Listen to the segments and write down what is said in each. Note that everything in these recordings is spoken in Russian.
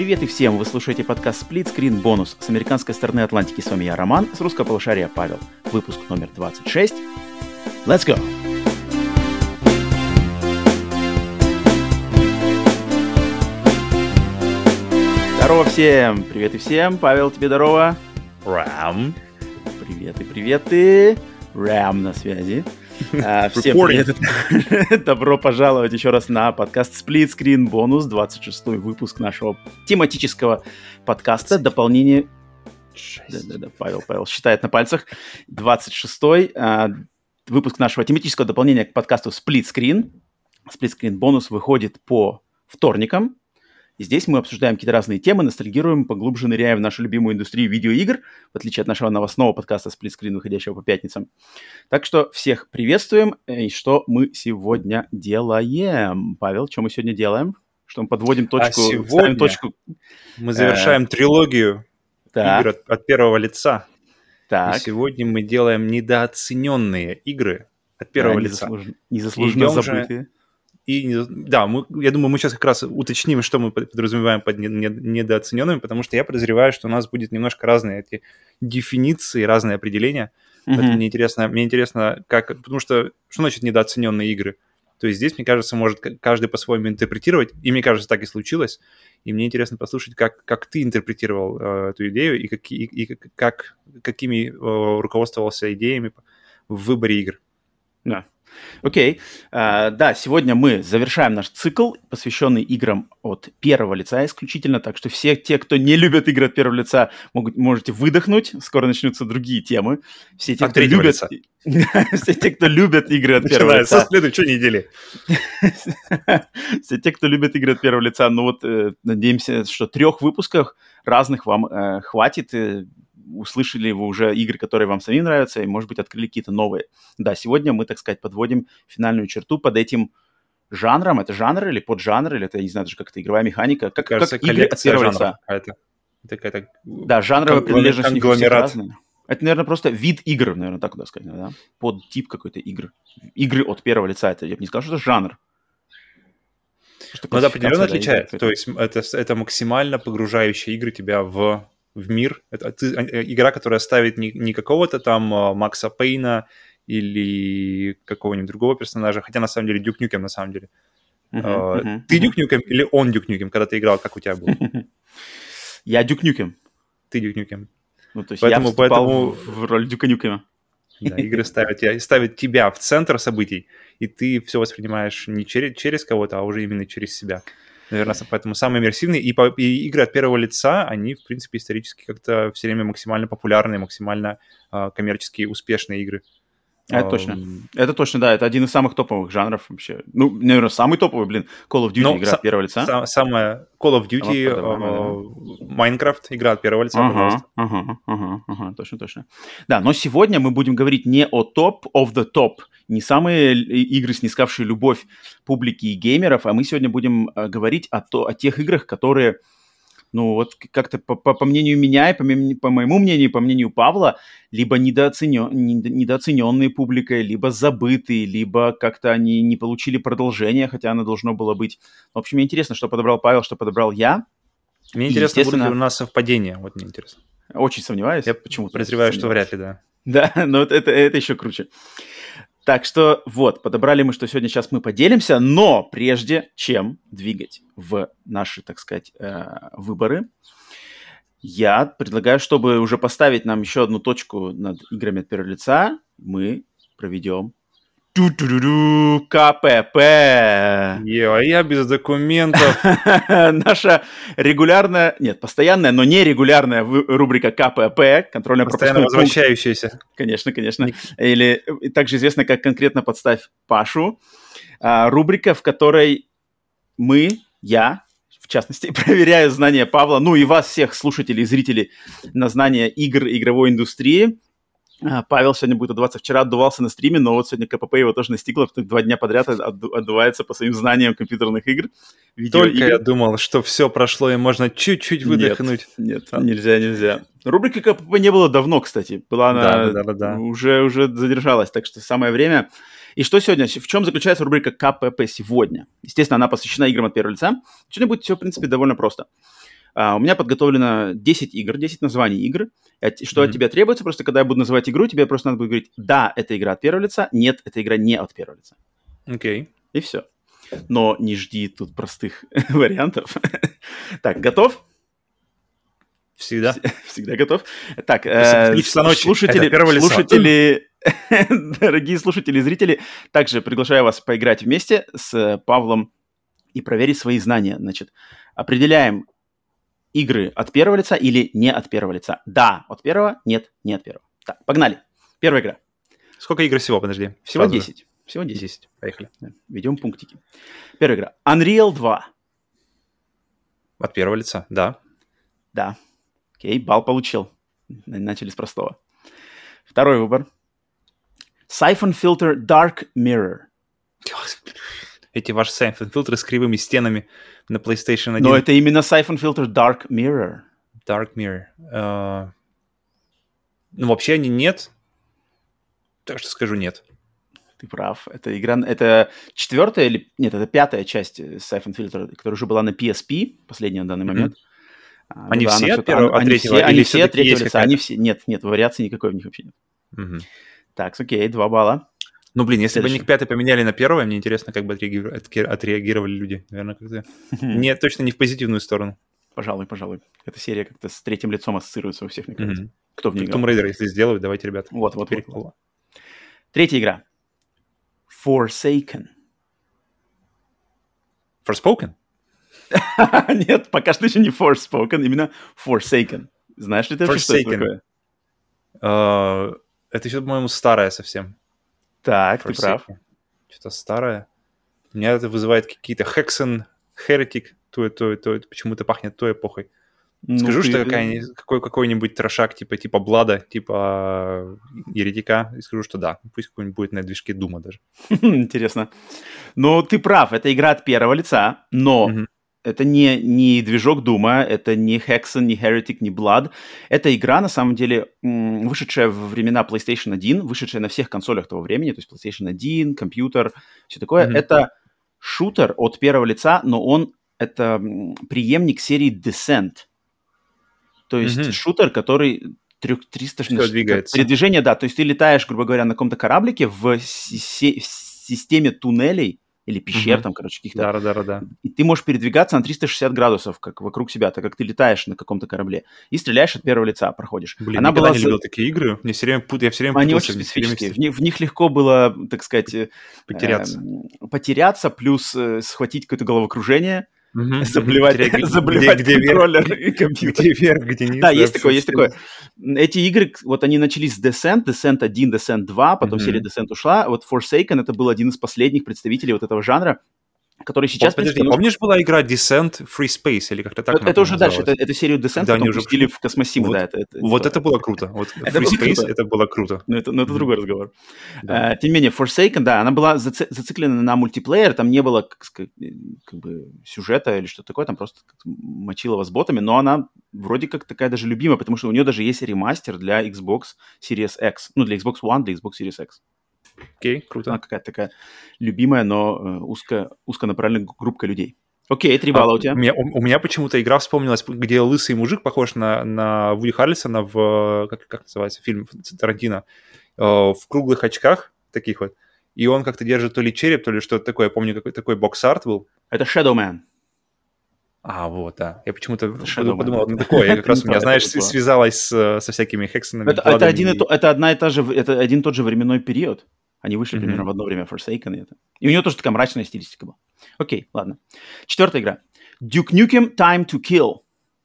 привет и всем! Вы слушаете подкаст Split Screen Bonus с американской стороны Атлантики. С вами я, Роман, с русского полушария Павел. Выпуск номер 26. Let's go! Здорово всем! Привет и всем! Павел, тебе здорово! Рам. Привет и... Рам на связи. Всем привет. Добро пожаловать еще раз на подкаст Split Screen Bonus, 26-й выпуск нашего тематического подкаста. Дополнение... Да, Павел считает на пальцах. 26-й выпуск нашего тематического дополнения к подкасту Split Screen. Split Screen Bonus выходит по вторникам. И здесь мы обсуждаем какие-то разные темы, ностальгируем, поглубже ныряем в нашу любимую индустрию видеоигр, в отличие от нашего новостного подкаста Split Screen, выходящего по пятницам. Так что всех приветствуем. И что мы сегодня делаем? Павел, что мы сегодня делаем? Что мы подводим точку? Сегодня точку. Мы завершаем трилогию игр от первого лица. Так. И сегодня мы делаем недооцененные игры от первого лица. Незаслуженно забытые. Я думаю, мы сейчас как раз уточним, что мы подразумеваем под недооцененными, потому что я подозреваю, что у нас будет немножко разные эти дефиниции, разные определения. Поэтому мне интересно, потому что значит недооцененные игры? То есть здесь, мне кажется, может каждый по-своему интерпретировать, и мне кажется, так и случилось. И мне интересно послушать, как ты интерпретировал эту идею и какими руководствовался идеями в выборе игр. Да. Окей. Да, сегодня мы завершаем наш цикл, посвященный играм от первого лица исключительно, так что все те, кто не любят игры от первого лица, можете выдохнуть, скоро начнутся другие темы. Все те, кто любят игры от первого лица. Со следующей недели. Все те, кто любит игры от первого лица, надеемся, что 3 выпусках разных вам хватит. Услышали вы уже игры, которые вам самим нравятся, и, может быть, открыли какие-то новые. Да, сегодня мы, так сказать, подводим финальную черту под этим жанром. Это жанр или поджанр, или это, я не знаю даже, как это игровая механика. Как игры от первого лица. Да, жанровая принадлежность у них всех разная. Это, наверное, просто вид игр, наверное, так куда сказать, да? Подтип какой-то игр. Игры от первого лица. Это, я бы не сказал, что это жанр. Но это определенно отличается. То есть это максимально погружающие игры тебя в мир. Это игра, которая ставит не какого-то там Макса Пейна или какого-нибудь другого персонажа, хотя на самом деле Дюк Нюкем на самом деле. Ты Дюк Нюкем или он Дюк Нюкем, когда ты играл, как у тебя было? Я Дюк Нюкем. Ты Дюк Нюкем. Ну, то есть я вступал в роль Дюка Нюкема. Да, игры ставят тебя в центр событий, и ты все воспринимаешь не через кого-то, а уже именно через себя. Наверное, поэтому самые иммерсивные. И игры от первого лица, они, в принципе, исторически как-то все время максимально популярные, максимально коммерчески успешные игры. Это точно. Это точно, да. Это один из самых топовых жанров вообще. Ну, наверное, самый топовый, Call of Duty игра от первого лица. Самая Call of Duty, Minecraft игра от первого лица, пожалуйста. Точно. Да, но сегодня мы будем говорить не о top of the top, не самые игры, снискавшие любовь публики и геймеров, а мы сегодня будем говорить о тех играх, которые... Ну, вот как-то по мнению меня и по моему мнению, по мнению Павла, либо недооцененные публикой, либо забытые, либо как-то они не получили продолжение, хотя оно должно было быть. В общем, мне интересно, что подобрал Павел, что подобрал я. Мне интересно, будут ли у нас совпадения. Вот мне интересно. Очень сомневаюсь. Я почему-то подозреваю, что вряд ли, да. Да, но это еще круче. Так что вот, подобрали мы, что сегодня сейчас мы поделимся, но прежде чем двигать в наши, так сказать, выборы, я предлагаю, чтобы уже поставить нам еще одну точку над играми от первого лица, мы проведем КПП. А я без документов. Наша регулярная, постоянная, но не регулярная рубрика КПП, контрольно-пропускной постоянно возвращающаяся. Конечно. Или также известно как конкретно «Подставь Пашу». Рубрика, в которой я, в частности, проверяю знания Павла, ну и вас, всех слушателей и зрителей, на знания игр и игровой индустрии. Павел сегодня будет отдуваться. Вчера отдувался на стриме, но вот сегодня КПП его тоже настигло, потому что 2 дня подряд отдувается по своим знаниям компьютерных игр, видеоигр. Только я думал, что все прошло, и можно чуть-чуть выдохнуть. Нет, нельзя. Рубрики КПП не было давно, кстати. Была она уже задержалась, так что самое время. И что сегодня? В чем заключается рубрика КПП сегодня? Естественно, она посвящена играм от первого лица. Сегодня будет все, в принципе, довольно просто. У меня подготовлено 10 игр, 10 названий игр. Что от тебя требуется? Просто когда я буду называть игру, тебе просто надо будет говорить, да, это игра от первого лица, нет, это игра не от первого лица. Окей. И все. Но не жди тут простых вариантов. Так, готов? Всегда. Всегда готов. Так, слушатели, дорогие слушатели и зрители, также приглашаю вас поиграть вместе с Павлом и проверить свои знания. Значит, определяем игры от первого лица или не от первого лица. Да, от первого, нет, не от первого. Так, погнали. Первая игра. Сколько игр всего, подожди? Всего 10. Всего 10. 10. Поехали. Ведем пунктики. Первая игра. Unreal 2. От первого лица, да. Да. Окей, балл получил. Начали с простого. Второй выбор. Siphon Filter Dark Mirror. Эти ваши Siphon фильтры с кривыми стенами на PlayStation 1. Но это именно Siphon Filter Dark Mirror. Dark Mirror. Ну, вообще они нет. Так что скажу нет. Ты прав. Это игра... Это четвертая или... Нет, это пятая часть Siphon Filter, которая уже была на PSP, последняя на данный момент. Они все от первого, от третьего? Они все от третьего лица. Они все... Нет, вариации никакой в них вообще нет. Так, окей, 2 балла. Ну, блин, если бы они пятый поменяли на первое, мне интересно, как бы отреагировали люди. Наверное, как-то... Не, точно не в позитивную сторону. Пожалуй. Эта серия как-то с третьим лицом ассоциируется у всех, мне кажется. Кто в ней играл? Tomb Raider, если сделают, давайте, ребят. Вот. Третья игра. Forsaken. Forspoken? Нет, пока что еще не Forspoken, именно Forsaken. Знаешь ли ты вообще, что это такое? Это еще, по-моему, старое совсем. Так, Forsaken. Ты прав. Что-то старое. У меня это вызывает какие-то Hexen, Heretic, то почему-то пахнет той эпохой. Скажу, что какой-нибудь трошак типа Блада, типа Еретика, и скажу, что да. Пусть какой-нибудь будет на движке Дума даже. Интересно. Ну, ты прав, это игра от первого лица, но это не движок Дума, это не Hexen, не Heretic, не Blood. Это игра, на самом деле, вышедшая во времена PlayStation 1, вышедшая на всех консолях того времени, то есть PlayStation 1, компьютер, все такое. Это шутер от первого лица, но это преемник серии Descent. То есть шутер, который 360 передвижение, да. То есть ты летаешь, грубо говоря, на каком-то кораблике в системе туннелей или пещер, там, короче, каких-то. Да. И ты можешь передвигаться на 360 градусов, как вокруг себя, так как ты летаешь на каком-то корабле. И стреляешь от первого лица, проходишь. Блин, я никогда не любил такие игры. Я все время путался. Они очень специфические. В них легко было, так сказать... Потеряться, плюс схватить какое-то головокружение. Заблевать контроллер и компьютер. Где вверх, где низ. Да, есть такое. Эти игры, вот они начались с Descent 1, Descent 2, потом серия Descent ушла. Вот Forsaken — это был один из последних представителей вот этого жанра, который сейчас... Подожди, помнишь, была игра Descent Free Space, или как-то так? Это уже дальше, эту серию Descent потом пустили в Космосиму, да. Вот это было круто. Вот Free Space, это было круто. Но это другой разговор. Тем не менее, Forsaken, да, она была зациклена на мультиплеер, там не было как бы сюжета или что-то такое, там просто мочило вас ботами, но она вроде как такая даже любимая, потому что у нее даже есть ремастер для Xbox Series X, ну, для Xbox One, для Xbox Series X. Окей, круто. Она какая-то такая любимая, но узконаправленная группа людей. Окей, 3 балла у тебя. У меня почему-то игра вспомнилась, где лысый мужик похож на Вуди Харрельсона в... Как называется фильм Тарантино? В круглых очках таких вот. И он как-то держит то ли череп, то ли что-то такое. Я помню, какой такой бокс-арт был. Это Shadow Man. Вот, да. Я почему-то подумал, такое. Я как раз у меня, знаешь, связалась со всякими Хексонами. Это один и тот же временной период. Они вышли примерно в одно время, Forsaken. И у него тоже такая мрачная стилистика была. Окей, ладно. 4-я игра. Duke Nukem Time to Kill.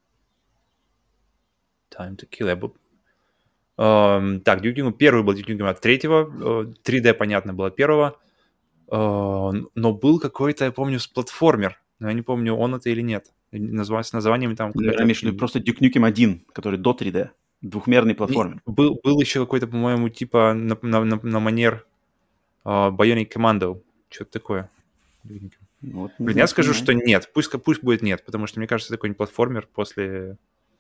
Time to Kill. Так, Duke Nukem. Первый был Duke Nukem от третьего. 3D, понятно, было от первого. Но был какой-то, я помню, платформер. Но я не помню, он это или нет. С названиями там... Наверное, имеешь в виду просто Duke Nukem 1, который до 3D. Двухмерный платформер. Был еще какой-то, по-моему, типа на манер Bionic Commando. Что-то такое. Вот, блин, я скажу, что нет. Пусть будет нет, потому что, мне кажется, такой платформер после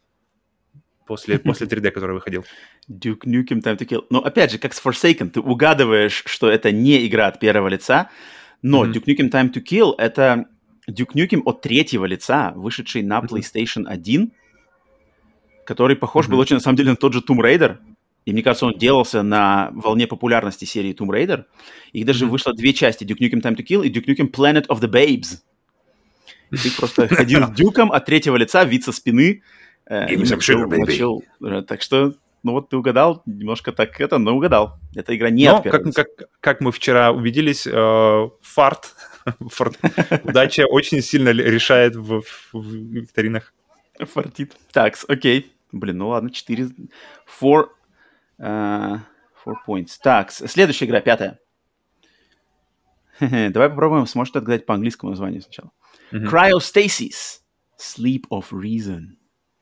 3D, который выходил. Duke Nukem Time to Kill. Но опять же, как с Forsaken, ты угадываешь, что это не игра от первого лица, но Duke Nukem Time to Kill — это Duke Nukem от третьего лица, вышедший на PlayStation 1, который похож был очень, на самом деле, на тот же Tomb Raider. И мне кажется, он делался на волне популярности серии Tomb Raider. И даже вышло две части, Duke Nukem Time to Kill и Duke Nukem Planet of the Babes. И ты просто ходил с Дюком от третьего лица, вид со спины. Мочил. Так что, ну вот ты угадал, немножко так но угадал. Эта игра не от первого лица. Как мы вчера убедились, фарт, удача очень сильно решает в викторинах. Фартит. Так, окей. Блин, ну ладно, 4 points. Так, следующая игра, 5. Давай попробуем, сможешь отгадать по английскому названию сначала. Cryostasis. Sleep of Reason.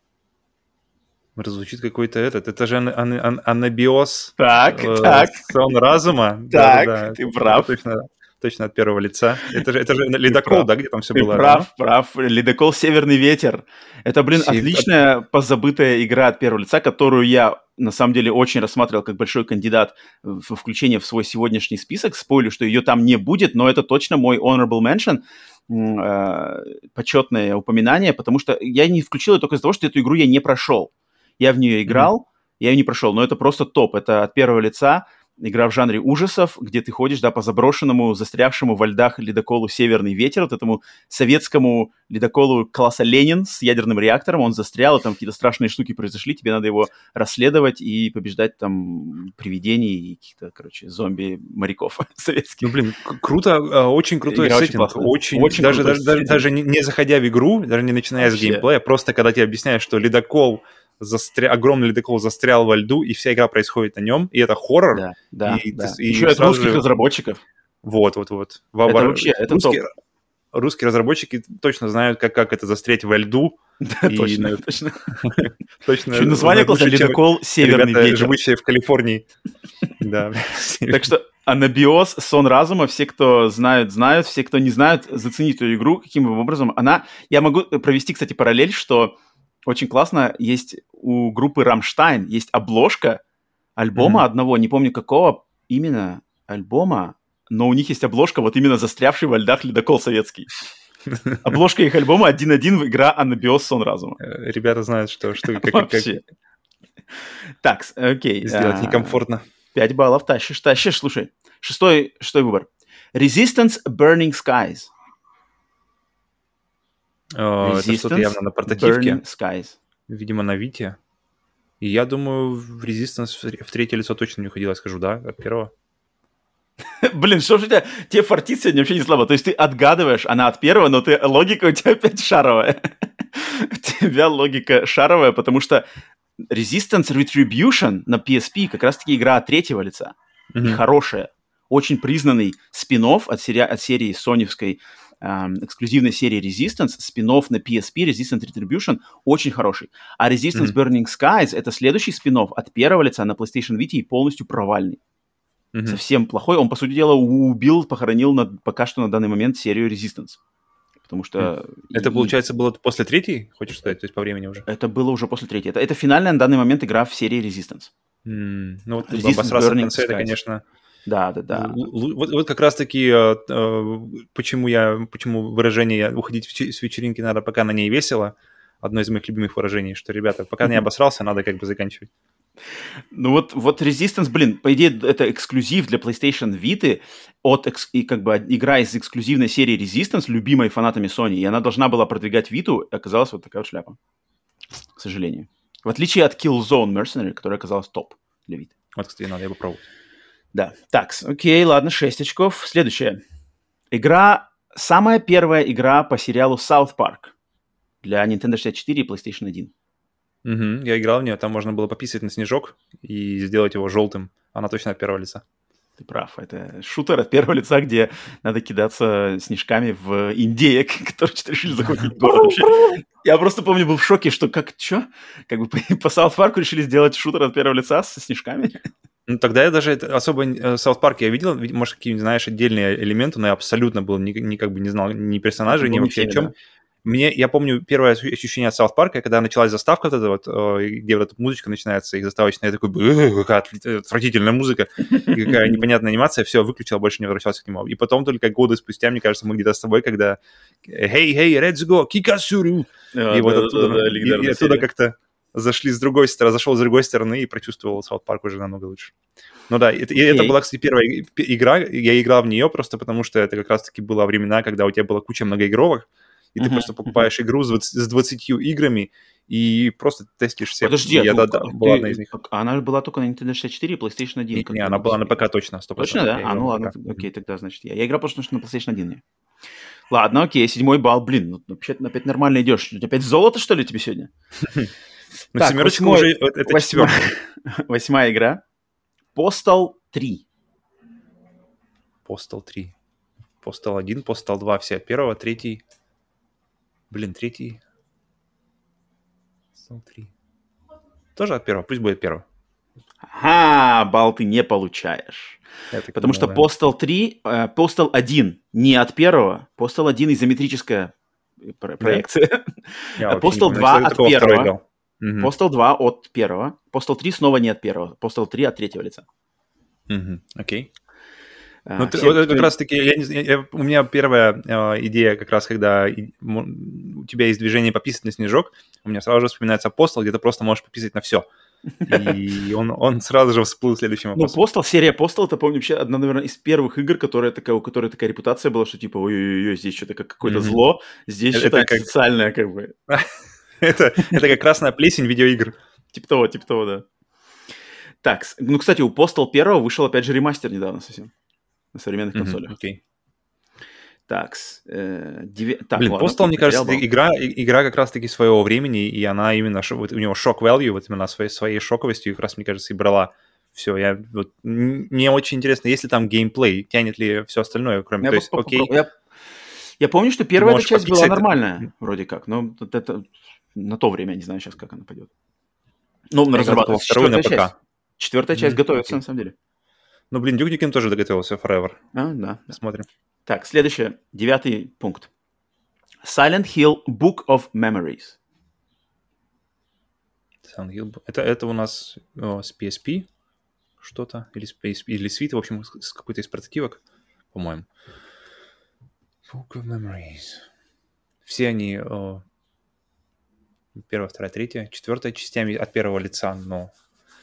Звучит какой-то это же анабиоз. Так. Сон разума. Так, да, ты прав. Точно от первого лица. Это же ледокол, да, где там все было? Прав. Ледокол «Северный ветер». Это, отличная позабытая игра от первого лица, которую я, на самом деле, очень рассматривал как большой кандидат в включение в свой сегодняшний список. Спойлю, что ее там не будет, но это точно мой honorable mention, почетное упоминание, потому что я не включил ее только из-за того, что эту игру я не прошел. Я в нее играл, я ее не прошел, но это просто топ. Это от первого лица. Игра в жанре ужасов, где ты ходишь, да, по заброшенному, застрявшему во льдах ледоколу «Северный ветер», вот этому советскому ледоколу класса «Ленин» с ядерным реактором. Он застрял, и там какие-то страшные штуки произошли, тебе надо его расследовать и побеждать там привидений и каких-то, зомби-моряков советских. Ну, блин, круто, очень крутой игра сеттинг. Очень даже не заходя в игру, даже не начиная с геймплея, просто когда тебе объясняют, что ледокол огромный ледокол застрял во льду, и вся игра происходит на нем, и это хоррор. Да. Еще от русских разработчиков. Вот. Это вообще, это топ. Русские разработчики точно знают, как это застрять во льду. Да, точно. Еще название класса «Ледокол Северный ветер», живущие в Калифорнии. Да. Так что анабиоз, сон разума, все, кто знают, все, кто не знают, заценить эту игру, каким образом она... Я могу провести, кстати, параллель, что очень классно, есть у группы «Рамштайн» есть обложка альбома одного, не помню какого именно альбома, но у них есть обложка вот именно застрявший во льдах ледокол советский. Обложка их альбома 1.1 игра «Анабиоз. Сон разума». Ребята знают, что вообще. Так, окей. Сделать некомфортно. 5 баллов тащишь. Слушай, шестой выбор. Resistance Burning Skies. Это что-то явно на портативке. Burning Skies. Видимо, на Вите. И я думаю, в Resistance в третье лицо точно не уходило. Я скажу, да, от первого. Блин, что же у тебя? Тебе фартит сегодня вообще не слабо. То есть ты отгадываешь, она от первого, но логика у тебя опять шаровая. У тебя логика шаровая, потому что Resistance Retribution на PSP как раз-таки игра от третьего лица. И хорошая. Очень признанный спин-офф от серии соневской, эксклюзивной серии Resistance, спин-офф на PSP, Resistance Retribution, очень хороший. А Resistance Burning Skies — это следующий спин-офф от первого лица на PlayStation Vita и полностью провальный. Совсем плохой. Он, по сути дела, похоронил пока что на данный момент серию Resistance. Потому что... Это, получается, было после третьей, хочешь сказать, то есть по времени уже? Это было уже после третьей. Это финальная на данный момент игра в серии Resistance. Ну вот обосраться в конце, это, конечно... Да. Вот как раз-таки почему выражение «уходить с вечеринки надо, пока на ней весело» одно из моих любимых выражений, что, ребята, пока не обосрался, надо как бы заканчивать. Ну вот Resistance, блин, по идее, это эксклюзив для PlayStation Vita, и как бы игра из эксклюзивной серии Resistance, любимой фанатами Sony, и она должна была продвигать Vita, и оказалась вот такая вот шляпа, к сожалению. В отличие от Killzone Mercenary, которая оказалась топ для Vita. Вот, кстати, надо его пробовать. Да, так, окей, ладно, 6 очков. Следующая. Самая первая игра по сериалу South Park для Nintendo 64 и PlayStation 1. Я играл в нее, там можно было пописать на снежок и сделать его желтым. Она точно от первого лица. Ты прав, это шутер от первого лица, где надо кидаться снежками в индеек, которые решили захватить город. Я просто помню, был в шоке, что Как бы по South Park решили сделать шутер от первого лица со снежками? Ну, тогда я даже особо South Park я видел, может, какие-нибудь, знаешь, отдельные элементы, но я абсолютно был, как бы не знал ни персонажей, ни вообще о чем. Да. Я помню первое ощущение от Саут Парка, когда началась заставка вот эта вот, где вот эта музычка начинается, их заставочная, я такой, какая отвратительная музыка, и какая непонятная анимация, все, выключил, больше не возвращался к нему. И потом только годы спустя, мне кажется, мы где-то с тобой, когда «Hey, let's go, Kikasuru!» И вот оттуда как-то зашел с другой стороны и прочувствовал Саут Парк уже намного лучше. Ну да, это была, кстати, первая игра, я играл в нее просто потому, что это как раз-таки было времена, когда у тебя была куча многоигровых, и ты просто покупаешь игру с 20 играми и просто тестишь все. Подожди, была одна из них. Она была только на Nintendo 64 и PlayStation 1. Не, она была на ПК точно, 100%. Точно, да? Ну ладно, окей, тогда, значит, я играл просто на PlayStation 1. Ладно, окей, 7 балл, блин, ну вообще опять нормально идешь. Опять золото, что ли, тебе сегодня? Ну, семерочка уже, это 4-я. 8-я игра. Postal 3. Postal 3. Postal 1, Postal 2, все от первого, третий... Блин, третий... Postal 3. Тоже от первого, пусть будет первого. Ага, балл ты не получаешь. Потому что Postal 3, Postal 1 не от первого, Postal 1 изометрическая проекция. Postal 2 от первого. Postal 2 от первого. Postal 3 снова не от первого. Postal 3 от третьего лица. Окей. Ну, вот как раз-таки, у меня первая идея, как раз когда у тебя есть движение пописать на снежок, у меня сразу же вспоминается Postal, где ты просто можешь пописать на все. И он сразу же всплыл следующим вопросом. Ну, Postal, серия Postal, это, помню, вообще одна, наверное, из первых игр, у которой такая репутация была, что типа, ой-ой-ой, здесь что-то какое-то зло, здесь что-то социальное, как бы. Это как красная плесень видеоигр. Типа того, да. Так, ну, кстати, у Postal 1 вышел, опять же, ремастер недавно совсем. На современных консолях. Окей. Так, блин, Postal, мне кажется, игра как раз-таки своего времени, и она именно, вот у него шок value, вот именно своей шоковостью, как раз, мне кажется, и брала все. Мне очень интересно, есть ли там геймплей, тянет ли все остальное, кроме... Я помню, что первая эта часть была нормальная, вроде как, но это на то время, я не знаю сейчас, как она пойдет. Ну, разрабатывалась вторую на ПК. Четвертая часть готовится, на самом деле. Ну, блин, Duke Nukem тоже доготовился Forever. Да. Смотрим. Так, следующее, 9 пункт. Silent Hill Book of Memories. Silent Hill. Это у нас с PSP что-то, или с PSP, или с Vita, в общем, с какой-то из портативок, по-моему. Book of Memories. Все они первая, вторая, третья, четвертая частями от первого лица, но...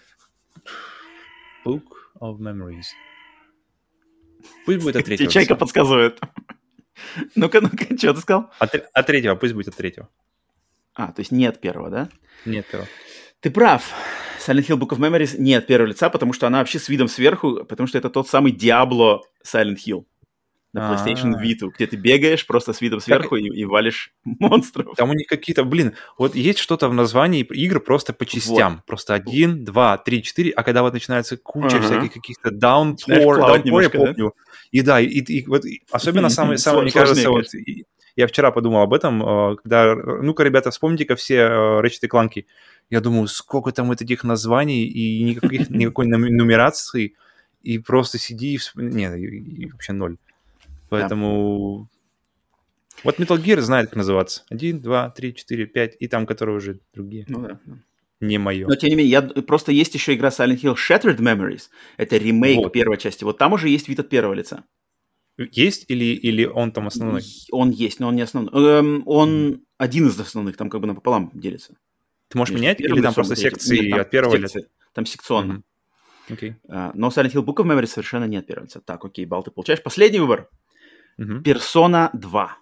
Book of Memories. Пусть будет от третьего. Чайка подсказывает. Ну-ка, что ты сказал? От третьего, пусть будет от третьего. То есть не от первого, да? Не от первого. Ты прав. Silent Hill Book of Memories не от первого лица, потому что она вообще с видом сверху, потому что это тот самый Diablo Silent Hill на PlayStation Vita, где ты бегаешь просто с видом сверху и валишь монстров. Там у них какие-то, вот есть что-то в названии игр просто по частям. Вот. Просто 1, 2, 3, 4, а когда вот начинается куча всяких каких-то downpour, я помню. Да? И вот особенно самое мне кажется, вот я вчера подумал об этом, когда, ну-ка, ребята, вспомните-ка все Ratchet & Clank. Я думаю, сколько там этих названий и никакой нумерации, и просто сиди и вообще ноль. Поэтому... Да. Вот Metal Gear знает, как называться. 1, 2, 3, 4, 5, и там, которые уже другие. Ну да. Не мое. Но, тем не менее, просто есть еще игра Silent Hill Shattered Memories. Это ремейк первой части. Вот там уже есть вид от первого лица. Есть или он там основной? Он есть, но он не основной. Он один из основных, там как бы напополам делится. Ты можешь менять, или там просто секции от первого лица? Там секционно. Okay. Но Silent Hill Book of Memories совершенно не от первого лица. Так, окей, балл ты получаешь. Последний выбор. Persona 2.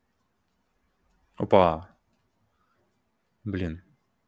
Опа. Блин.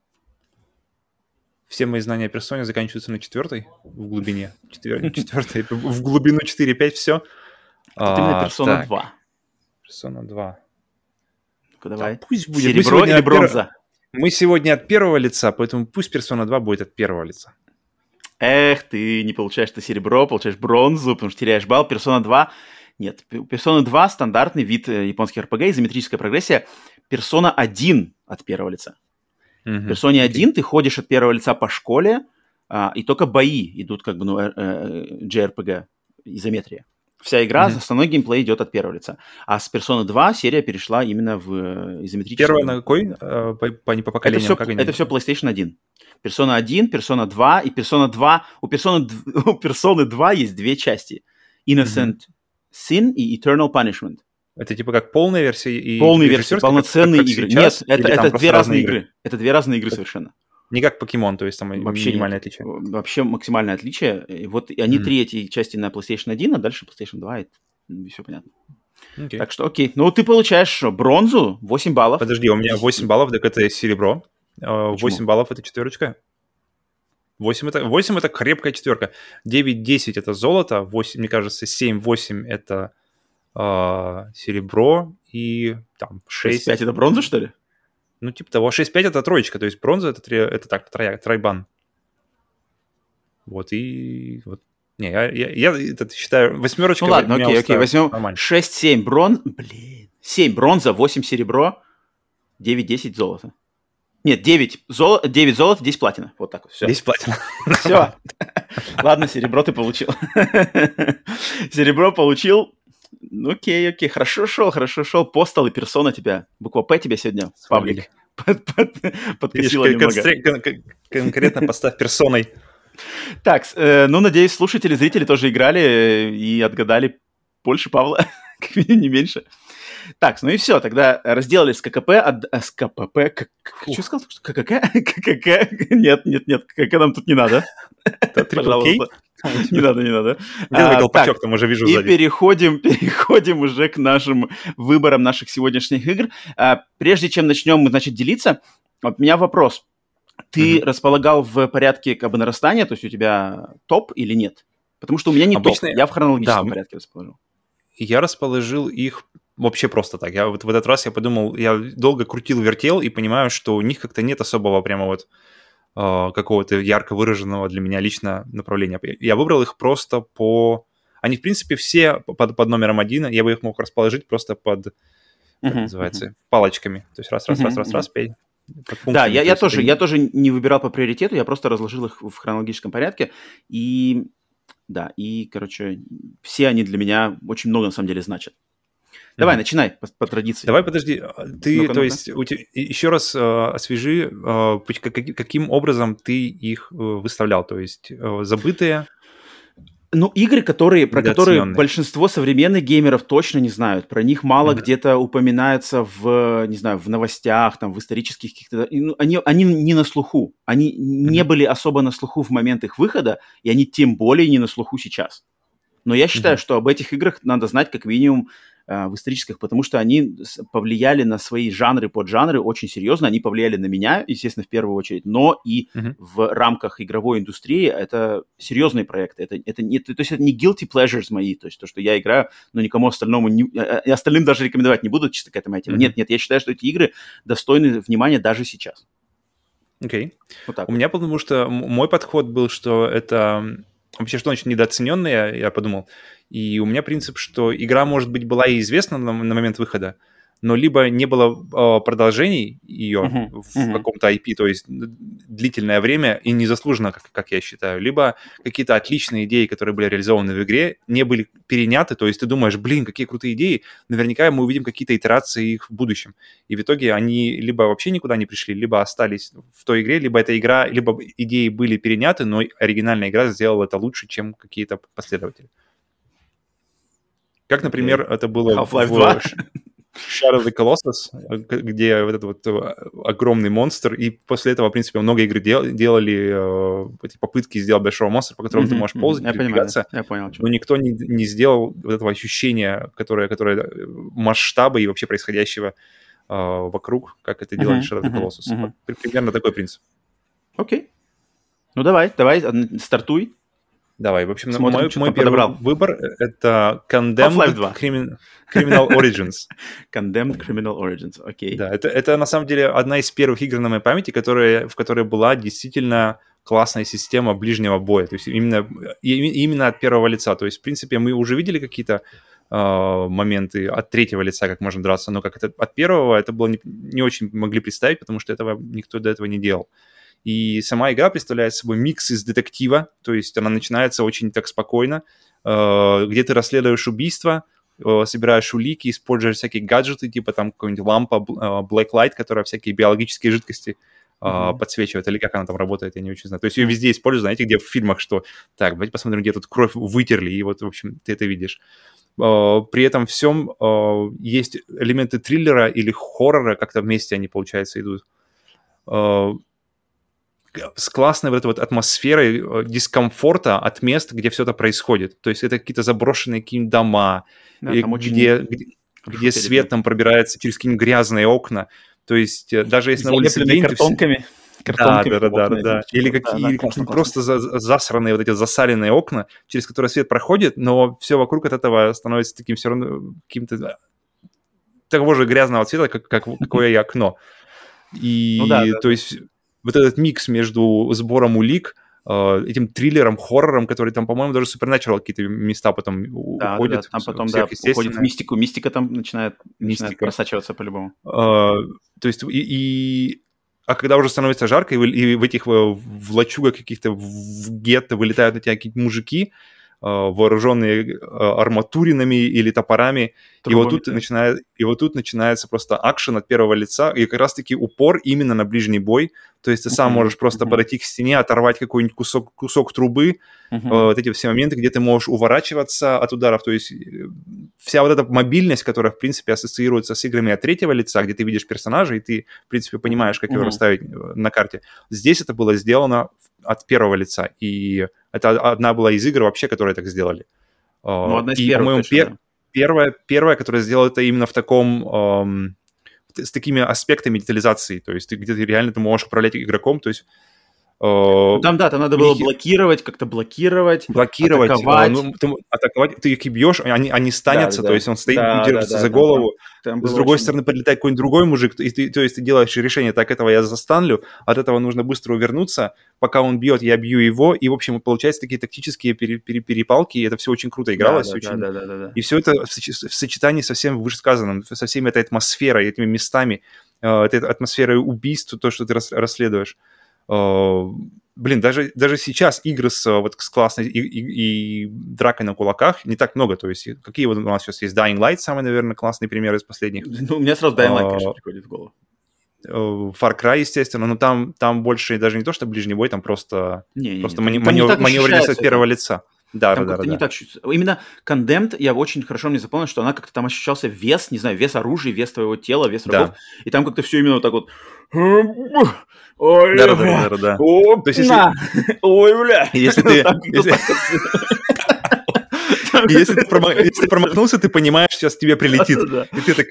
Все мои знания о персоне заканчиваются на 4-й в глубине. 4-й, в глубину 4-5, все. Тут именно Persona 2. Persona 2. Ну-ка, давай. Да, пусть будет. Серебро или бронза? Мы сегодня от первого лица, поэтому пусть Persona 2 будет от первого лица. Эх, ты не получаешь серебро, получаешь бронзу, потому что теряешь балл. Persona 2... Нет, Persona 2 стандартный вид японских RPG, изометрическая прогрессия. Persona 1 от первого лица. В Persona 1 ты ходишь от первого лица по школе, и только бои идут как бы, JRPG, изометрия. Вся игра, основной геймплей идет от первого лица. А с Persona 2 серия перешла именно в изометрическую. Первая на какой? По поколениям? Это все PlayStation 1. Persona 1, Persona 2 и Persona 2. У Persona 2 есть две части. Innocent Sin и Eternal Punishment. Это типа как полная версия? Полная версия, полноценные игры. Нет, это две разные игры. Это две разные игры совершенно. Не как Покемон, то есть там вообще минимальное отличие? Вообще максимальное отличие. И вот они три эти части на PlayStation 1, а дальше PlayStation 2, и все понятно. Так что окей. Ну, ты получаешь бронзу, 8 баллов. Подожди, у меня 8 баллов, так это серебро. Почему? 8 баллов это четверочка. 8 это крепкая четверка. 9-10 это золото. 8, мне кажется, 7-8 это серебро. И там 6... 6-5 это бронза, что ли? Ну, типа того. 6-5 это троечка. То есть бронза это так, тройбан. Вот, и... Вот. Не, я это считаю... Восьмерочка... Ну ладно, окей. Возьмем 6-7 бронза... 7 бронза, 8 серебро, 9-10 золото. Нет, 9 золота, 10 платина. Вот так вот. Все. 10 платина. Все. Ладно, серебро ты получил. Серебро получил. Окей. Хорошо шел. Постал и персона тебя. Буква П тебя сегодня, Павлик, подкосила немного. Конкретно поставь персоной. Так, ну, надеюсь, слушатели, зрители тоже играли и отгадали больше Павла, как минимум не меньше. Так, ну и все, тогда разделались с ККП, с КПП, что сказал? ККК? Нет, ККК нам тут не надо. Пожалуйста. Не надо. Делай колпачок, там уже вижу сзади. И переходим уже к нашим выборам наших сегодняшних игр. Прежде чем начнем, значит, делиться, от меня вопрос. Ты располагал в порядке как бы нарастания, то есть у тебя топ или нет? Потому что у меня не топ, я в хронологическом порядке расположил. Я расположил их вообще просто так. Я вот в этот раз я подумал, я долго крутил-вертел и понимаю, что у них как-то нет особого прямо вот какого-то ярко выраженного для меня лично направления. Я выбрал их просто по... Они, в принципе, все под номером 1. Я бы их мог расположить просто под, как называется, палочками. То есть раз, 5. Да, я тоже не выбирал по приоритету, я просто разложил их в хронологическом порядке. И, да, короче, все они для меня очень много, на самом деле, значат. Давай, начинай по традиции. Давай, подожди. Ты, то есть, еще раз освежи, каким образом ты их выставлял? То есть, забытые... Ну, игры, про которые большинство современных геймеров точно не знают. Про них мало где-то упоминается в новостях, там, в исторических каких-то... Они не на слуху. Они не были особо на слуху в момент их выхода, и они тем более не на слуху сейчас. Но я считаю, что об этих играх надо знать как минимум в исторических, потому что они повлияли на свои жанры, поджанры очень серьезно. Они повлияли на меня, естественно, в первую очередь, но и в рамках игровой индустрии это серьезные проекты. Это не guilty pleasures мои, то есть то, что я играю, но никому остальному, остальным даже рекомендовать не буду, чисто какая-то моя тема. Нет, я считаю, что эти игры достойны внимания даже сейчас. Окей. Вот у меня, потому что мой подход был, что это... Вообще, что значит недооцененные, я подумал. И у меня принцип, что игра, может быть, была и известна на момент выхода, но либо не было продолжений ее в каком-то IP, то есть длительное время и незаслуженно, как я считаю, либо какие-то отличные идеи, которые были реализованы в игре, не были переняты, то есть ты думаешь, блин, какие крутые идеи, наверняка мы увидим какие-то итерации их в будущем. И в итоге они либо вообще никуда не пришли, либо остались в той игре, либо эта игра, либо идеи были переняты, но оригинальная игра сделала это лучше, чем какие-то последователи. Как, например, это было Half-Life 2. Shadow of the Colossus, где вот этот вот огромный монстр, и после этого, в принципе, много игр делали эти попытки сделать большого монстра, по которому ты можешь ползать, передвигаться, но никто не сделал вот этого ощущения, которое масштаба и вообще происходящего вокруг, как это делали Shadow of the Colossus. Примерно такой принцип. Окей. Ну давай, стартуй. Давай, в общем, мой первый выбор — это Condemned Criminal Origins. Condemned Criminal Origins, окей. Да, это на самом деле одна из первых игр на моей памяти, в которой была действительно классная система ближнего боя, то есть именно от первого лица. То есть, в принципе, мы уже видели какие-то моменты от третьего лица, как можно драться, но как это от первого, это было не очень могли представить, потому что никто до этого не делал. И сама игра представляет собой микс из детектива, то есть она начинается очень так спокойно, где ты расследуешь убийство, собираешь улики, используешь всякие гаджеты, типа там какой-нибудь лампа Black Light, которая всякие биологические жидкости подсвечивает, или как она там работает, я не очень знаю. То есть ее везде используют, знаете, где в фильмах, что так, давайте посмотрим, где тут кровь вытерли, и вот, в общем, ты это видишь. При этом всем есть элементы триллера или хоррора, как-то вместе они, получается, идут. С классной вот этой вот атмосферой дискомфорта от мест, где все это происходит. То есть это какие-то заброшенные какие-нибудь дома, Да, где свет там пробирается через какие-нибудь грязные окна. То есть даже если на улице день... картонками. Да. Или какие-нибудь просто засранные вот эти засаленные окна, через которые свет проходит, но все вокруг от этого становится таким все равно каким-то того же грязного цвета, какое и окно. И то есть вот этот микс между сбором улик, этим триллером, хоррором, который там, по-моему, даже Supernatural какие-то места потом уходит. Там потом, уходит в мистику. Мистика там начинает просачиваться по-любому. То есть А когда уже становится жарко, и в этих в лачугах каких-то в гетто вылетают на тебя какие-то мужики, вооруженные арматуринами или топорами, и вот тут начинается просто акшен от первого лица, и как раз-таки упор именно на ближний бой. То есть ты сам можешь просто подойти к стене, оторвать какой-нибудь кусок трубы, вот эти все моменты, где ты можешь уворачиваться от ударов. То есть вся вот эта мобильность, которая, в принципе, ассоциируется с играми от третьего лица, где ты видишь персонажа, и ты, в принципе, понимаешь, как его расставить на карте. Здесь это было сделано от первого лица, и это одна была из игр вообще, которые так сделали. Одна из и, первых, по-моему, первая, которая сделала это именно в таком... с такими аспектами детализации, то есть где ты реально можешь управлять игроком, то есть... Там надо было блокировать, атаковать. Атаковать, ты их и бьешь, они станятся, то есть он стоит, держится за голову, с другой стороны подлетает какой-нибудь другой мужик, и то есть ты делаешь решение, так, этого я застанлю, от этого нужно быстро увернуться, пока он бьет, я бью его, и, в общем, получаются такие тактические перепалки, и это все очень круто игралось. И все это в сочетании со всем вышесказанным, со всеми этой атмосферой, этими местами, этой атмосферой убийств, то, что ты расследуешь. Блин, даже сейчас игры с классной и дракой на кулаках не так много. То есть какие вот у нас сейчас есть? Dying Light, самый, наверное, классный пример из последних. Ну, у меня сразу Dying Light, конечно, приходит в голову. Far Cry, естественно, но там больше даже не то, что ближний бой, там просто маневренность от первого лица. Да. Не так чувствуется. Именно Condemned, я очень хорошо мне запомнил, что она как-то там ощущался вес, не знаю, вес оружия, вес твоего тела, вес врагов. И там как-то все именно вот так вот... Ой, да. То есть, ой, бля. Если ты промахнулся, ты понимаешь, сейчас тебе прилетит. И ты так...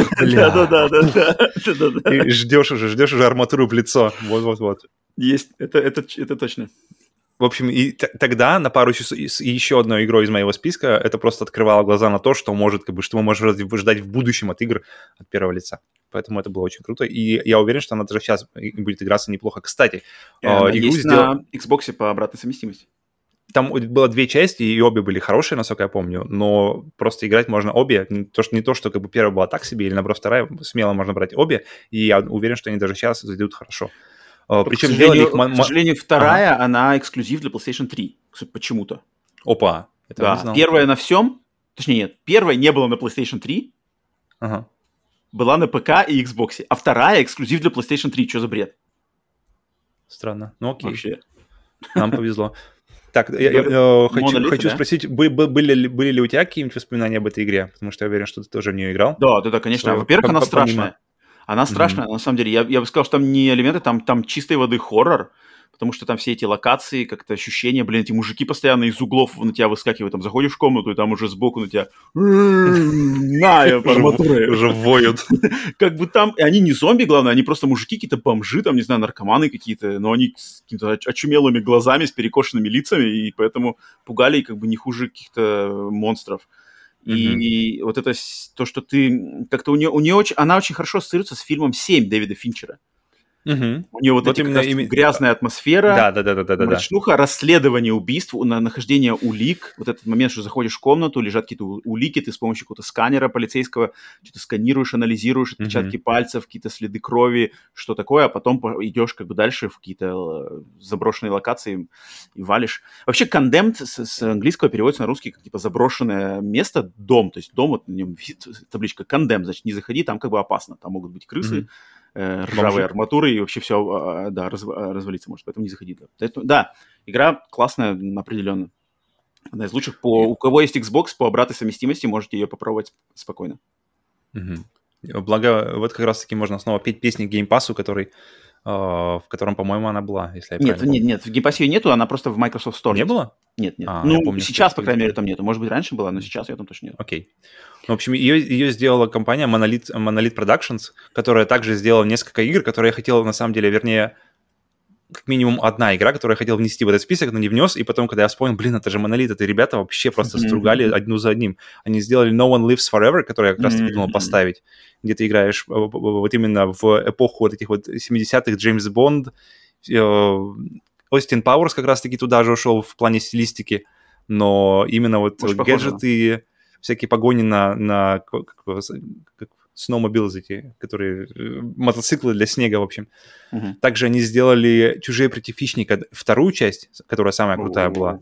Да. И ждешь уже арматуру в лицо. Вот. Есть, это точно. В общем, и тогда на пару часов с еще одной игрой из моего списка это просто открывало глаза на то, что мы можем ждать в будущем от игр от первого лица. Поэтому это было очень круто. И я уверен, что она даже сейчас будет играться неплохо. Кстати, есть на Xbox по обратной совместимости. Там было 2 части, и обе были хорошие, насколько я помню, но просто играть можно обе. Не то, что как бы первая была так себе, или наоборот вторая, смело можно брать обе, и я уверен, что они даже сейчас зайдут хорошо. Причем к сожалению, вторая, она эксклюзив для PlayStation 3, почему-то. Опа, это я не знал. Первая на всем, точнее нет, первая не была на PlayStation 3, была на ПК и Xbox, а вторая эксклюзив для PlayStation 3, что за бред? Странно, ну окей. Вообще. Нам повезло. Так, я хочу спросить, были ли у тебя какие-нибудь воспоминания об этой игре? Потому что я уверен, что ты тоже в нее играл. Да, конечно. Во-первых, она страшная. Она страшная, на самом деле. Я бы сказал, что там не элементы, там чистой воды хоррор, потому что там все эти локации, как-то ощущения, блин, эти мужики постоянно из углов на тебя выскакивают, там заходишь в комнату, и там уже сбоку на тебя уже воют. Как бы там, и они не зомби, главное, они просто мужики, какие-то бомжи, там, не знаю, наркоманы какие-то, но они с какими-то очумелыми глазами, с перекошенными лицами, и поэтому пугали как бы не хуже каких-то монстров. И вот это то, что ты... Как-то у нее она очень хорошо ассоциируется с фильмом «7» Дэвида Финчера. У нее вот эти как раз грязная атмосфера, мрачнуха, расследование убийств, нахождение улик. Вот этот момент, что заходишь в комнату, лежат какие-то улики, ты с помощью какого-то сканера полицейского что-то сканируешь, анализируешь, отпечатки пальцев, какие-то следы крови, что такое, а потом идешь как бы дальше в какие-то заброшенные локации и валишь. Вообще Condemned с английского переводится на русский как типа заброшенное место, дом. То есть дом, вот на нем табличка Condemned, значит, не заходи, там как бы опасно. Там могут быть крысы, ржавые арматуры, и вообще все, да, развалиться может, поэтому не заходи. Да, игра классная, определенно. Одна из лучших. У кого есть Xbox, по обратной совместимости можете ее попробовать спокойно. Благо, вот как раз-таки можно снова петь песни к геймпассу, в котором, по-моему, она была, если я правильно помню. Нет, в геймпассе ее нету, она просто в Microsoft Store. Не было? Нет. Помню, сейчас, по крайней мере, там нету. Может быть, раньше была, но сейчас ее там точно нет. Окей. В общем, ее сделала компания Monolith Productions, которая также сделала несколько игр, которые я хотел, на самом деле, вернее, как минимум одна игра, которую я хотел внести в этот список, но не внес, и потом, когда я вспомнил, это же Monolith, это ребята вообще просто стругали одну за одним. Они сделали No One Lives Forever, который я как раз-таки думал поставить, где ты играешь вот именно в эпоху вот этих вот 70-х, Джеймс Бонд, Остин Пауэрс как раз-таки туда же ушел в плане стилистики, но именно вот гаджеты, всякие погони на snowmobiles эти, которые мотоциклы для снега, в общем. Также они сделали «Чужие против хищника», вторую часть, которая самая крутая была.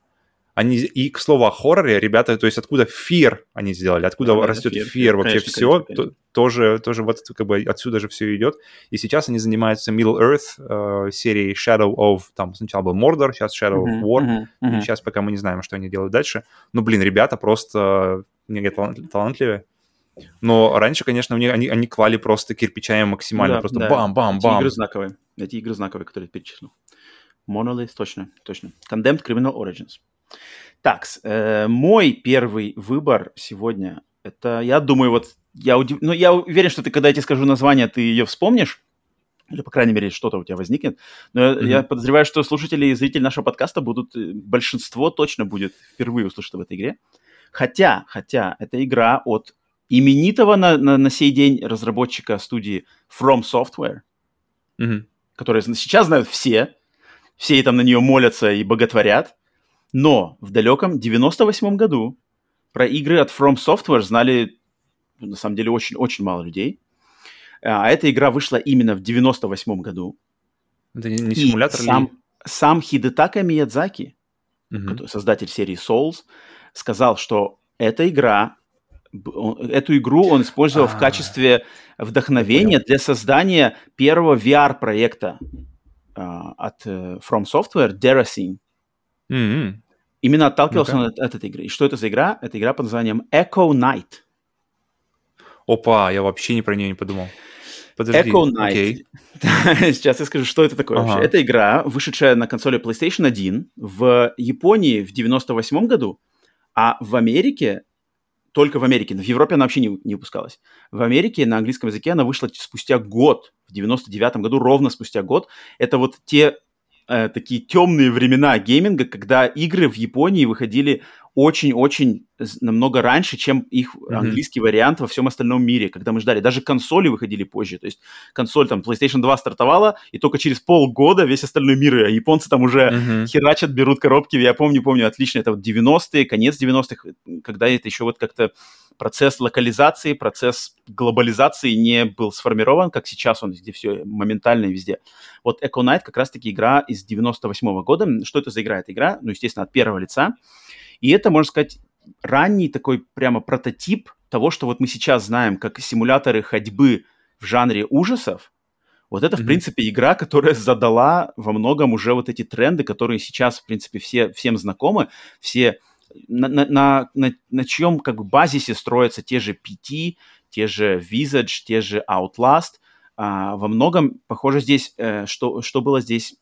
И, к слову, о хорроре, ребята, то есть откуда Fear они сделали, откуда растет Fear вообще все, тоже вот как бы отсюда же все идет. И сейчас они занимаются Middle Earth серией Shadow of, там сначала был Mordor, сейчас Shadow of War, и сейчас пока мы не знаем, что они делают дальше. Ну, блин, ребята просто мега талантливые. Но раньше, конечно, они клали просто кирпичами максимально, просто бам-бам-бам. Эти игры знаковые, которые я перечислил. Monolith, точно. Condemned Criminal Origins. Так, мой первый выбор сегодня, это, я думаю, я уверен, что когда я тебе скажу название, ты ее вспомнишь, или, по крайней мере, что-то у тебя возникнет. Но я подозреваю, что слушатели и зрители нашего подкаста большинство точно будет впервые услышать об этой игре. Хотя это игра от именитого на сей день разработчика студии From Software, который сейчас знают все там на нее молятся и боготворят, но в далеком 98-м году про игры от From Software знали, на самом деле, очень-очень мало людей. А эта игра вышла именно в 98-м году. Это не симулятор ли? Сам Хидетака Миядзаки, создатель серии Souls, сказал, что эту игру он использовал в качестве вдохновения для создания первого VR-проекта от From Software, Deracine. Именно отталкивался он от этой игры. И что это за игра? Это игра под названием Echo Knight. Опа, я вообще про нее не подумал. Подожди. Echo Knight. Сейчас я скажу, что это такое вообще. Это игра, вышедшая на консоли PlayStation 1 в Японии в 98 году, а в Америке, только в Америке, в Европе она вообще не выпускалась. В Америке на английском языке она вышла спустя год, в 99 году, ровно спустя год. Это вот те такие темные времена гейминга, когда игры в Японии выходили очень-очень намного раньше, чем их английский вариант во всем остальном мире, когда мы ждали. Даже консоли выходили позже. То есть консоль там PlayStation 2 стартовала, и только через полгода весь остальной мир, а японцы там уже херачат, берут коробки. Я помню отлично, это вот 90-е, конец 90-х, когда это еще вот как-то процесс локализации, процесс глобализации не был сформирован, как сейчас он, где все моментально и везде. Вот Echo Knight как раз-таки игра из 98-го года. Что это за игра? Это игра, естественно, от первого лица. И это, можно сказать, ранний такой прямо прототип того, что вот мы сейчас знаем как симуляторы ходьбы в жанре ужасов. Вот это, в принципе, игра, которая задала во многом уже вот эти тренды, которые сейчас, в принципе, всем знакомы, все на чьем как бы базисе строятся те же PT, те же Visage, те же Outlast. Во многом, похоже, здесь, что было здесь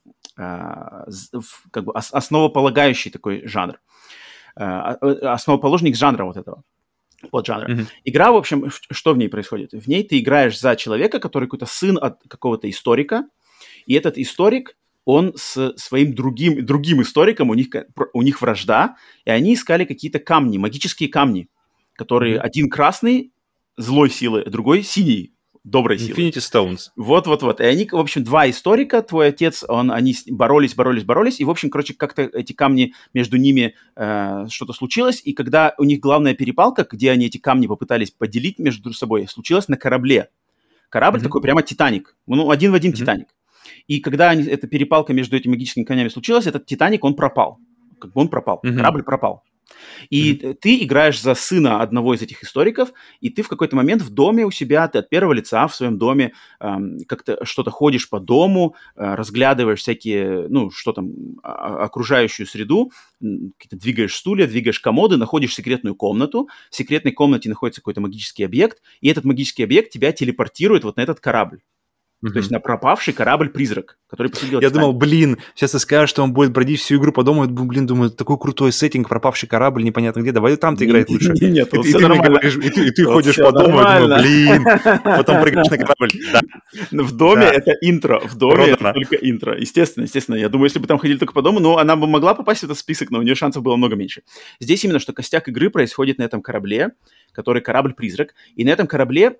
как бы основополагающий такой жанр. Основоположник жанра вот этого, поджанра. Игра, в общем, что в ней происходит? В ней ты играешь за человека, который какой-то сын от какого-то историка, и этот историк, он с своим другим историком, у них вражда, и они искали какие-то камни, магические камни, которые один красный, злой силы, другой синий, доброй силы. Infinity Stones. Вот. И они, в общем, два историка, твой отец, они боролись, и, в общем, короче, как-то эти камни между ними что-то случилось, и когда у них главная перепалка, где они эти камни попытались поделить между собой, случилось на корабле. Корабль такой прямо Титаник, ну, один в один Титаник. И когда эта перепалка между этими магическими камнями случилась, этот Титаник, он пропал. Корабль пропал. И ты играешь за сына одного из этих историков, и ты в какой-то момент в доме у себя, ты от первого лица в своем доме как-то что-то ходишь по дому, разглядываешь всякие, ну, что там, окружающую среду, двигаешь стулья, двигаешь комоды, находишь секретную комнату, в секретной комнате находится какой-то магический объект, и этот магический объект тебя телепортирует вот на этот корабль. То есть на пропавший корабль-призрак, который посадил. Я думал, сейчас ты скажешь, что он будет бродить всю игру по дому. Думаю, такой крутой сеттинг, пропавший корабль, непонятно где, давай там ты играет лучше. Нет, и ты ходишь по дому, и думаю, потом прыгаешь на корабль. В доме это интро, в доме это только интро. Естественно. Я думаю, если бы там ходили только по дому, она бы могла попасть в этот список, но у нее шансов было много меньше. Здесь именно, что костяк игры происходит на этом корабле, который корабль-призрак, и на этом корабле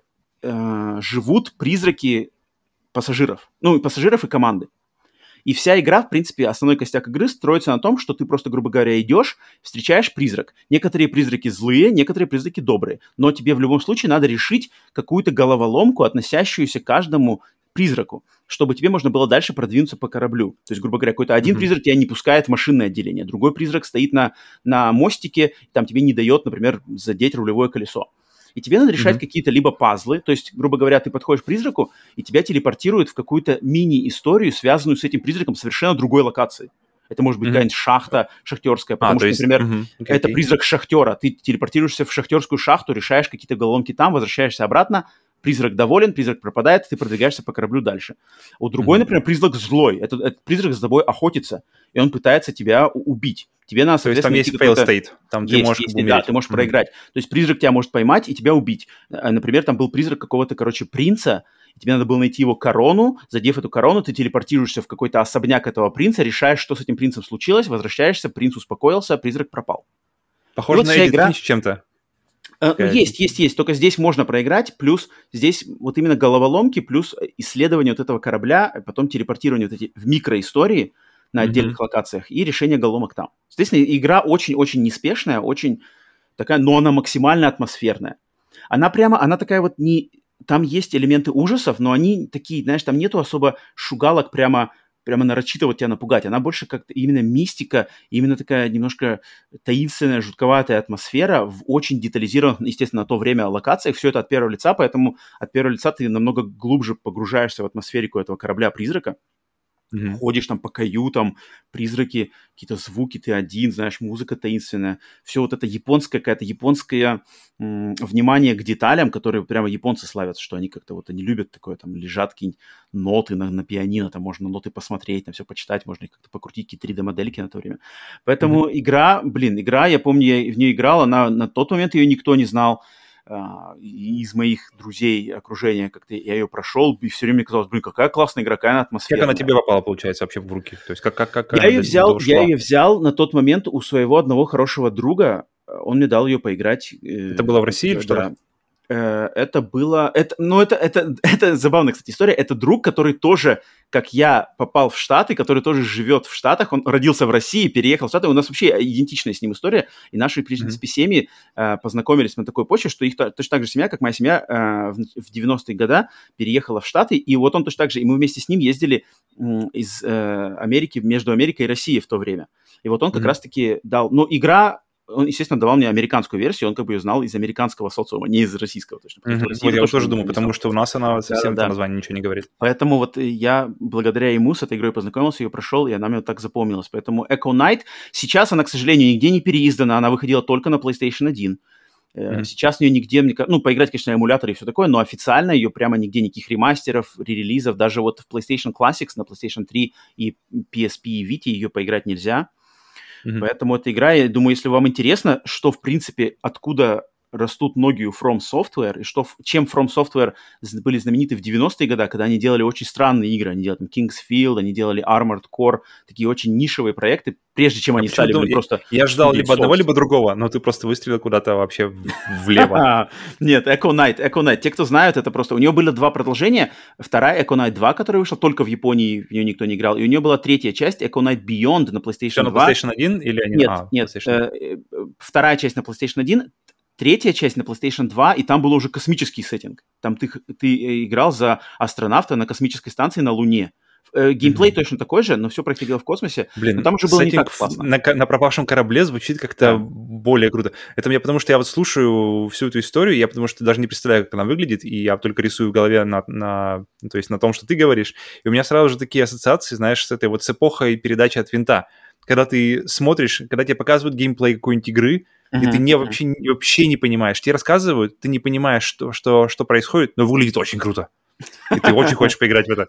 живут призраки пассажиров и команды. И вся игра, в принципе, основной костяк игры строится на том, что ты просто, грубо говоря, идешь, встречаешь призрак. Некоторые призраки злые, некоторые призраки добрые. Но тебе в любом случае надо решить какую-то головоломку, относящуюся к каждому призраку, чтобы тебе можно было дальше продвинуться по кораблю. То есть, грубо говоря, какой-то один призрак тебя не пускает в машинное отделение, другой призрак стоит на мостике, там тебе не дает, например, задеть рулевое колесо. И тебе надо решать какие-то либо пазлы, то есть, грубо говоря, ты подходишь к призраку, и тебя телепортируют в какую-то мини-историю, связанную с этим призраком совершенно другой локации. Это может быть какая-нибудь шахта шахтерская, потому что, например, это призрак шахтера. Ты телепортируешься в шахтерскую шахту, решаешь какие-то головоломки там, возвращаешься обратно, призрак доволен, призрак пропадает, ты продвигаешься по кораблю дальше. У другой, например, призрак злой. Этот призрак за тобой охотится, и он пытается тебя убить. Тебе надо, соответственно, то есть там есть fail state, там ты можешь умереть. Да, ты можешь проиграть. То есть призрак тебя может поймать и тебя убить. Например, там был призрак какого-то, принца, и тебе надо было найти его корону. Задев эту корону, ты телепортируешься в какой-то особняк этого принца, решаешь, что с этим принцем случилось, возвращаешься, принц успокоился, призрак пропал. Похоже на Эдит Финч чем-то. Есть. Только здесь можно проиграть, плюс здесь вот именно головоломки, плюс исследование вот этого корабля, потом телепортирование вот эти в микроистории на отдельных локациях и решение головоломок там. Соответственно, игра очень-очень неспешная, очень такая, но она максимально атмосферная. Она такая вот не... Там есть элементы ужасов, но они такие, знаешь, там нету особо шугалок прямо нарочито вот тебя напугать. Она больше как-то именно мистика, именно такая немножко таинственная, жутковатая атмосфера в очень детализированных, естественно, на то время локациях. Все это от первого лица, поэтому от первого лица ты намного глубже погружаешься в атмосферику этого корабля-призрака. Ходишь там по каютам, призраки, какие-то звуки, ты один, знаешь, музыка таинственная. Все вот это японское внимание к деталям, которые прямо японцы славятся, что они как-то вот они любят такое, там лежат какие-нибудь ноты на пианино, там можно ноты посмотреть, там все почитать, можно их как-то покрутить, какие-то 3D-модельки на то время. Поэтому игра, я помню, я в нее играл, на тот момент ее никто не знал. Из моих друзей, окружения, как-то я ее прошел, и все время казалось, какая классная игра, какая она атмосферная. Как она тебе попала, получается, вообще в руки? То есть как я ее взял на тот момент у своего одного хорошего друга, он мне дал ее поиграть. Это было в России или в Штатах? Это было... Это забавная, кстати, история. Это друг, который тоже, как я, попал в Штаты, который тоже живет в Штатах. Он родился в России, переехал в Штаты. У нас вообще идентичная с ним история. И наши, в принципе, семьи познакомились на такой почве, что их точно так же семья, как моя семья в 90-е годы переехала в Штаты. И вот он точно так же... И мы вместе с ним ездили из Америки, между Америкой и Россией в то время. И вот он как раз-таки дал... Но игра... Он, естественно, давал мне американскую версию, он как бы ее знал из американского социума, не из российского точно. Я тоже думаю, потому что у нас она совсем это название ничего не говорит. Поэтому вот я благодаря ему с этой игрой познакомился, ее прошел, и она мне вот так запомнилась. Поэтому Echo Knight, сейчас она, к сожалению, нигде не переиздана, она выходила только на PlayStation 1. Сейчас ее нигде, поиграть, конечно, на эмуляторе и все такое, но официально ее прямо нигде, никаких ремастеров, ререлизов, даже вот в PlayStation Classics на PlayStation 3 и PSP и Vita ее поиграть нельзя. Поэтому эта игра, я думаю, если вам интересно, что, в принципе, откуда растут ноги у From Software, и чем From Software были знамениты в 90-е годы, когда они делали очень странные игры. Они делали там Kingsfield, они делали Armored Core, такие очень нишевые проекты, прежде чем они стали просто... Я ждал либо одного, либо другого, но ты просто выстрелил куда-то вообще влево. Нет, Echo Knight. Те, кто знают, это просто... У нее были 2 продолжения. Вторая Echo Knight 2, которая вышла только в Японии, в нее никто не играл. И у нее была 3-я часть, Echo Knight Beyond на PlayStation 2. Все на PlayStation 1 или они... Нет. Вторая часть на PlayStation 1, 3-я часть на PlayStation 2, и там был уже космический сеттинг. Там ты играл за астронавта на космической станции на Луне. Геймплей точно такой же, но все происходило в космосе. Блин, но там уже было не так классно. На пропавшем корабле звучит как-то более круто. Это мне потому, что я вот слушаю всю эту историю, я потому что даже не представляю, как она выглядит, и я только рисую в голове то есть на том, что ты говоришь. И у меня сразу же такие ассоциации, знаешь, с этой вот с эпохой передачи от винта. Когда ты смотришь, когда тебе показывают геймплей какой-нибудь игры, и ты вообще не понимаешь. Тебе рассказывают, ты не понимаешь, что происходит, но выглядит очень круто. И ты очень хочешь поиграть в это.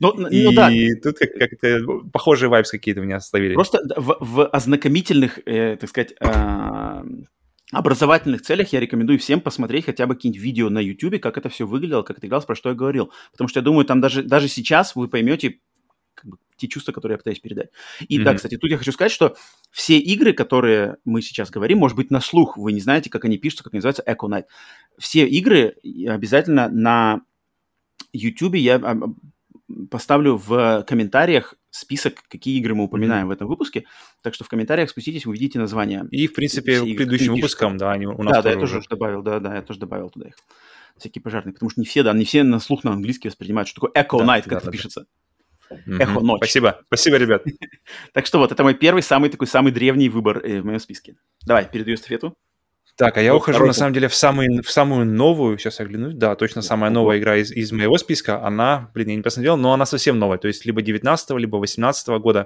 И тут как-то похожие вайбс какие-то у меня оставили. Просто в ознакомительных, так сказать, образовательных целях я рекомендую всем посмотреть хотя бы какие-нибудь видео на YouTube, как это все выглядело, как это игралось, про что я говорил. Потому что я думаю, там даже сейчас вы поймете те чувства, которые я пытаюсь передать. И да, кстати, тут я хочу сказать, что все игры, которые мы сейчас говорим, может быть, на слух, вы не знаете, как они пишутся, как они называются, Echo Knight. Все игры обязательно на YouTube я поставлю в комментариях список, какие игры мы упоминаем в этом выпуске. Так что в комментариях спуститесь, увидите названия. И, в принципе, к предыдущим выпускам, да, они у нас тоже я тоже добавил, я тоже добавил туда их. Всякие пожарные, потому что не все на слух на английский воспринимают, что такое Echo Night, как это пишется. Эхо ночь. Спасибо, ребят. Так что вот, это мой первый, самый древний выбор в моем списке. Давай, передаю эстафету. Так, а я ухожу, на самом деле, в самую новую, сейчас я оглянусь, да, точно самая новая игра из моего списка, она, я не посмотрел, но она совсем новая, то есть либо 19-го, либо 18-го года.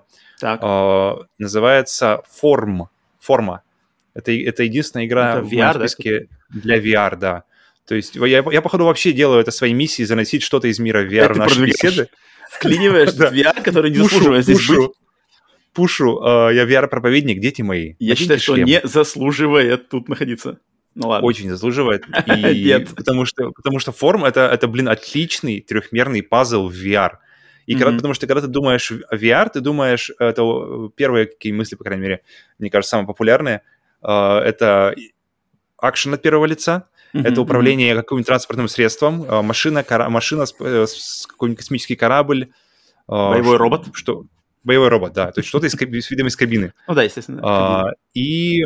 Называется Форма. Это единственная игра в моем списке для VR, да. То есть я, походу, вообще делаю это своей миссией, заносить что-то из мира VR в наши беседы. Вклиниваешь в VR, который не заслуживает здесь быть. Пушу, я VR-проповедник, дети мои. Я считаю, что не заслуживает тут находиться. Ну ладно. Очень заслуживает. Нет. Потому что Форм это, отличный трехмерный пазл в VR. И потому что когда ты думаешь VR, ты думаешь, это первые какие мысли, по крайней мере, мне кажется, самые популярные, это акшен от первого лица, это управление каким-нибудь транспортным средством, машина, какой-нибудь космический корабль. Боевой робот. Боевой робот, да. То есть что-то с видом из кабины. Ну да, естественно. И,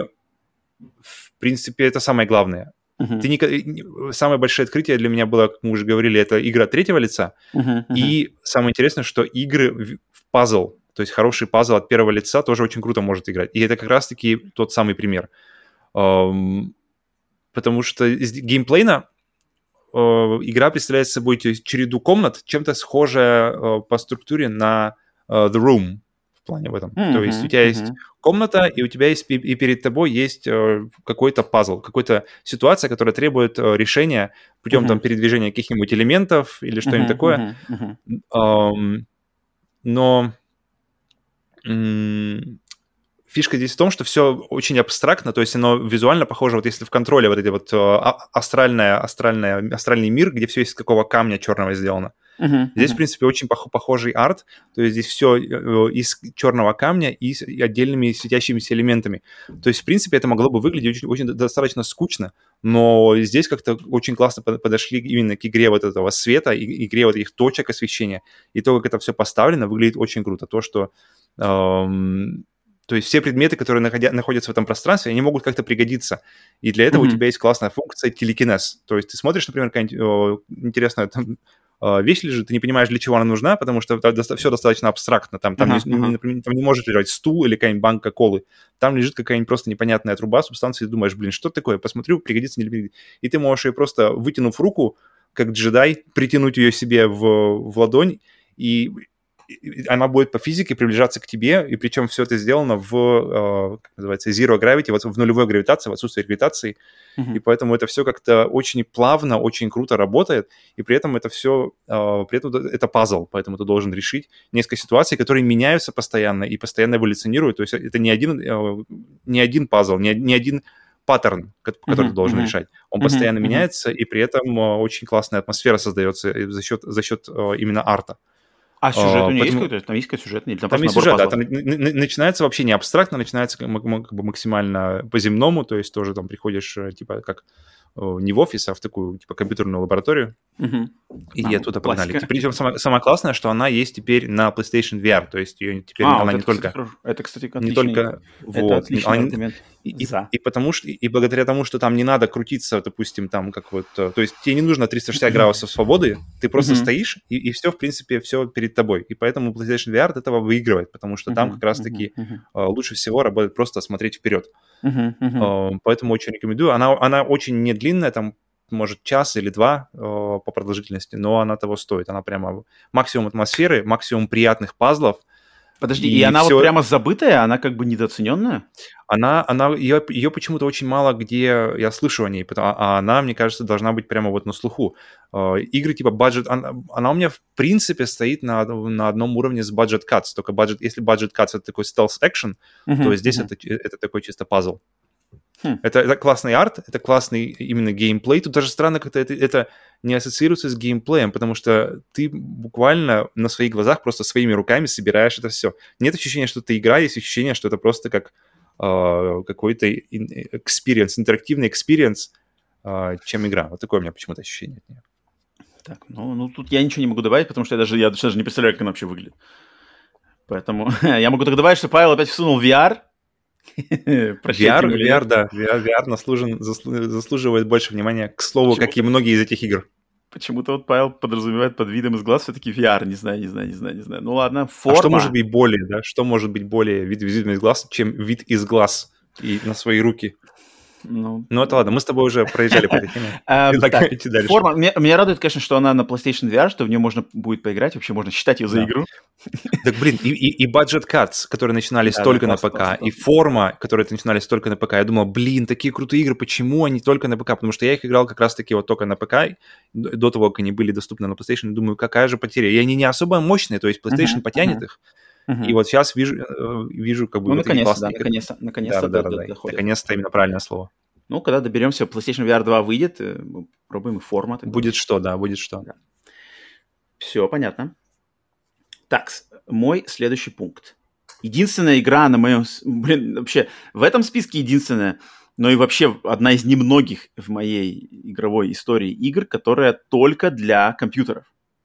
в принципе, это самое главное. Самое большое открытие для меня было, как мы уже говорили, это игра третьего лица. И самое интересное, что игры в пазл, то есть хороший пазл от первого лица тоже очень круто может играть. И это как раз-таки тот самый пример. Потому что геймплейно игра представляет собой череду комнат, чем-то схожая по структуре на The Room в плане в этом. То есть у тебя есть комната, и у тебя есть и перед тобой есть какой-то пазл, какая-то ситуация, которая требует решения путем там передвижения каких-нибудь элементов или что-нибудь такое. Но фишка здесь в том, что все очень абстрактно, то есть оно визуально похоже, вот если в контроле вот эти вот астральный мир, где все из какого камня черного сделано. Здесь, в принципе, очень похожий арт, то есть здесь все из черного камня и с отдельными светящимися элементами. То есть, в принципе, это могло бы выглядеть очень достаточно скучно, но здесь как-то очень классно подошли именно к игре вот этого света, игре вот этих точек освещения, и то, как это все поставлено, выглядит очень круто. То, что... То есть все предметы, которые находятся в этом пространстве, они могут как-то пригодиться. И для этого у тебя есть классная функция телекинез. То есть ты смотришь, например, какая-нибудь интересная там, вещь лежит, ты не понимаешь, для чего она нужна, потому что все достаточно абстрактно. Там не может лежать стул или какая-нибудь банка колы. Там лежит какая-нибудь просто непонятная труба, субстанция, и ты думаешь, блин, что такое? Посмотрю, пригодится, не пригодится. И ты можешь ее просто, вытянув руку, как джедай, притянуть ее себе в ладонь, и она будет по физике приближаться к тебе, и причем все это сделано в, как называется, zero gravity, в нулевой гравитации, в отсутствии гравитации, и поэтому это все как-то очень плавно, очень круто работает, и при этом это все, это пазл, поэтому ты должен решить несколько ситуаций, которые меняются постоянно и постоянно эволюционируют, то есть это не один пазл, не один паттерн, который ты должен решать. Он постоянно меняется, и при этом очень классная атмосфера создается за счет именно арта. А сюжет у него есть какой-то? Там есть какой-то сюжет? Или там есть сюжет, да. Там начинается вообще не абстрактно, начинается как бы максимально по-земному, то есть тоже там приходишь, типа, как не в офис, а в такую, типа, компьютерную лабораторию, и оттуда погнали. Причем самое классное, что она есть теперь на PlayStation VR, то есть ее теперь она не только... Это, кстати, отличный. Не только... Это отличный аргумент. И благодаря тому, что там не надо крутиться, допустим, там как вот... То есть тебе не нужно 360 градусов свободы, ты просто стоишь, и все, в принципе, все перед тобой. И поэтому PlayStation VR от этого выигрывает, потому что там как раз-таки лучше всего работает просто смотреть вперед. Поэтому очень рекомендую. Она очень не длинная, там, может, час или два по продолжительности, но она того стоит. Она прямо максимум атмосферы, максимум приятных пазлов. Подожди, и она все... вот прямо забытая, она как бы недооцененная? Ее почему-то очень мало где я слышу о ней, а она, мне кажется, должна быть прямо вот на слуху. Игры типа Budget, она у меня в принципе стоит на одном уровне с Budget Cuts, только если Budget Cuts это такой stealth-экшен, то здесь это такой чисто пазл. Это классный арт, это классный именно геймплей. Тут даже странно как-то это не ассоциируется с геймплеем, потому что ты буквально на своих глазах просто своими руками собираешь это все. Нет ощущения, что это игра, есть ощущение, что это просто как какой-то экспириенс, интерактивный экспириенс, чем игра. Вот такое у меня почему-то ощущение от нее. Так, ну тут я ничего не могу добавить, потому что я даже не представляю, как она вообще выглядит. Поэтому я могу только добавить, что Павел опять всунул VR. VR, да. VR заслуживает больше внимания, к слову, как и многие из этих игр. Почему-то вот Павел подразумевает под видом из глаз все-таки VR. Не знаю. Ну ладно, форма. А что может быть более, да? Что может быть более видом из глаз, чем вид из глаз и на свои руки? Ну это ладно, мы с тобой уже проезжали по этой теме. Форма. Меня радует, конечно, что она на PlayStation VR, что в нее можно будет поиграть, вообще можно считать ее за игру. Так, блин, и Budget Cuts, которые начинались только на ПК, и форма, которые начинались только на ПК. Я думал, блин, такие крутые игры, почему они только на ПК? Потому что я их играл как раз-таки вот только на ПК, до того, как они были доступны на PlayStation. Думаю, какая же потеря. И они не особо мощные, то есть PlayStation потянет их. И вот сейчас вижу как бы... Ну, наконец-то, наконец-то доходит. Наконец-то именно правильное слово. Ну, когда доберемся, PlayStation VR 2 выйдет, пробуем и форма. Будет что, да, будет что. Да. Все, понятно. Так, мой следующий пункт. Единственная игра на моем... Блин, вообще, в этом списке единственная, но и вообще одна из немногих в моей игровой истории игр, которая только для компьютеров.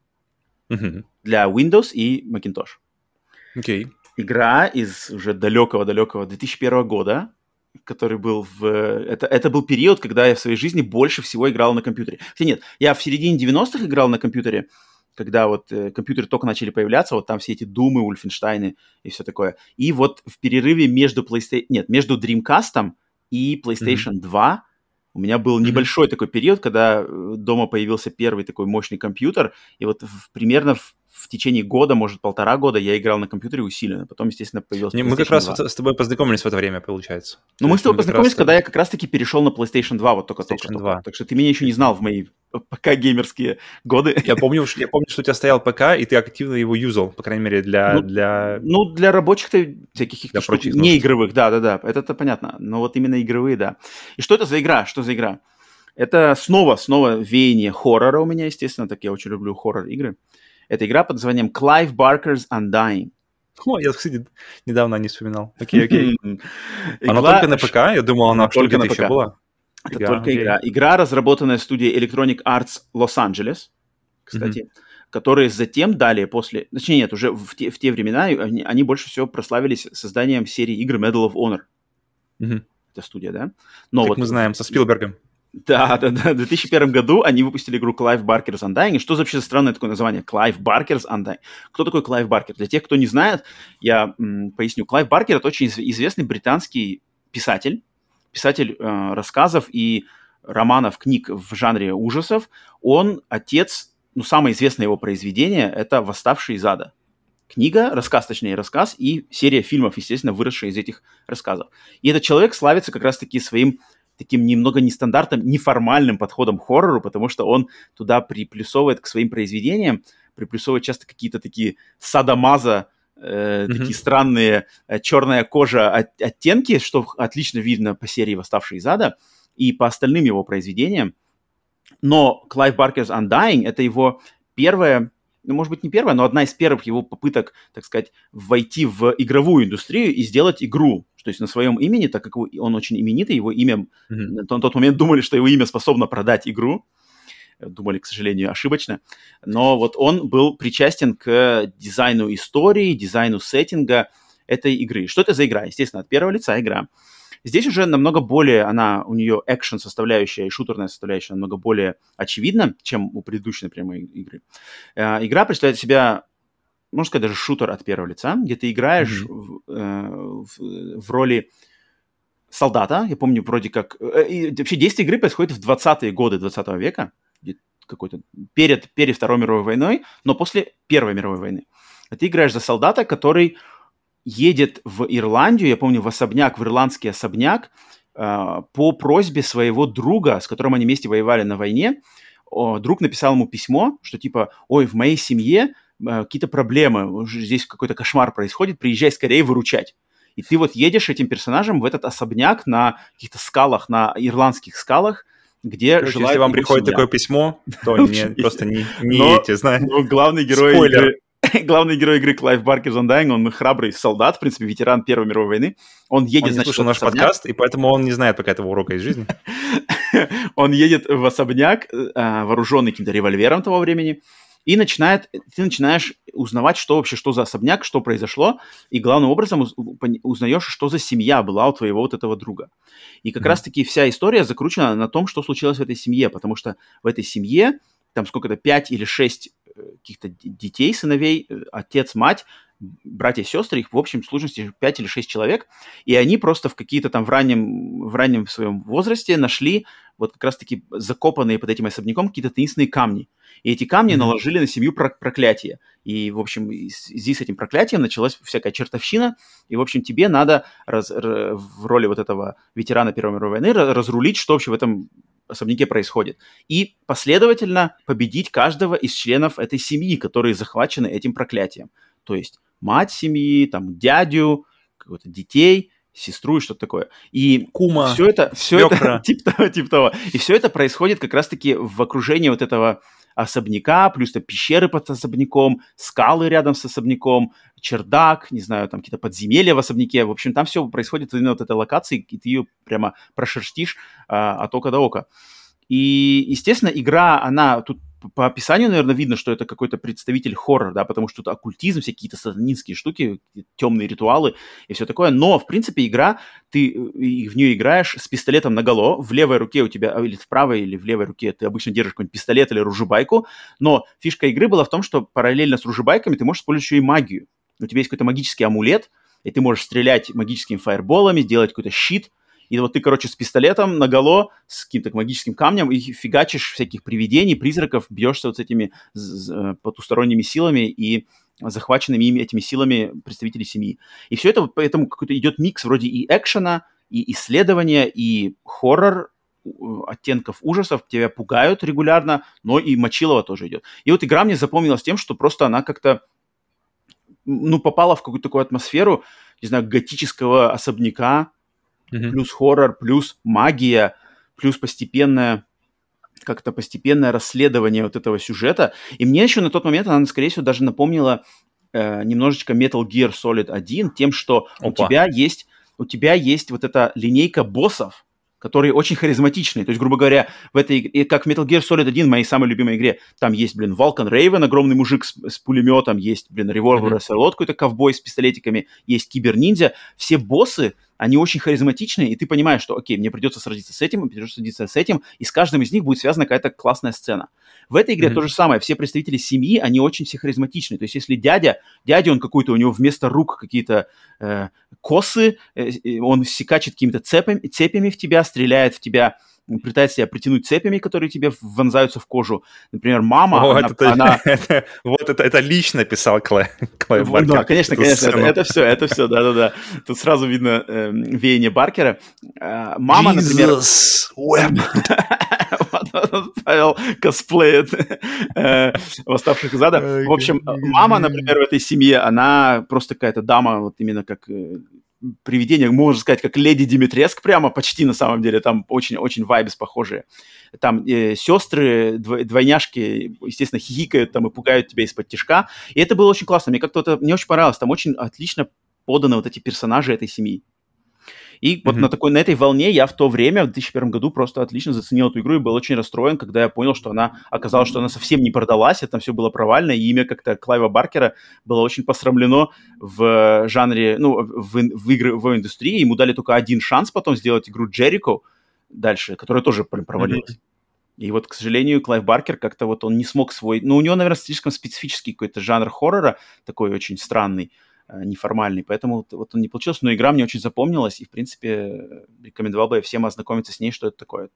Для Windows и Macintosh. Окей. Игра из уже далекого-далекого 2001 года, который был Это был период, когда я в своей жизни больше всего играл на компьютере. Хотя нет, я в середине 90-х играл на компьютере, когда вот компьютеры только начали появляться, вот там все эти Думы, Ульфенштайны и все такое. И вот в перерыве между Dreamcast и PlayStation 2 у меня был небольшой такой период, когда дома появился первый такой мощный компьютер, и вот примерно в течение года, может, полтора года я играл на компьютере усиленно. Потом, естественно, появился PlayStation 2. Мы как раз с тобой познакомились в это время, получается. Ну, мы с тобой познакомились, когда я как раз-таки перешел на PlayStation 2, вот только. Так что ты меня еще не знал в мои ПК-геймерские годы. Я помню, что у тебя стоял ПК, и ты активно его юзал, по крайней мере, для... Ну, для рабочих-то всяких штук, не игровых, да, это понятно. Но вот именно игровые, да. И что это за игра? Что за игра? Это снова веяние хоррора у меня, естественно, так я очень люблю хоррор-игры. Это игра под названием Clive Barker's Undying. О, я, кстати, недавно не вспоминал. Окей. Она только на ПК? Я думал, она только на ПК еще была. Это только игра. Игра, разработанная студией Electronic Arts Los-Angeles, кстати, которые затем далее после... Точнее, нет, уже в те времена они больше всего прославились созданием серии игр Medal of Honor. Это студия, да? Но как мы знаем, со Спилбергом. Да. В 2001 году они выпустили игру Clive Barker's Undying. И что вообще за странное такое название? Clive Barker's Undying. Кто такой Клайв Баркер? Для тех, кто не знает, я поясню. Клайв Баркер — это очень известный британский писатель рассказов и романов, книг в жанре ужасов. Он отец, самое известное его произведение — это «Восставший из ада». Рассказ и серия фильмов, естественно, выросшая из этих рассказов. И этот человек славится как раз-таки своим таким немного нестандартным, неформальным подходом к хоррору, потому что он туда приплюсовывает к своим произведениям, приплюсовывает часто какие-то такие садомазо такие странные черная кожа оттенки, что отлично видно по серии «Восставший из ада» и по остальным его произведениям. Но Клайв Баркер's Undying — это его первая, ну, может быть, не первая, но одна из первых его попыток, так сказать, войти в игровую индустрию и сделать игру. То есть на своем имени, так как он очень именитый, его имя... На тот момент думали, что его имя способно продать игру. Думали, к сожалению, ошибочно. Но вот он был причастен к дизайну истории, дизайну сеттинга этой игры. Что это за игра? Естественно, от первого лица игра. Здесь уже намного более, у нее экшен-составляющая и шутерная составляющая намного более очевидна, чем у предыдущей, например, игры. Игра представляет себя, можно сказать, даже шутер от первого лица, где ты играешь в роли солдата. Я помню, вроде как... вообще действие игры происходит в 20-е годы 20 века, какой-то перед Второй мировой войной, но после Первой мировой войны. Ты играешь за солдата, который едет в Ирландию, я помню, в ирландский особняк, по просьбе своего друга, с которым они вместе воевали на войне. Друг написал ему письмо, что типа, ой, в моей семье какие-то проблемы, здесь какой-то кошмар происходит, приезжай скорее выручать. И ты вот едешь этим персонажем в этот особняк на каких-то скалах, на ирландских скалах, где желает... Если вам приходит такое письмо, то просто не едете, знаете. Главный герой игры Клайв Баркер's Undying, он храбрый солдат, в принципе, ветеран Первой мировой войны. Он едет, он не слушал наш подкаст, и поэтому он не знает пока этого урока из жизни. Он едет в особняк, вооруженный каким-то револьвером того времени, и ты начинаешь узнавать, что за особняк, что произошло, и главным образом узнаешь, что за семья была у твоего вот этого друга. И как раз-таки вся история закручена на том, что случилось в этой семье, потому что в этой семье, там сколько-то, 5 или 6 каких-то детей, сыновей, отец, мать, братья и сестры, их в общем сложности 5 или 6 человек, и они просто в какие-то там в раннем своем возрасте нашли вот как раз-таки закопанные под этим особняком какие-то таинственные камни. И эти камни наложили на семью проклятие. И, в общем, здесь с этим проклятием началась всякая чертовщина, и, в общем, тебе надо в роли вот этого ветерана Первой мировой войны разрулить, что вообще в этом особняке происходит. И последовательно победить каждого из членов этой семьи, которые захвачены этим проклятием. То есть мать семьи, там, дядю, какого-то детей, сестру и что-то такое. И кума, все это типа того. И все это происходит как раз-таки в окружении вот этого особняка, плюс там пещеры под особняком, скалы рядом с особняком, чердак, не знаю, там какие-то подземелья в особняке. В общем, там все происходит именно вот этой локации, и ты ее прямо прошерстишь от ока до ока. И, естественно, игра, она тут по описанию, наверное, видно, что это какой-то представитель хоррора, да, потому что тут оккультизм, всякие какие-то сатанинские штуки, темные ритуалы и все такое. Но, в принципе, игра, ты в нее играешь с пистолетом наголо, в левой руке у тебя, или в правой, или в левой руке ты обычно держишь какой-нибудь пистолет или ружебайку, но фишка игры была в том, что параллельно с ружебайками ты можешь использовать еще и магию. У тебя есть какой-то магический амулет, и ты можешь стрелять магическими фаерболами, сделать какой-то щит. И вот ты, короче, с пистолетом наголо, с каким-то магическим камнем, и фигачишь всяких привидений, призраков, бьешься вот с этими потусторонними силами и захваченными этими силами представителей семьи. И все это, поэтому какой-то идет микс вроде и экшена, и исследования, и хоррор, оттенков ужасов, тебя пугают регулярно, но и мочилово тоже идет. И вот игра мне запомнилась тем, что просто она как-то, попала в какую-то такую атмосферу, не знаю, готического особняка, плюс хоррор, плюс магия, плюс постепенное расследование вот этого сюжета. И мне еще на тот момент она, скорее всего, даже напомнила немножечко Metal Gear Solid 1 тем, что у тебя есть вот эта линейка боссов, которые очень харизматичные. То есть, грубо говоря, в этой игре, как в Metal Gear Solid 1, моей самой любимой игре, там есть, Vulcan Raven, огромный мужик с пулеметом, есть, Revolver Ocelot, какой-то ковбой с пистолетиками, есть киберниндзя. Все боссы, они очень харизматичные, и ты понимаешь, что, окей, мне придется сразиться с этим, и с каждым из них будет связана какая-то классная сцена. В этой игре то же самое. Все представители семьи, они очень все харизматичные. То есть, если дядя он какой-то, у него вместо рук какие-то косы, он секачет какими-то цепями в тебя, стреляет в тебя, пытается тебя притянуть цепями, которые тебе вонзаются в кожу. Например, мама, это лично писал Клайв Баркер. Да, конечно, это все, да. Тут сразу видно веяние Баркера. Мама, например... Павел косплеит восставших из ада. В общем, мама, например, в этой семье, она просто какая-то дама, вот именно как привидение, можно сказать, как леди Димитреск прямо, почти на самом деле, там очень-очень вайбс похожие. Там сестры, двойняшки, естественно, хихикают там и пугают тебя из-под тишка. И это было очень классно. Мне как-то это мне очень понравилось. Там очень отлично поданы вот эти персонажи этой семьи. И вот на этой волне я в то время, в 2001 году, просто отлично заценил эту игру и был очень расстроен, когда я понял, что оказалось, что она совсем не продалась, и там все было провально, и имя как-то Клайва Баркера было очень посрамлено в жанре, ну, в индустрии. Ему дали только один шанс потом сделать игру Jericho дальше, которая тоже провалилась. И вот, к сожалению, Клайв Баркер как-то вот он не смог свой... Ну, у него, наверное, слишком специфический какой-то жанр хоррора, такой очень странный, неформальный, поэтому вот он не получился, но игра мне очень запомнилась, и, в принципе, рекомендовал бы я всем ознакомиться с ней, что это такой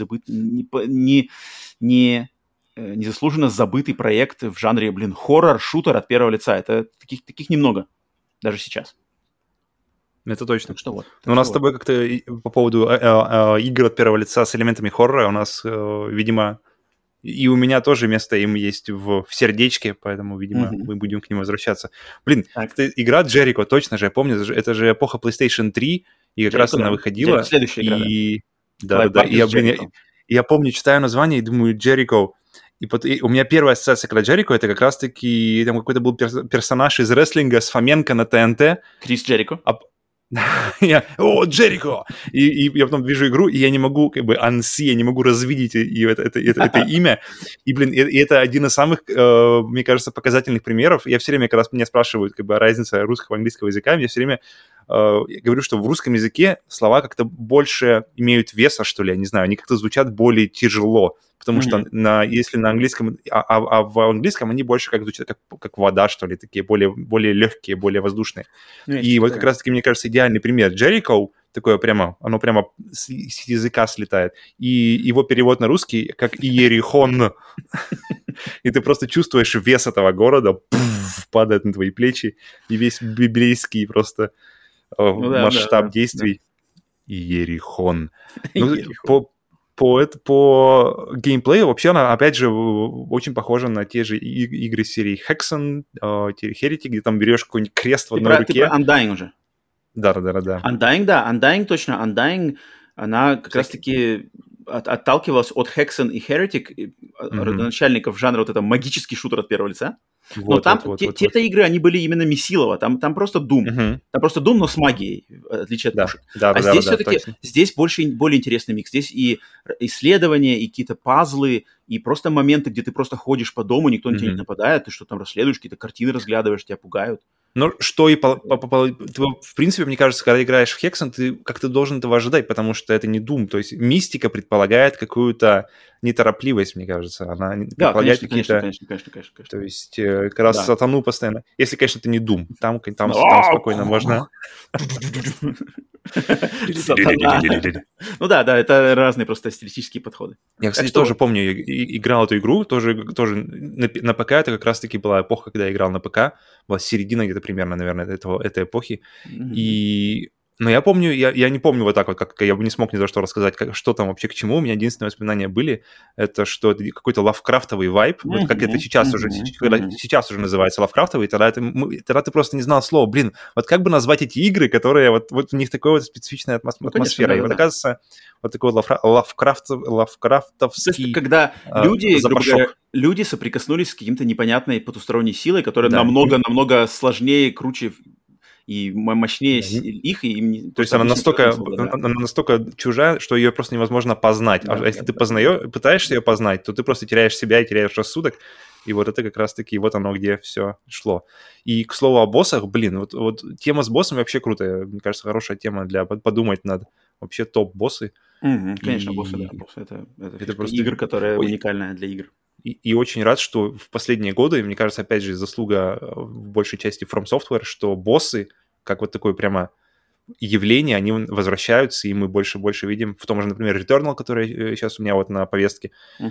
незаслуженно забытый проект в жанре, хоррор-шутер от первого лица. Это таких немного, даже сейчас. Это точно. Так что вот. У нас с тобой как-то по поводу игр от первого лица с элементами хоррора у нас, видимо... И у меня тоже место им есть в сердечке, поэтому, видимо, мы будем к ним возвращаться. Блин, игра Jericho, точно же, я помню, это же эпоха PlayStation 3, и как раз она выходила. Следующая игра, да. И я помню, читаю название и думаю, Jericho. И у меня первая ассоциация, когда Jericho, это как раз-таки там какой-то был персонаж из рестлинга с Фоменко на ТНТ. Крис Джерико. Джерико! И я потом вижу игру, и я не могу, unsee, я не могу развидеть это имя. И, это один из самых, мне кажется, показательных примеров. Я все время, когда меня спрашивают, разница русского и английского языка, я все время говорю, что в русском языке слова как-то больше имеют веса, что ли, я не знаю, они как-то звучат более тяжело. Потому что если на английском, а в английском они больше звучат как вода, что ли, такие более легкие, более воздушные. И вот как раз-таки, мне кажется, идеальный пример. Jericho, такое оно прямо с языка слетает. И его перевод на русский как Иерихон. И ты просто чувствуешь вес этого города, падает на твои плечи, и весь библейский просто масштаб действий. Иерихон. По геймплею вообще она, опять же, очень похожа на те же игры серии Hexen, Heretic, где там берешь какой-нибудь крест в одной руке. Ты про Undying уже. Да. Undying точно. Undying, она как раз-таки отталкивалась от Hexen и Heretic, родоначальников жанра вот это магический шутер от первого лица. Но там те игры, они были именно месилово, там просто Doom. Там просто Doom, но с магией, в отличие от пушек. Здесь все-таки, здесь более интересный микс. Здесь и исследования, и какие-то пазлы, и просто моменты, где ты просто ходишь по дому, никто на тебя не нападает, ты что там расследуешь, какие-то картины разглядываешь, тебя пугают. Ну, что и в принципе, мне кажется, когда играешь в Hexen, ты как-то должен этого ожидать, потому что это не Doom. То есть мистика предполагает какую-то неторопливость, мне кажется. Она предполагает какие-то... Конечно. То есть как раз сатану постоянно. Если, конечно, это не Doom. Там спокойно можно... Ну да, это разные просто стилистические подходы. Я, кстати, тоже помню, играл эту игру, тоже на ПК, это как раз-таки была эпоха, когда я играл на ПК, была середина где-то примерно, наверное, этой эпохи, но я помню, я не помню вот так вот, как я бы не смог ни за что рассказать, что там вообще к чему. У меня единственные воспоминания были, это что это какой-то лавкрафтовый вайб, вот как это сейчас уже называется лавкрафтовый, тогда ты просто не знал слова. Блин, вот как бы назвать эти игры, которые вот у них такая вот специфичная атмосфера. И вот оказывается, вот такой лавкрафтовский когда люди соприкоснулись с каким-то непонятной потусторонней силой, которая намного сложнее, круче и мощнее их. То есть она настолько чужая, что ее просто невозможно познать. А если ты пытаешься ее познать, то ты просто теряешь себя и теряешь рассудок. И вот это как раз-таки вот оно, где все шло. И, к слову, о боссах, вот тема с боссами вообще крутая. Мне кажется, хорошая тема для подумать над вообще топ-боссы. Конечно, боссы. Это просто игра, которая уникальная для игр. И очень рад, что в последние годы, мне кажется, опять же, заслуга в большей части From Software, что боссы, как вот такое прямо явление, они возвращаются, и мы больше и больше видим. В том же, например, Returnal, который сейчас у меня вот на повестке.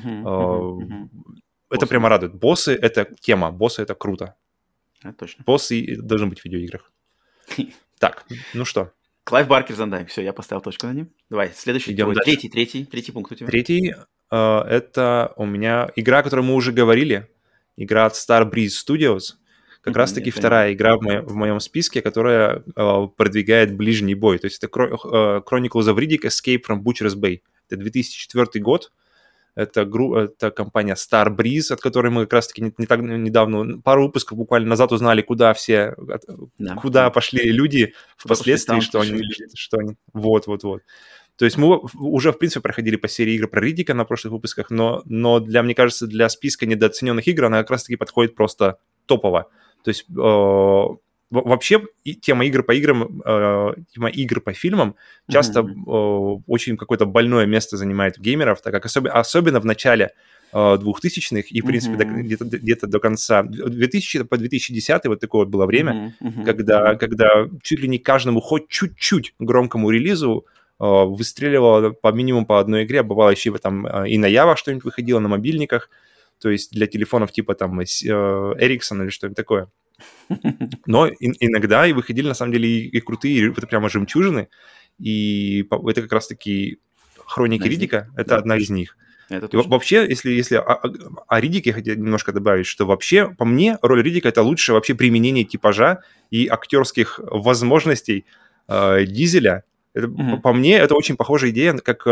Это прямо радует. Боссы — это тема, боссы — это круто. Точно. Боссы должны быть в видеоиграх. Так, ну что? Клайв Баркер Undying. Все, я поставил точку на нем. Давай, следующий. Идем дальше. Третий пункт у тебя. Третий. это у меня игра, о которой мы уже говорили, игра от Starbreeze Studios. Как раз-таки вторая игра в моем списке, которая продвигает ближний бой. То есть это Chronicles of Riddick Escape from Butcher's Bay. Это 2004 год. Это компания Starbreeze, от которой мы как раз-таки не так недавно, пару выпусков буквально назад узнали, куда пошли люди впоследствии, что они... Вот. То есть мы уже, в принципе, проходили по серии игр про Риддика на прошлых выпусках, но мне кажется, для списка недооцененных игр она как раз-таки подходит просто топово. То есть вообще тема игр по играм, тема игр по фильмам часто очень какое-то больное место занимает у геймеров, так как особенно в начале 2000-х и, в принципе, где-то до конца 2000 по 2010 вот такое вот было время, когда чуть ли не каждому хоть чуть-чуть громкому релизу выстреливало по минимуму по одной игре, бывало еще там и на Java что-нибудь выходило на мобильниках, то есть для телефонов типа там Ericsson или что-нибудь такое. Но иногда и выходили, на самом деле, и крутые, это прямо жемчужины, и это как раз-таки Хроники Риддика, это одна из них. Вообще, если о Риддике я хотел немножко добавить, что вообще, по мне, роль Риддика — это лучшее вообще применение типажа и актерских возможностей Дизеля. По мне, это очень похожая идея, как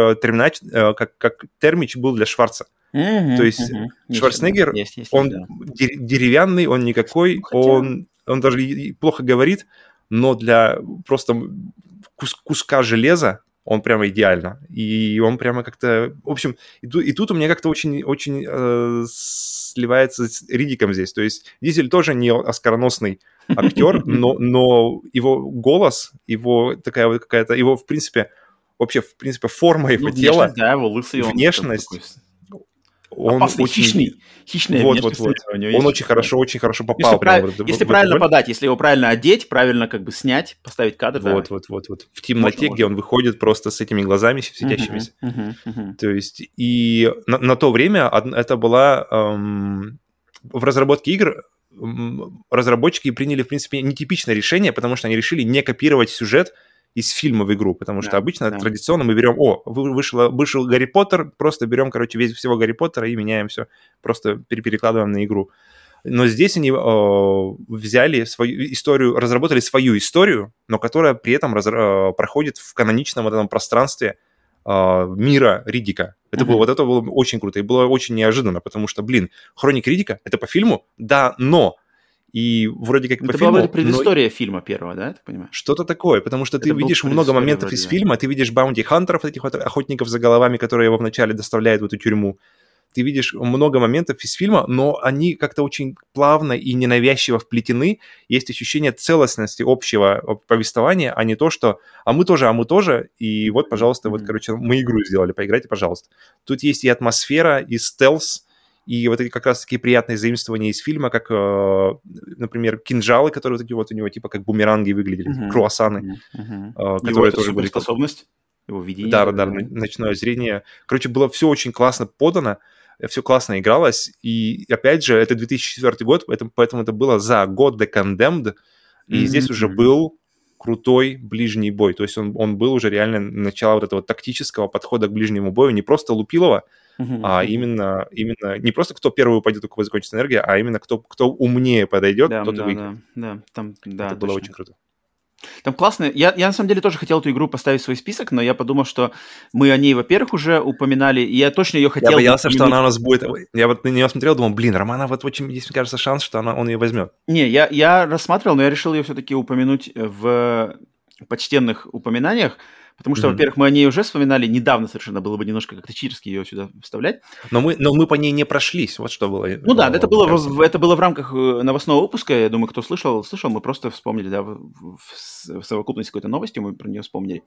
Термич был для Шварца. То есть Шварценеггер, он деревянный, он никакой, он даже плохо говорит, но для просто куска железа он прямо идеально. И он прямо как-то... В общем, и тут у меня как-то очень сливается с Риддиком здесь. То есть Дизель тоже не оскароносный актер, но его голос, его такая вот какая-то... Его, в принципе, форма его тела, да, его лысый, внешность... Он опасный, очень хищная внешность. Он очень хорошо попал. Если правильно подать, если его правильно одеть, правильно как бы снять, поставить кадр. Вот. В темноте, где он выходит просто с этими глазами светящимися. То есть и на то время это была... В разработке игр разработчики приняли, в принципе, нетипичное решение, потому что они решили не копировать сюжет из фильма в игру, потому что обычно традиционно мы берем, вышел Гарри Поттер, просто берем, всего Гарри Поттера и меняем все, просто перекладываем на игру. Но здесь они взяли свою историю, разработали свою историю, но которая при этом проходит в каноничном вот этом пространстве мира Риддика. Это было очень круто и было очень неожиданно, потому что, Хроники Риддика — это по фильму, да, но... И вроде как по фильму... Это была предыстория фильма первого, да, ты понимаешь? Что-то такое, потому что ты видишь много моментов из фильма, ты видишь баунти-хантеров, этих вот охотников за головами, которые его вначале доставляют в эту тюрьму. Ты видишь много моментов из фильма, но они как-то очень плавно и ненавязчиво вплетены. Есть ощущение целостности общего повествования, а не то, что «а мы тоже», и вот, пожалуйста, мы игру сделали, поиграйте, пожалуйста. Тут есть и атмосфера, и стелс, и вот эти как раз-таки приятные заимствования из фильма, как, например, кинжалы, которые у него типа как бумеранги выглядели, круассаны, которые тоже были... способность, его видение. Да, ночное зрение. Короче, было все очень классно подано, все классно игралось, и опять же, это 2004 год, поэтому это было за год до Condemned, и здесь уже был крутой ближний бой, то есть он был уже реально начало вот этого тактического подхода к ближнему бою, не просто лупилово, а именно не просто кто первый упадет, у кого закончится энергия, а именно кто умнее подойдет, тот и выиграет. Это было очень круто. Там классно. Я на самом деле тоже хотел эту игру поставить в свой список, но я подумал, что мы о ней, во-первых, уже упоминали, и я точно ее хотел... Я боялся, что она у нас будет... Я вот на нее смотрел, думал, Романа, вот очень, есть, мне кажется, шанс, что он ее возьмет. Не, я рассматривал, но я решил ее все-таки упомянуть в почтенных упоминаниях, потому что, во-первых, мы о ней уже вспоминали недавно совершенно, было бы немножко как-то читерски ее сюда вставлять. Но мы по ней не прошлись, вот что было. Ну да, это было в рамках новостного выпуска, я думаю, кто слышал, мы просто вспомнили, да, в совокупности какой-то новости мы про нее вспомнили.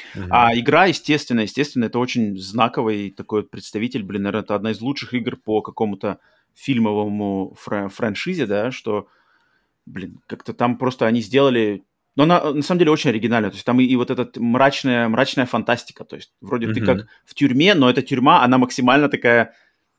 А игра, естественно, это очень знаковый такой представитель, наверное, это одна из лучших игр по какому-то фильмовому франшизе, да, что, как-то там просто они сделали... Но она, на самом деле, очень оригинальная. То есть там и вот эта мрачная фантастика. То есть вроде ты как в тюрьме, но эта тюрьма, она максимально такая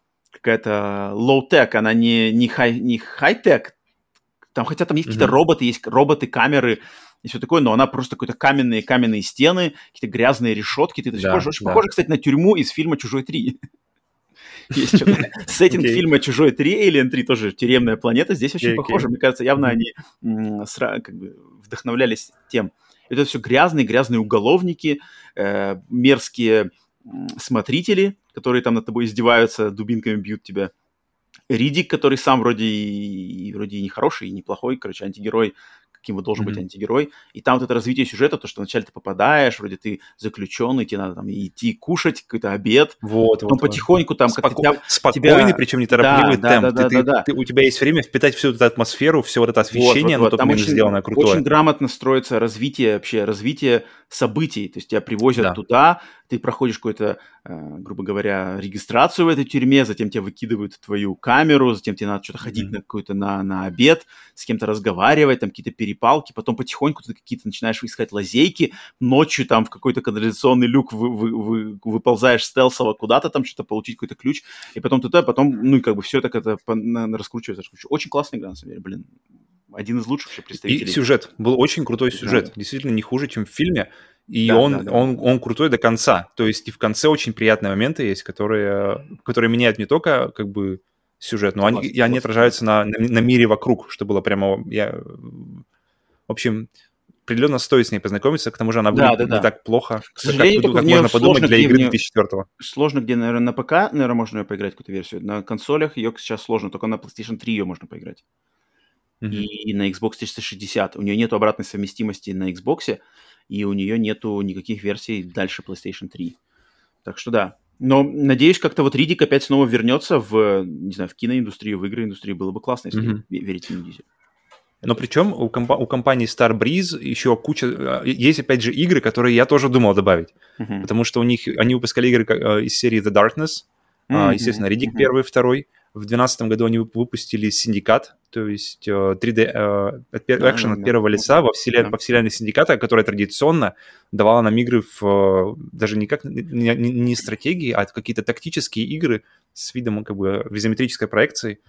какая-то low-tech, она не high-tech. Там, хотя там есть какие-то роботы, камеры и все такое, но она просто какие-то каменные стены, какие-то грязные решетки. Ты очень похоже, кстати, на тюрьму из фильма «Чужой 3». Есть что-то. Сеттинг фильма «Чужой 3», Alien 3 тоже тюремная планета. Здесь очень похоже. Мне кажется, явно они как бы вдохновлялись тем. Это все грязные уголовники, мерзкие смотрители, которые там над тобой издеваются, дубинками бьют тебя. Риддик, который сам вроде и не хороший, и не плохой, короче, антигерой, каким вот должен быть антигерой. И там вот это развитие сюжета, то, что вначале ты попадаешь, вроде ты заключенный, тебе надо там идти кушать какой-то обед. Потом потихоньку там как-то спокойный, причем неторопливый темп. У тебя есть время впитать всю эту атмосферу, все вот это освещение, оно только сделано крутое. Очень грамотно строится развитие событий. То есть тебя привозят туда, ты проходишь какую-то, грубо говоря, регистрацию в этой тюрьме, затем тебя выкидывают в твою камеру, затем тебе надо что-то ходить на какой-то на обед, с кем-то разговаривать, там какие-то перепалки, потом потихоньку ты какие-то начинаешь искать лазейки, ночью там в какой-то канализационный люк выползаешь стелсово куда-то там, что-то получить какой-то ключ, и потом ну и как бы все так это раскручивается. Очень классная игра, на самом деле, блин. Один из лучших вообще представителей. И сюжет. Был очень крутой сюжет. Действительно не хуже, чем в фильме. И он крутой до конца. То есть и в конце очень приятные моменты есть, которые меняют не только как бы сюжет, но они отражаются на мире вокруг, что было прямо... В общем, определенно стоит с ней познакомиться, к тому же она выглядит не так плохо, к сожалению, как можно подумать для игры 2004-го. Сложно, где, наверное, на ПК, наверное, можно ее поиграть, какую-то версию. На консолях ее сейчас сложно, только на PlayStation 3 ее можно поиграть. И на Xbox 360. У нее нету обратной совместимости на Xbox, и у нее нету никаких версий дальше PlayStation 3. Так что да. Но, надеюсь, как-то вот Риддик опять снова вернется в киноиндустрию, в игроиндустрию. Было бы классно, если верить Вин Дизелю. Но причем у компании Starbreeze еще куча... Есть, опять же, игры, которые я тоже думал добавить. Потому что они выпускали игры из серии The Darkness. Естественно, Риддик 1 и 2. В 2012 году они выпустили Синдикат, то есть 3D экшен от первого лица по вселенной Синдиката, которая традиционно давала нам игры даже не стратегии, а какие-то тактические игры с видом как бы в изометрической проекции.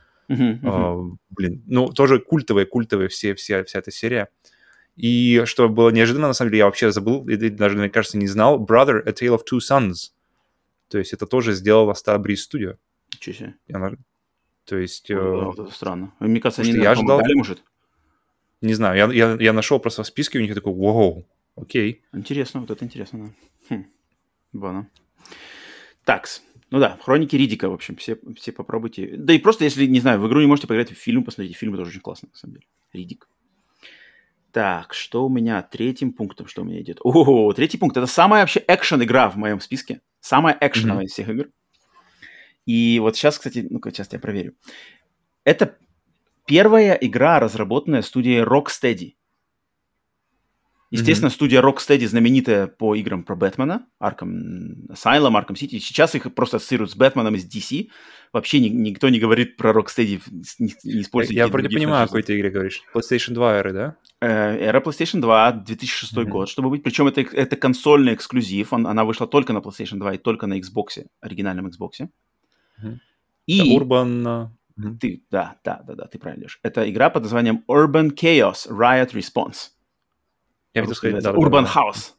Тоже культовые вся эта серия. И что было неожиданно, на самом деле, я вообще забыл, и даже, мне кажется, не знал, Brother, A Tale of Two Sons. То есть это тоже сделала Starbreeze Studio. Ничего себе. То есть... это странно. Мне кажется, они я ожидал... может? Не знаю, я нашел просто в списке, у них такой, вау, окей. Интересно, вот это интересно, да. Бано. Такс. Ну да, «Хроники Риддика», в общем, все попробуйте. Да и просто, если, не знаю, в игру не можете поиграть, в фильм посмотрите. Фильмы тоже очень классные, на самом деле. Риддик. Так, что у меня третьим пунктом, что у меня идет? Третий пункт. Это самая вообще экшен-игра в моем списке. Самая экшеновая из всех игр. И вот сейчас, кстати, сейчас я проверю. Это первая игра, разработанная студией Rocksteady. Естественно, студия Rocksteady знаменитая по играм про Бэтмена, Arkham Asylum, Arkham City. Сейчас их просто ассоциируют с Бэтменом из DC. Вообще никто не говорит про Rocksteady, не использует. Я вроде понимаю, о какой ты игре говоришь. PlayStation 2 эры, да? Эра PlayStation 2, 2006 год, чтобы быть. Причем это консольный эксклюзив. Она вышла только на PlayStation 2 и только на Xbox, оригинальном Xbox. И... Urban... Да, ты правильно идешь. Это игра под названием Urban Chaos Riot Response. Я хотел сказать, Urban House.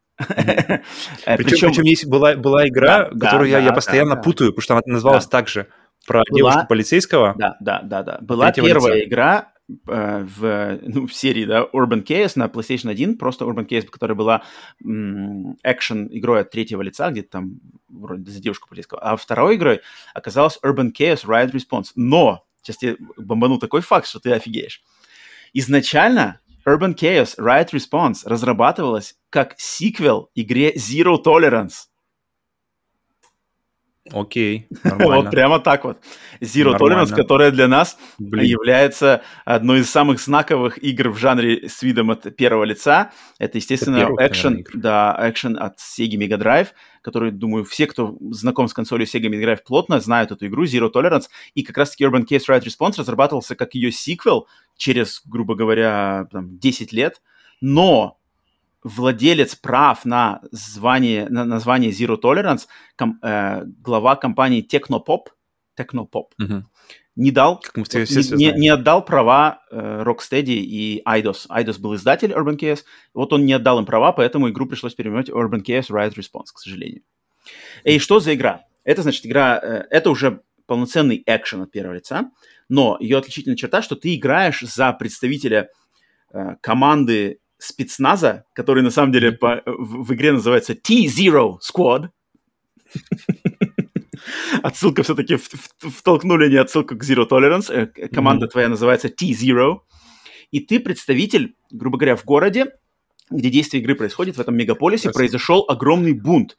Причем была игра, которую я постоянно путаю, потому что она называлась так же, про девушку полицейского. Да. Была первая игра в серии, да, Urban Chaos на PlayStation 1, просто Urban Chaos, которая была экшен-игрой от третьего лица, где-то там вроде за девушку полицейского. А второй игрой оказалась Urban Chaos Riot Response. Но, сейчас я бомбану такой факт, что ты офигеешь. Изначально Urban Chaos Riot Response разрабатывалась как сиквел игре Zero Tolerance. Окей, нормально. Вот прямо так вот. Zero Tolerance, которая для нас является одной из самых знаковых игр в жанре с видом от первого лица. Это, естественно, экшен от Sega Mega Drive, который, думаю, все, кто знаком с консолью Sega Mega Drive, плотно знают эту игру, Zero Tolerance. И как раз-таки Urban Chaos Riot Response разрабатывался как ее сиквел через, грубо говоря, 10 лет. Но владелец прав на название Zero Tolerance, глава компании Technopop, не отдал права Rocksteady и Eidos. Eidos был издатель Urban Chaos, вот он не отдал им права, поэтому игру пришлось переименовать Urban Chaos Riot Response, к сожалению. И что за игра? Это, значит, игра, это уже полноценный экшен от первого лица, но ее отличительная черта, что ты играешь за представителя команды спецназа, который на самом деле в игре называется T-Zero Squad. Отсылка все-таки втолкнули не отсылку к Zero Tolerance. Команда твоя называется T-Zero. И ты представитель, грубо говоря, в городе, где действие игры происходит, в этом мегаполисе, произошел огромный бунт.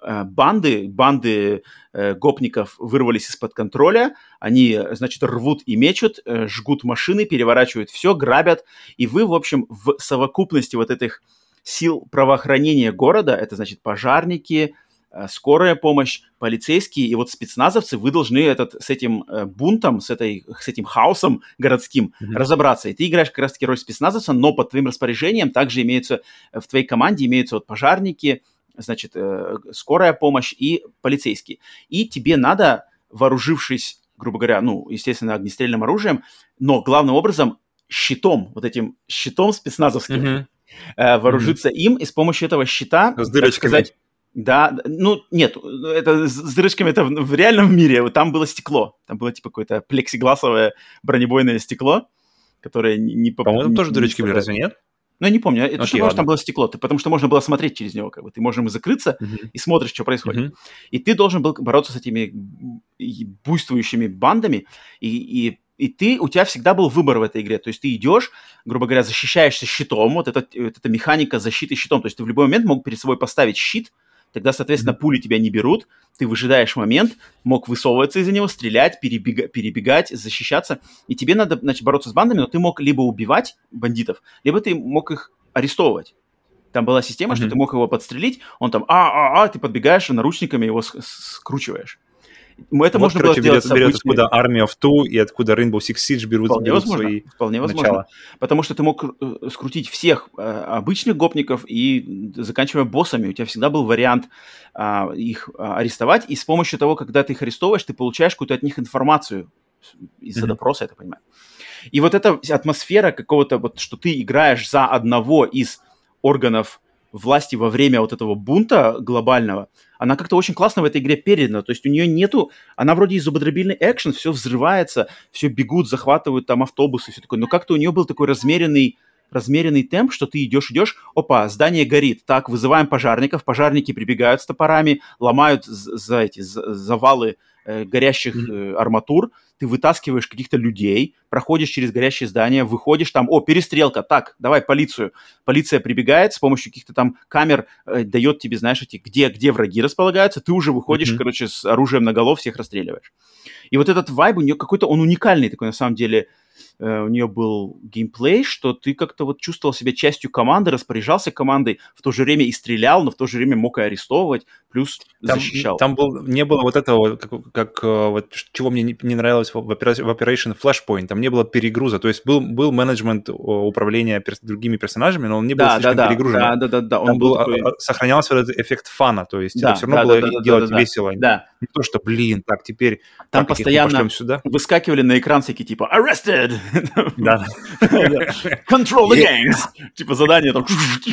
Банды гопников вырвались из-под контроля, они, значит, рвут и мечут, жгут машины, переворачивают все, грабят, и вы, в общем, в совокупности вот этих сил правоохранения города, это, значит, пожарники, скорая помощь, полицейские и вот спецназовцы, вы должны с этим бунтом, с этим хаосом городским разобраться. И ты играешь как раз-таки роль спецназовца, но под твоим распоряжением также имеются, в твоей команде имеются вот пожарники, значит, скорая помощь и полицейские. И тебе надо, вооружившись, грубо говоря, ну, естественно, огнестрельным оружием, но главным образом щитом, вот этим щитом спецназовским, вооружиться им и с помощью этого щита, с дырочками. Так сказать, да, ну, нет, это с дырочками это в реальном мире, там было стекло, там было типа какое-то плексигласовое бронебойное стекло, которое не... По-моему, тоже дырочки были, разве нет? Ну, я не помню, это что там было стекло, потому что можно было смотреть через него, как бы, ты можешь закрыться и смотришь, что происходит. И ты должен был бороться с этими буйствующими бандами, и у тебя всегда был выбор в этой игре. То есть ты идешь, грубо говоря, защищаешься щитом, вот эта механика защиты щитом. То есть ты в любой момент мог перед собой поставить щит, тогда, соответственно, пули тебя не берут, ты выжидаешь момент, мог высовываться из-за него, стрелять, перебегать, защищаться. И тебе надо, значит, бороться с бандами, но ты мог либо убивать бандитов, либо ты мог их арестовывать. Там была система, что ты мог его подстрелить, он там ты подбегаешь, наручниками его скручиваешь. Это вот, можно было сделать берет откуда Army of Two и откуда Rainbow Six Siege берут вполне возможно. Потому что ты мог скрутить всех обычных гопников и заканчивая боссами. У тебя всегда был вариант их арестовать, и с помощью того, когда ты их арестовываешь, ты получаешь какую-то от них информацию из-за допроса, я так понимаю. И вот эта атмосфера какого-то, вот, что ты играешь за одного из органов власти во время вот этого бунта глобального, она как-то очень классно в этой игре передана. То есть у нее нету... Она вроде и зубодробильный экшен, все взрывается, все бегут, захватывают там автобусы, все такое. Но как-то у нее был такой размеренный темп, что ты идешь, опа, здание горит. Так, вызываем пожарников, пожарники прибегают с топорами, ломают завалы горящих арматур, ты вытаскиваешь каких-то людей, проходишь через горящее здание, выходишь там, перестрелка, так, давай полицию. Полиция прибегает, с помощью каких-то там камер дает тебе, знаешь, где враги располагаются, ты уже выходишь, короче, с оружием наголо, всех расстреливаешь. И вот этот вайб у нее какой-то, он уникальный такой, на самом деле. У нее был геймплей, что ты как-то вот чувствовал себя частью команды, распоряжался командой, в то же время и стрелял, но в то же время мог и арестовывать, плюс защищал. Там не было вот этого, вот, чего мне не нравилось в Operation Flashpoint, там не было перегруза, то есть был менеджмент управления другими персонажами, но он не был слишком перегружен. Да. Он был такой... Сохранялся этот эффект фана, то есть это все равно было делать весело. Да. Не то, что, так, теперь... Там постоянно выскакивали на экран всякие типа «Arrested!» Да. Control the gangs. Типа задание там.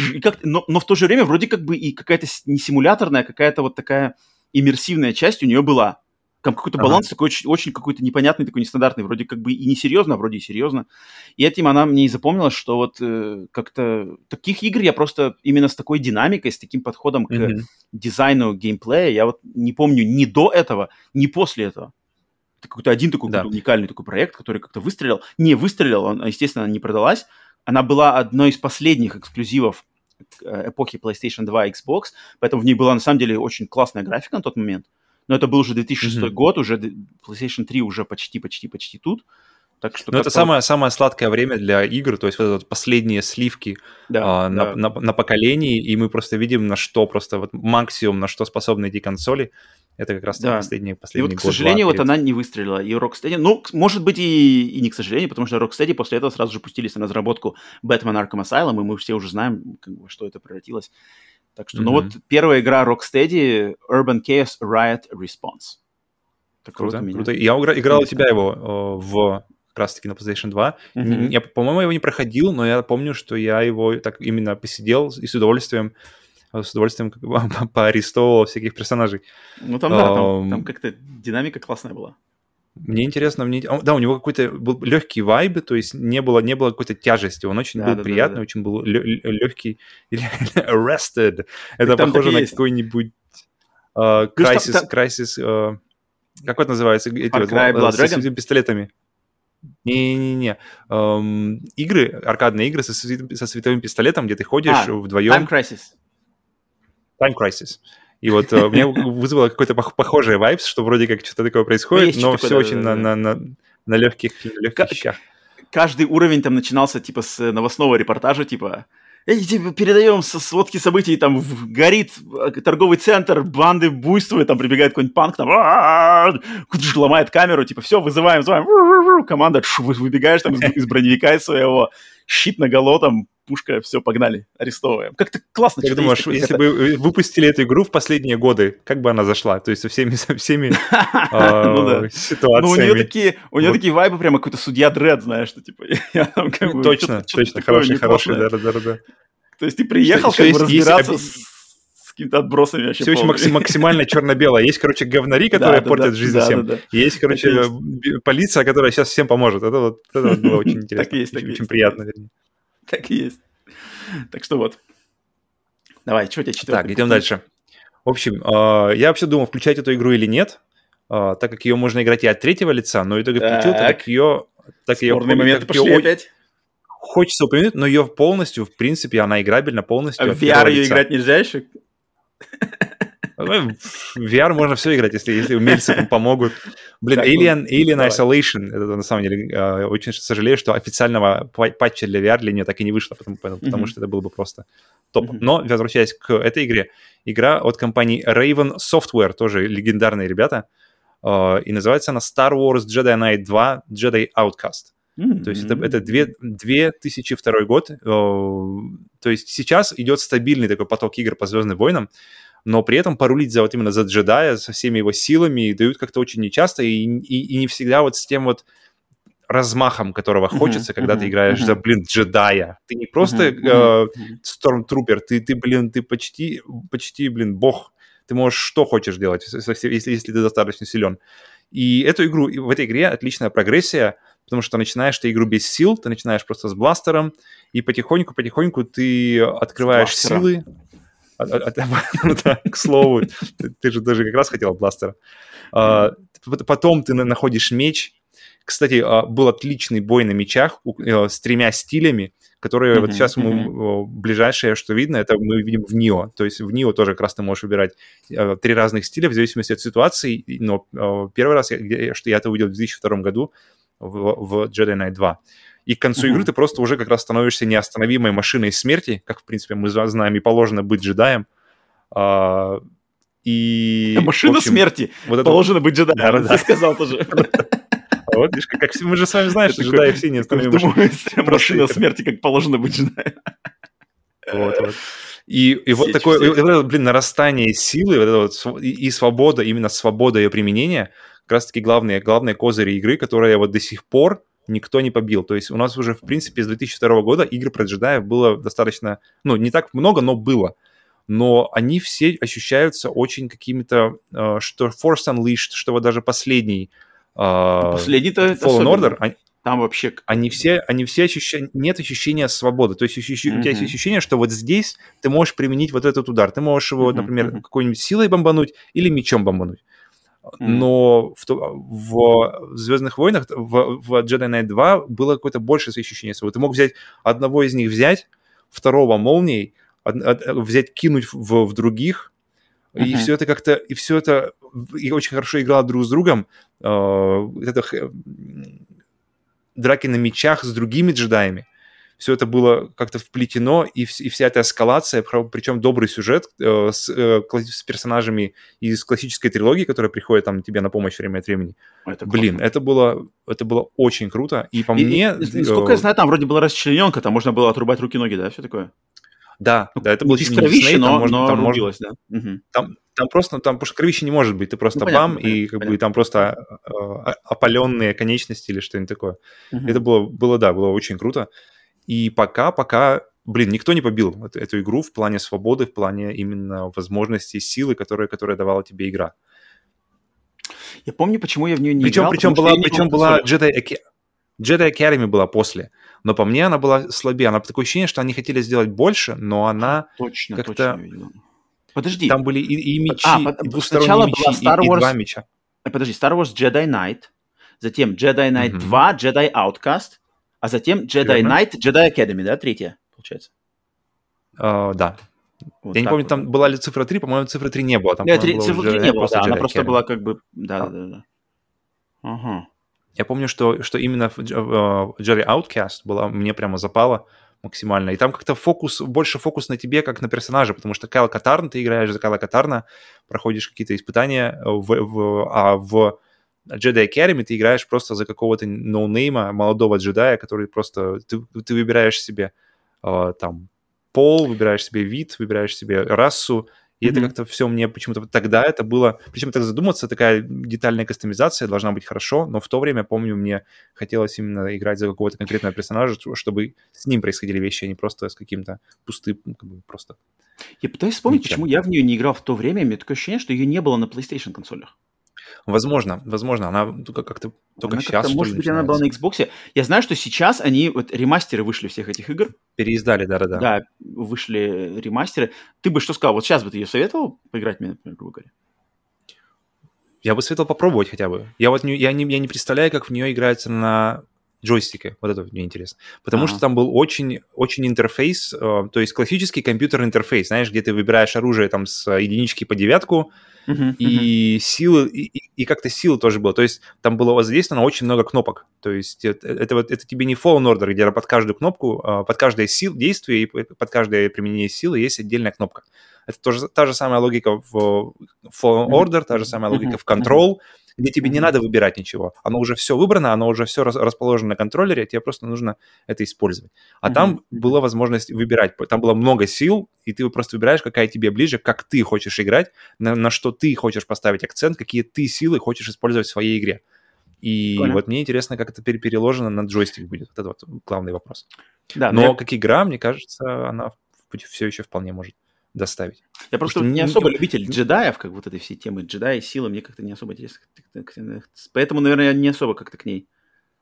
Но в то же время вроде как бы и какая-то не симуляторная, какая-то вот такая иммерсивная часть у нее была. Там какой-то баланс такой очень какой-то непонятный, такой нестандартный. Вроде как бы и не серьезно, а вроде и серьезно. И этим она мне и запомнила, что вот как-то таких игр я просто именно с такой динамикой, с таким подходом к дизайну геймплея я вот не помню ни до этого, ни после этого. Это какой-то один такой уникальный такой проект, который как-то выстрелил. Не выстрелил, естественно, не продалась. Она была одной из последних эксклюзивов эпохи PlayStation 2 и Xbox, поэтому в ней была, на самом деле, очень классная графика на тот момент. Но это был уже 2006 год, уже PlayStation 3 уже почти тут. Так что это самое сладкое время для игр, то есть вот последние сливки на поколении, и мы просто видим, на что просто вот максимум, на что способны эти консоли. Это как раз последний год. И вот, к сожалению, вот она не выстрелила. И Rocksteady, может быть, и не к сожалению, потому что Rocksteady после этого сразу же пустились на разработку Batman Arkham Asylum, и мы все уже знаем, что это превратилось. Так что, вот первая игра Rocksteady Urban Chaos Riot Response. Это круто. Я играл у тебя его как раз-таки на PlayStation 2. Я, по-моему, его не проходил, но я помню, что я его так именно посидел и с удовольствием с удовольствием поарестовывал всяких персонажей. Ну, там, да, там как-то динамика классная была. Мне интересно, да, у него какой-то был легкий вайб, то есть не было какой-то тяжести, он очень был приятный, очень был легкий. Или Arrested. Это похоже на какой-нибудь Crysis, как это называется? С этими пистолетами. Не-не-не. Игры, аркадные игры со световым пистолетом, где ты ходишь вдвоем. Time Crisis. И вот меня вызвало какой-то похожий вайбс, что вроде как что-то такое происходит, но все очень на легких вещах. Каждый уровень там начинался типа с новостного репортажа, типа передаем сводки событий, там горит торговый центр, банды буйствуют, там прибегает какой-нибудь панк, там ломает камеру, типа все, вызываем, команда, выбегаешь там из броневика своего, щит наголо, там пушка, все, погнали, арестовываем. Как-то классно. Как думаешь, если бы выпустили эту игру в последние годы, как бы она зашла? То есть со всеми ситуациями. Ну, у нее такие вайбы, прямо какой-то судья Дред, знаешь, что типа... Точно, хороший, да. То есть ты приехал как бы разбираться с какими-то отбросами вообще. Все очень максимально черно-белое. Есть, короче, говнари, которые портят жизнь всем. Есть, короче, полиция, которая сейчас всем поможет. Это было очень интересно. Очень приятно, вернее. Так и есть. Так что вот. Давай, что у тебя четвертый? Так, идем дальше. В общем, я вообще думал, включать эту игру или нет, так как ее можно играть и от третьего лица, но в итоге включил, так как ее... Спорные моменты пошли опять. Хочется упомянуть, но ее полностью, в принципе, она играбельна полностью. А в VR ее играть нельзя еще? В VR можно все играть, если умельцы помогут. Блин, Alien Isolation, это на самом деле, очень сожалею, что официального патча для VR для нее так и не вышло, потому что это было бы просто топ. Но, возвращаясь к этой игре, игра от компании Raven Software, тоже легендарные ребята, и называется она Star Wars Jedi Knight 2 Jedi Outcast. То есть это 2002 год. То есть сейчас идет стабильный такой поток игр по Звездным войнам, но при этом порулить за именно за джедая со всеми его силами дают как-то очень нечасто и не всегда вот с тем вот размахом, которого хочется, когда ты играешь за, джедая. Ты не просто Stormtrooper, ты почти, бог. Ты можешь что хочешь делать, если ты достаточно силен. И в этой игре отличная прогрессия, потому что начинаешь ты игру без сил, ты начинаешь просто с бластером, и потихоньку ты открываешь силы. К слову, ты же даже как раз хотел бластера. Потом ты находишь меч. Кстати, был отличный бой на мечах с 3 стилями, которые вот сейчас ближайшее, что видно, это мы видим в Нио. То есть в Нио тоже как раз ты можешь выбирать 3 разных стиля в зависимости от ситуации. Но первый раз, что я это увидел в 2002 году в Jedi Knight 2. И к концу игры ты просто уже как раз становишься неостановимой машиной смерти, как, в принципе, мы знаем, и положено быть джедаем. Машина смерти положено быть джедаем, ты сказал тоже. Вот, видишь, как мы же с вами знаем, что джедаи все неостановимые машина смерти, как положено быть джедаем. Вот. И вот такое, нарастание силы, и свобода, именно свобода ее применения, как раз-таки главные козыри игры, которые вот до сих пор никто не побил. То есть у нас уже, в принципе, с 2002 года игр про джедаев было достаточно... не так много, но было. Но они все ощущаются очень какими-то... что Force Unleashed, что вот даже последний... Последний-то Fallen Order... Там вообще... Они все ощущают... Нет ощущения свободы. То есть у тебя есть ощущение, что вот здесь ты можешь применить вот этот удар. Ты можешь его, например, какой-нибудь силой бомбануть или мечом бомбануть. Но в «Звездных войнах», в Jedi Knight 2 было какое-то большее ощущение свободы. Ты мог взять одного из них, второго молнией, кинуть в других, и все это как-то... И все это очень хорошо играло друг с другом. Драки на мечах с другими джедаями. Все это было как-то вплетено, и вся эта эскалация, причем добрый сюжет с персонажами из классической трилогии, которые приходят там тебе на помощь время от времени. Это было очень круто. И по мне... Насколько я знаю, там вроде была расчлененка, там можно было отрубать руки-ноги, да, все такое? Да, это было без кровища, но рубилось, да? Там потому что кровища не может быть, ты просто и там просто опаленные конечности или что-нибудь такое. Это было очень круто. И пока блин, никто не побил эту игру в плане свободы, в плане именно возможностей, силы, которая давала тебе игра. Я помню, почему я в нее не играл. Причем была Jedi Academy была после, но по мне она была слабее. Она такое ощущение, что они хотели сделать больше, но она как-то... Точно. Подожди. Там были и мечи, и двусторонние мечи, и два меча. Подожди, Star Wars Jedi Knight, затем Jedi Knight 2, Jedi Outcast, а затем Jedi Knight, Jedi Academy, да, третья, получается? Да. Вот я не помню, вот. там была ли цифра 3, по-моему, цифры 3 не было. Там, цифры 3 не было, да, она просто Academy. была как бы... Да. Ага. Я помню, что именно Jedi Outcast мне прямо запала максимально. И там как-то больше фокус на тебе, как на персонаже, потому что Кайл Катарн, ты играешь за Кайла Катарна, проходишь какие-то испытания, а в Jedi Academy ты играешь просто за какого-то ноунейма, молодого джедая, который просто... Ты выбираешь себе там пол, выбираешь себе вид, выбираешь себе расу, и это как-то все мне почему-то... Тогда это было... Причем так задуматься, такая детальная кастомизация должна быть хорошо, но в то время, помню, мне хотелось именно играть за какого-то конкретного персонажа, чтобы с ним происходили вещи, а не просто с каким-то пустым, как бы просто... Я пытаюсь вспомнить, почему я в нее не играл в то время. У меня такое ощущение, что ее не было на PlayStation консолях. Возможно. Она как-то только сейчас, что ли, может быть, она была на Xbox. Я знаю, что сейчас ремастеры вышли всех этих игр. Переиздали, да. Да, вышли ремастеры. Ты бы что сказал? Вот сейчас бы ты ее советовал поиграть мне, например, грубо говоря? Я бы советовал попробовать хотя бы. Я не представляю, как в нее играется на джойстике. Вот это мне интересно. Потому что там был очень, очень интерфейс, то есть классический компьютерный интерфейс, знаешь, где ты выбираешь оружие там с единички по девятку, и силы, и как-то силы тоже было. То есть там было задействовано очень много кнопок. То есть это тебе не Fallen Order, где под каждую кнопку, под каждое действие и под каждое применение силы есть отдельная кнопка. Это тоже та же самая логика в Fallen Order, та же самая логика в Control, где тебе не надо выбирать ничего. Оно уже все выбрано, оно уже все расположено на контроллере, тебе просто нужно это использовать. А там была возможность выбирать. Там было много сил, и ты просто выбираешь, какая тебе ближе, как ты хочешь играть, на что ты хочешь поставить акцент, какие ты силы хочешь использовать в своей игре. И вот мне интересно, как это переложено на джойстик будет. Вот это вот главный вопрос. Да, но как игра, мне кажется, она все еще вполне может доставить. Я просто не особо любитель джедаев, как вот этой всей темы джедаи, силы, мне как-то не особо интересно. Поэтому, наверное, я не особо как-то к ней...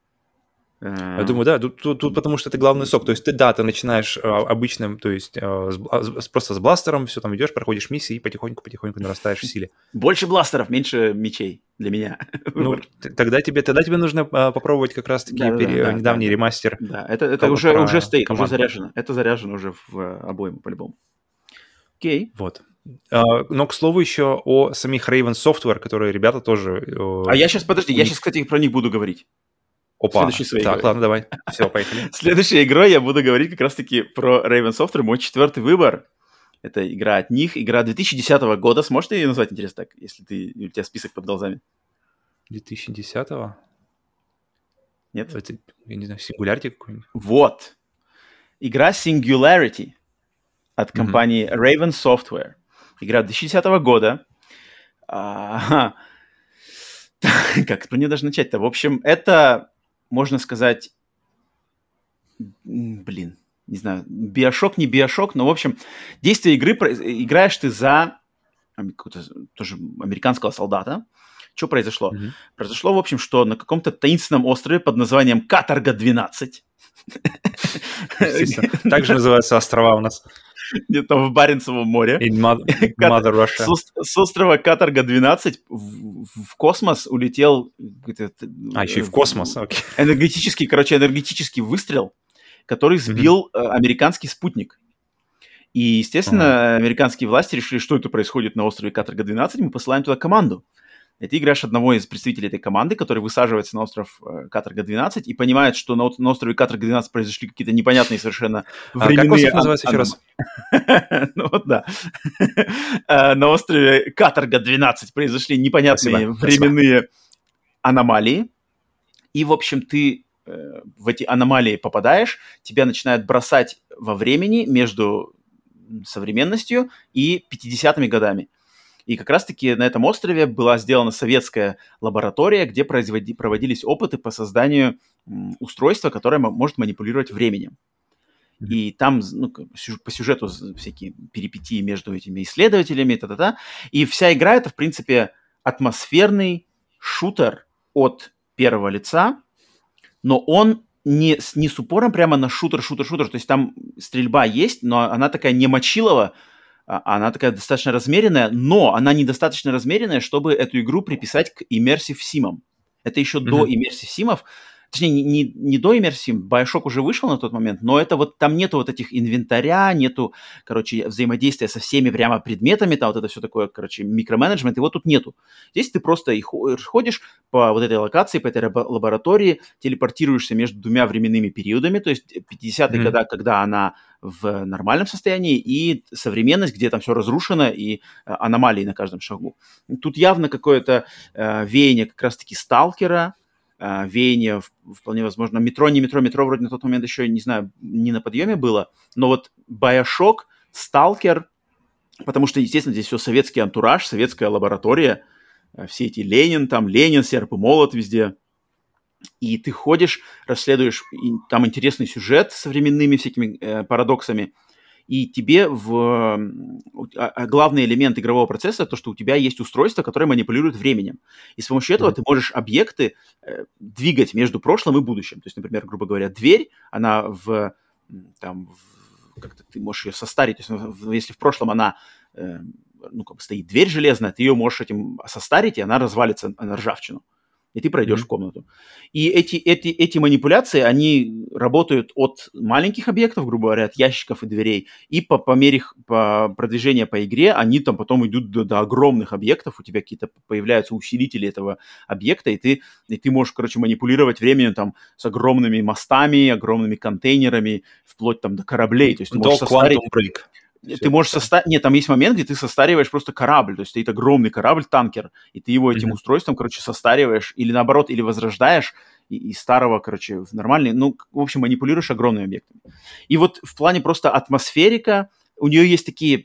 Я думаю, да, тут потому что это главный сок. То есть ты начинаешь обычным, то есть просто с бластером, все там идешь, проходишь миссии и потихоньку нарастаешь в силе. Больше бластеров, меньше мечей для меня. Ну, тогда тебе нужно попробовать как раз-таки недавний ремастер. Да, это уже стоит, уже заряжено. Это заряжено уже в обойму, по-любому. Окей. Вот. Но, к слову, еще о самих Raven Software, которые ребята тоже... я сейчас, кстати, про них буду говорить. Опа, так, ладно, давай. Все, поехали. Следующей игрой я буду говорить как раз-таки про Raven Software. Мой 4-й выбор. Это игра от них. Игра 2010 года. Сможешь ты ее назвать, интересно, так, если у тебя список под глазами? 2010-го? Нет? Это, я не знаю, Singularity какой-нибудь? Вот. Игра Singularity от компании Raven Software. Игра 2010 года. Как про нее даже начать-то? В общем, это... Можно сказать, не знаю, Биошок, не Биошок, но, в общем, действие игры играешь ты за какого-то тоже американского солдата. Что произошло? Произошло, в общем, что на каком-то таинственном острове под названием Каторга-12. Так же называются острова у нас. Где-то в Баренцевом море. Mother Russia. С острова Каторга-12 в космос улетел... еще и в космос, окей. Энергетический выстрел, который сбил американский спутник. И, естественно, американские власти решили, что это происходит на острове Каторга-12, мы посылаем туда команду. И ты играешь одного из представителей этой команды, который высаживается на остров Каторга-12 и понимает, что на острове Каторга-12 произошли какие-то непонятные совершенно временные... Как остров называется еще раз? Ну вот да. На острове Каторга-12 произошли непонятные временные аномалии. И, в общем, ты в эти аномалии попадаешь, тебя начинают бросать во времени между современностью и 50-ми годами. И как раз-таки на этом острове была сделана советская лаборатория, где проводились опыты по созданию устройства, которое может манипулировать временем. и там по сюжету всякие перипетии между этими исследователями, та-та-та. И вся игра — это, в принципе, атмосферный шутер от первого лица, но он не с упором прямо на шутер. То есть там стрельба есть, но она такая не мочилова, она такая достаточно размеренная, но она недостаточно размеренная, чтобы эту игру приписать к Immersive Sim'ам. Это еще до Immersive Sim'ов. Точнее, не до Immersive Sim, BioShock уже вышел на тот момент, но это вот там нету вот этих инвентаря, нету, короче, взаимодействия со всеми прямо предметами, там вот это все такое, короче, микроменеджмент, его тут нету. Здесь ты просто ходишь по вот этой локации, по этой лаборатории, телепортируешься между двумя временными периодами, то есть 50-е годы, когда она в нормальном состоянии, и современность, где там все разрушено, и аномалии на каждом шагу. Тут явно какое-то веяние как раз-таки сталкера, веяние, вполне возможно, метро вроде на тот момент еще, не знаю, не на подъеме было, но вот BioShock, Stalker, потому что, естественно, здесь все советский антураж, советская лаборатория, все эти Ленин, серп и молот везде, и ты ходишь, расследуешь, и там интересный сюжет с современными всякими парадоксами, и тебе главный элемент игрового процесса — то, что у тебя есть устройство, которое манипулирует временем. И с помощью этого ты можешь объекты двигать между прошлым и будущим. То есть, например, грубо говоря, дверь, она как-то ты можешь ее состарить. То есть, если в прошлом она стоит дверь железная, ты ее можешь этим состарить, и она развалится на ржавчину. И ты пройдешь в комнату. И эти манипуляции, они работают от маленьких объектов, грубо говоря, от ящиков и дверей, и по мере продвижения по игре они там потом идут до огромных объектов, у тебя какие-то появляются усилители этого объекта, и ты можешь, короче, манипулировать временем там с огромными мостами, огромными контейнерами, вплоть там до кораблей. То есть ты можешь состарить... Ты можешь Нет, там есть момент, где ты состариваешь просто корабль, то есть стоит огромный корабль, танкер, и ты его этим устройством, короче, состариваешь, или наоборот, или возрождаешь из старого, короче, в нормальный, в общем, манипулируешь огромными объектами. И вот в плане просто атмосферика, у нее есть такие,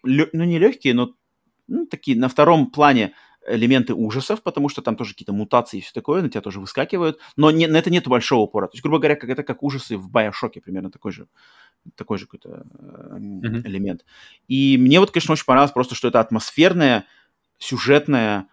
не легкие, но такие на втором плане элементы ужасов, потому что там тоже какие-то мутации и все такое, на тебя тоже выскакивают, но на это нет большого упора. То есть, грубо говоря, это как ужасы в BioShock, примерно такой же какой-то элемент. И мне вот, конечно, очень понравилось просто, что это атмосферная, сюжетная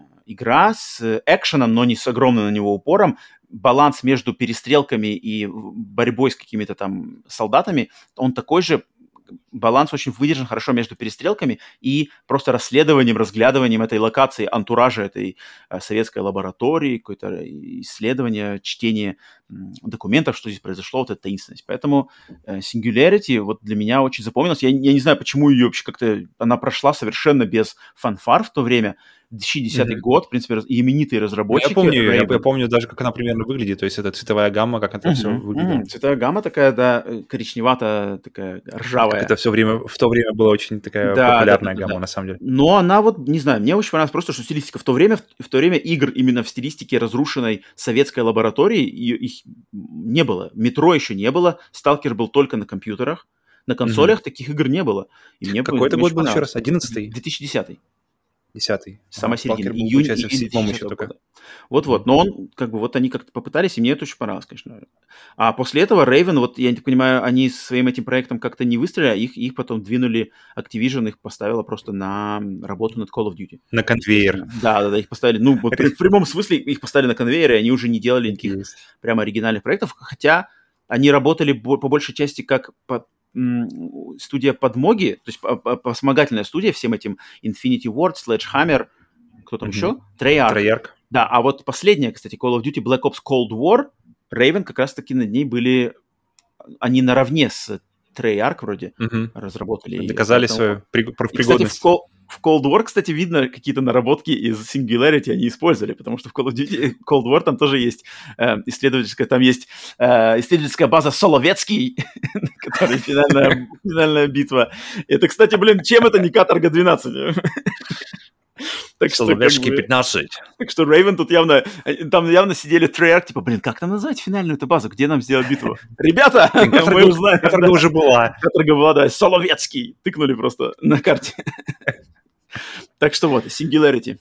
игра с экшеном, но не с огромным на него упором. Баланс между перестрелками и борьбой с какими-то там солдатами, он такой же, баланс очень выдержан хорошо между перестрелками и просто расследованием, разглядыванием этой локации, антуража этой советской лаборатории, какое-то исследование, чтение документов, что здесь произошло, вот эта таинственность. Поэтому Singularity вот для меня очень запомнилась. Я не знаю, почему ее вообще как-то... Она прошла совершенно без фанфар в то время. 2010 год, в принципе, именитые разработчики. Я помню даже, как она примерно выглядит, то есть это цветовая гамма, как это все выглядит. Цветовая гамма такая, да, коричневатая, такая ржавая. Как это в то время была очень такая популярная гамма, на самом деле. Но она вот, не знаю, мне очень понравилось просто, что стилистика в то время игр именно в стилистике разрушенной советской лаборатории, их не было. Метро еще не было, Сталкер был только на компьютерах, на консолях таких игр не было. И мне какой это год был еще раз? 11-й? 2010-й. 10-й. Самая середина. Июнь 2010 года. Вот-вот. Но они как-то попытались, и мне это очень понравилось, конечно. А после этого Raven, вот я так понимаю, они своим этим проектом как-то не выстрелили, а их потом двинули, Activision их поставила просто на работу над Call of Duty. На конвейер. Да, их поставили, в прямом смысле их поставили на конвейер, и они уже не делали никаких прямо оригинальных проектов, хотя они работали по большей части как студия подмоги, то есть вспомогательная студия всем этим Infinity Ward, Sledgehammer, кто там еще? Treyarch. Да, а вот последняя, кстати, Call of Duty Black Ops Cold War, Raven как раз-таки над ней были, они наравне с Treyarch вроде разработали. Доказали свою пригодность. Кстати, в Cold War, кстати, видно какие-то наработки из Singularity они использовали, потому что в Call of Duty Cold War там тоже есть исследовательская база Соловецкий, которая финальная битва. Это, кстати, чем это не Каторга 12? Соловецкий 15. Так что Raven тут явно сидели Treyarch, типа, как нам назвать финальную эту базу, где нам сделать битву? Ребята, мы узнаем. Каторга уже была. Каторга была, да, Соловецкий. Тыкнули просто на карте. Так что вот, Singularity.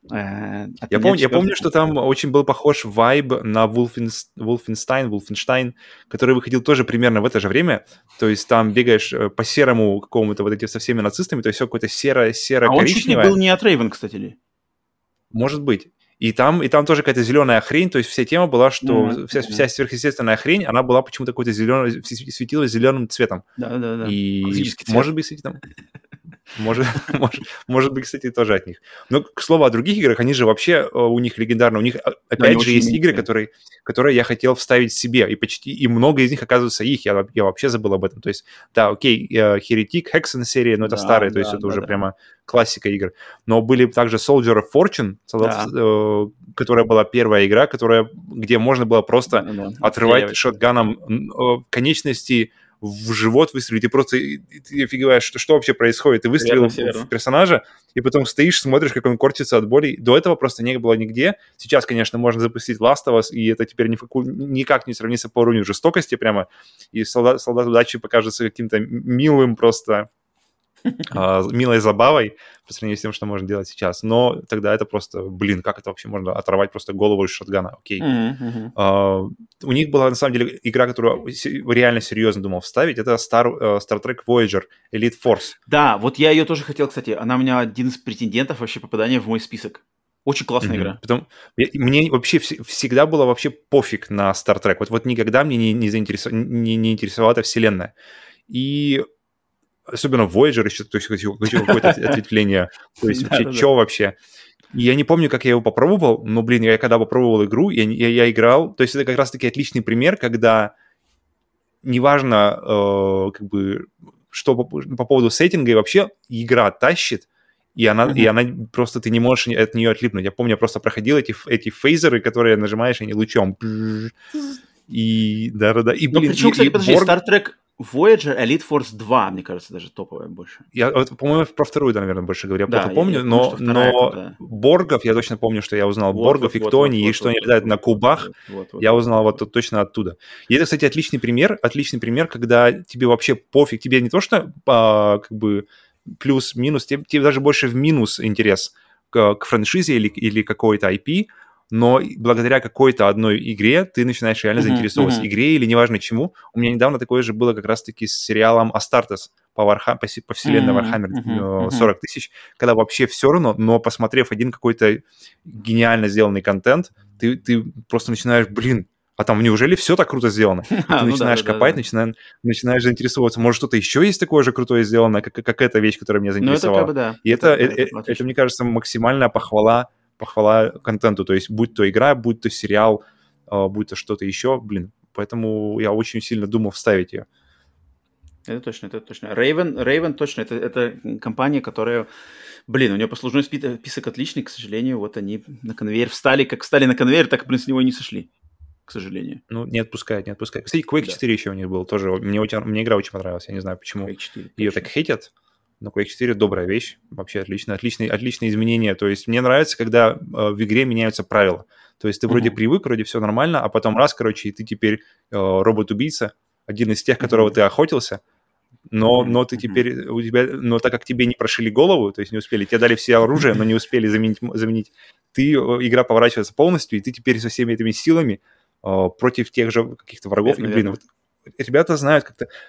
Я помню, что там очень был похож вайб на Wolfenstein, который выходил тоже примерно в это же время. То есть там бегаешь по серому какому-то вот этим со всеми нацистами, то есть все какое-то серо-коричневое. А он чуть ли был не от Raven, кстати, ли? Может быть. И там тоже какая-то зеленая хрень, то есть вся тема была, что вся сверхъестественная хрень, она была почему-то какой-то зеленой, светилась зеленым цветом. Да. И может быть, кстати, там... Может быть, кстати, тоже от них. Но, к слову, о других играх, они же вообще у них легендарно. У них, опять же, есть игры, которые я хотел вставить себе, и много из них, оказывается, их. Я вообще забыл об этом. То есть, да, окей, Heretic, Hexen серия, но это старые, то есть это уже прямо классика игр. Но были также Soldier of Fortune, которая была первая игра, где можно было просто отрывать шотганом конечности, в живот выстрелить, и просто ты офигеваешь, что вообще происходит. Ты выстрелил в персонажа, и потом стоишь, смотришь, как он корчится от боли. До этого просто не было нигде. Сейчас, конечно, можно запустить Last of Us, и это теперь никак не сравнится по уровню жестокости прямо. И солдат удачи покажется каким-то милым просто... милой забавой по сравнению с тем, что можно делать сейчас. Но тогда это просто, как это вообще можно оторвать просто голову из шотгана? Окей. У них была, на самом деле, игра, которую реально серьезно думал вставить. Это Star Trek Voyager Elite Force. Да, вот я ее тоже хотел, кстати. Она у меня один из претендентов вообще попадания в мой список. Очень классная игра. Мне вообще всегда было вообще пофиг на Star Trek. Вот никогда мне не интересовала эта вселенная. И особенно Voyager еще, то есть какое-то ответвление. То есть вообще, что вообще? Я не помню, как я его попробовал, но, я когда попробовал игру, я играл. То есть это как раз-таки отличный пример, когда неважно, что по поводу сеттинга, и вообще игра тащит, и она просто, ты не можешь от нее отлипнуть. Я помню, я просто проходил эти фейзеры, которые нажимаешь, они лучом. И да-да-да. Причем, кстати, подожди, Star Trek Voyager Elite Force 2, мне кажется, даже топовая больше. Я, по-моему, про вторую, наверное, больше говорю. Я плохо помню, но Боргов, я точно помню, что я узнал Боргов и кто они, и что они летают на кубах. Я узнал вот точно оттуда. И это, кстати, отличный пример, когда тебе вообще пофиг. Тебе не то, что плюс-минус, тебе даже больше в минус интерес к франшизе или какой-то IP, но благодаря какой-то одной игре ты начинаешь реально заинтересовываться игре или неважно чему. У меня недавно такое же было как раз-таки с сериалом Astartes по вселенной Warhammer 40 тысяч, когда вообще все равно, но посмотрев один какой-то гениально сделанный контент, ты просто начинаешь, а там неужели все так круто сделано? Ты начинаешь копать, начинаешь заинтересовываться. Может, что-то еще есть такое же крутое сделано, как эта вещь, которая меня заинтересовала. И это, мне кажется, максимальная похвала контенту, то есть будь то игра, будь то сериал, будь то что-то еще, поэтому я очень сильно думал вставить ее. Это точно. Raven точно, это компания, которая, у нее послужной список отличный, к сожалению, вот они на конвейер встали, как встали на конвейер, так, с него и не сошли, к сожалению. Не отпускают. Кстати, Quake 4 еще у них был тоже, мне игра очень понравилась, я не знаю, почему ее так хейтят. Но Quake 4 добрая вещь, вообще отличные изменения. То есть мне нравится, когда в игре меняются правила. То есть ты вроде привык, вроде все нормально, а потом и ты теперь робот-убийца, один из тех, которого ты охотился, но ты теперь, но так как тебе не прошили голову, то есть не успели, тебе дали все оружие, но не успели заменить, игра поворачивается полностью, и ты теперь со всеми этими силами против тех же каких-то врагов. Ребята знают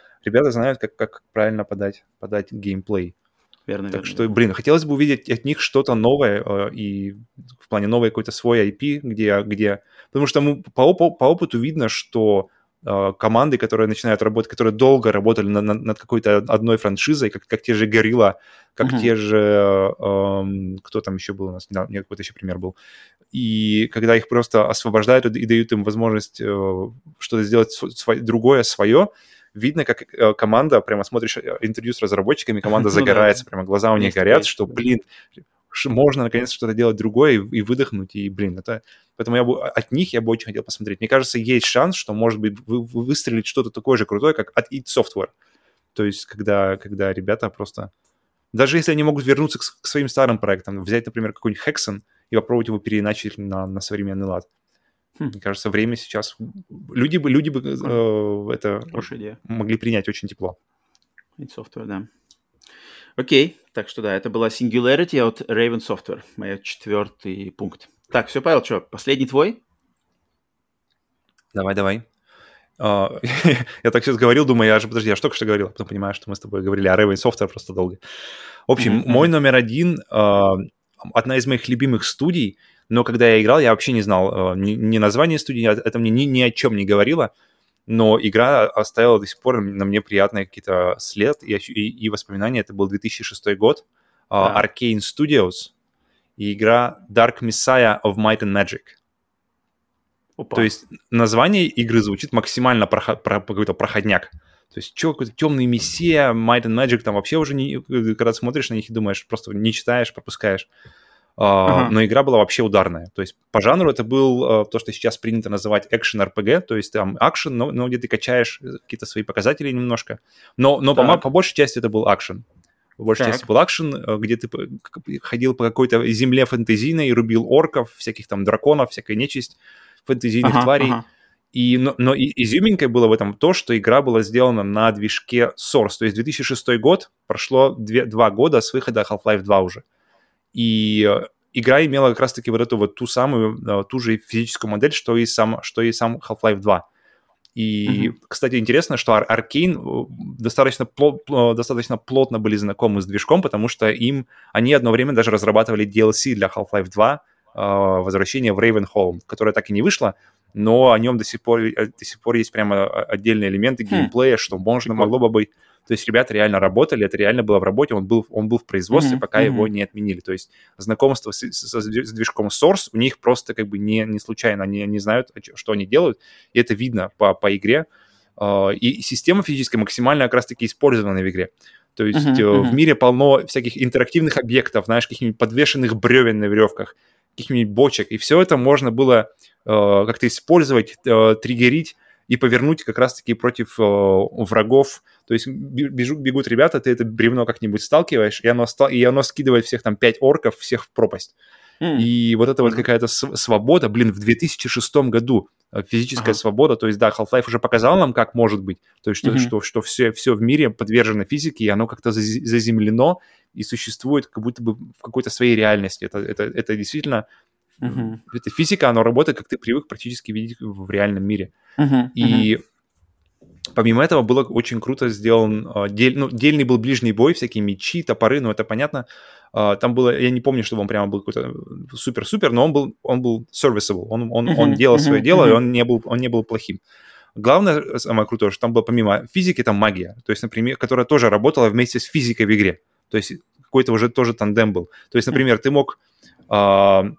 как правильно подать геймплей. Верно. Что, хотелось бы увидеть от них что-то новое, и в плане новой какой-то свой IP, где... Потому что по опыту видно, что команды, которые начинают работать, которые долго работали над какой-то одной франшизой, как те же Guerrilla, как те же... кто там еще был у нас? Да, у меня какой-то еще пример был. И когда их просто освобождают и дают им возможность что-то сделать другое, свое, видно, как команда, прямо смотришь интервью с разработчиками, команда загорается, прямо глаза у них горят, что, можно наконец что-то делать другое и выдохнуть, и, это... Поэтому от них я бы очень хотел посмотреть. Мне кажется, есть шанс, что, может быть, выстрелить что-то такое же крутое, как от id Software. То есть, когда ребята просто... Даже если они могут вернуться к своим старым проектам, взять, например, какой-нибудь Hexen и попробовать его переиначить на современный лад. Мне кажется, время сейчас... Люди бы это могли принять очень тепло. id Software, да. Окей. Так что да, это была Singularity от Raven Software, мой 4-й пункт. Так, все, Павел, что, последний твой? Давай. Я так сейчас говорил, думаю, подожди, я же только что говорил, а потом понимаю, что мы с тобой говорили о Raven Software просто долго. В общем, мой номер один, одна из моих любимых студий, но когда я играл, я вообще не знал ни названия студии, это мне ни о чем не говорило, но игра оставила до сих пор на мне приятный какие-то след и воспоминания. Это был 2006 год, Arcane Studios и игра Dark Messiah of Might and Magic. Опа. То есть название игры звучит максимально какой-то проходняк. То есть что, какой-то темный мессия, Might and Magic, там вообще уже, когда смотришь на них и думаешь, просто не читаешь, пропускаешь. Но игра была вообще ударная. То есть по жанру это был то, что сейчас принято называть экшен-РПГ, то есть там акшен, но где ты качаешь какие-то свои показатели немножко. Но по большей части это был акшен. По большей части был акшен, где ты ходил по какой-то земле фэнтезийной, рубил орков, всяких там драконов, всякая нечисть, фэнтезийных тварей. Но изюминкой было в этом то, что игра была сделана на движке Source. То есть 2006 год, прошло 2 года с выхода Half-Life 2 уже. И игра имела как раз-таки вот эту вот ту же физическую модель, что и сам Half-Life 2. И, кстати, интересно, что Arcane достаточно плотно были знакомы с движком, потому что они одно время даже разрабатывали DLC для Half-Life 2, «Возвращение в Ravenholm», которое так и не вышло, но о нем до сих пор есть прямо отдельные элементы геймплея, что могло бы быть. То есть ребята реально работали, это реально было в работе, он был в производстве, пока его не отменили. То есть знакомство с движком Source у них просто как бы не случайно, они не знают, что они делают, и это видно по игре. И система физическая максимально как раз-таки использована в игре. То есть в мире полно всяких интерактивных объектов, знаешь, каких-нибудь подвешенных бревен на веревках, каких-нибудь бочек, и все это можно было как-то использовать, триггерить и повернуть как раз-таки против врагов. То есть бегут ребята, ты это бревно как-нибудь сталкиваешь, и оно скидывает всех там 5 орков, всех в пропасть. И вот это вот какая-то свобода, в 2006 году физическая свобода, то есть, да, Half-Life уже показал нам, как может быть, то есть, что все в мире подвержено физике, и оно как-то заземлено и существует как будто бы в какой-то своей реальности. Это действительно, эта физика, она работает, как ты привык практически видеть в реальном мире. И помимо этого было очень круто сделан, дельный был ближний бой, всякие мечи, топоры, это понятно. Там было, я не помню, чтобы он прямо был какой-то супер-супер, но он был serviceable, он делал свое дело, и он не был плохим. Главное, самое крутое, что там было помимо физики, там магия, то есть, например, которая тоже работала вместе с физикой в игре. То есть какой-то уже тоже тандем был. То есть, например, ты мог... то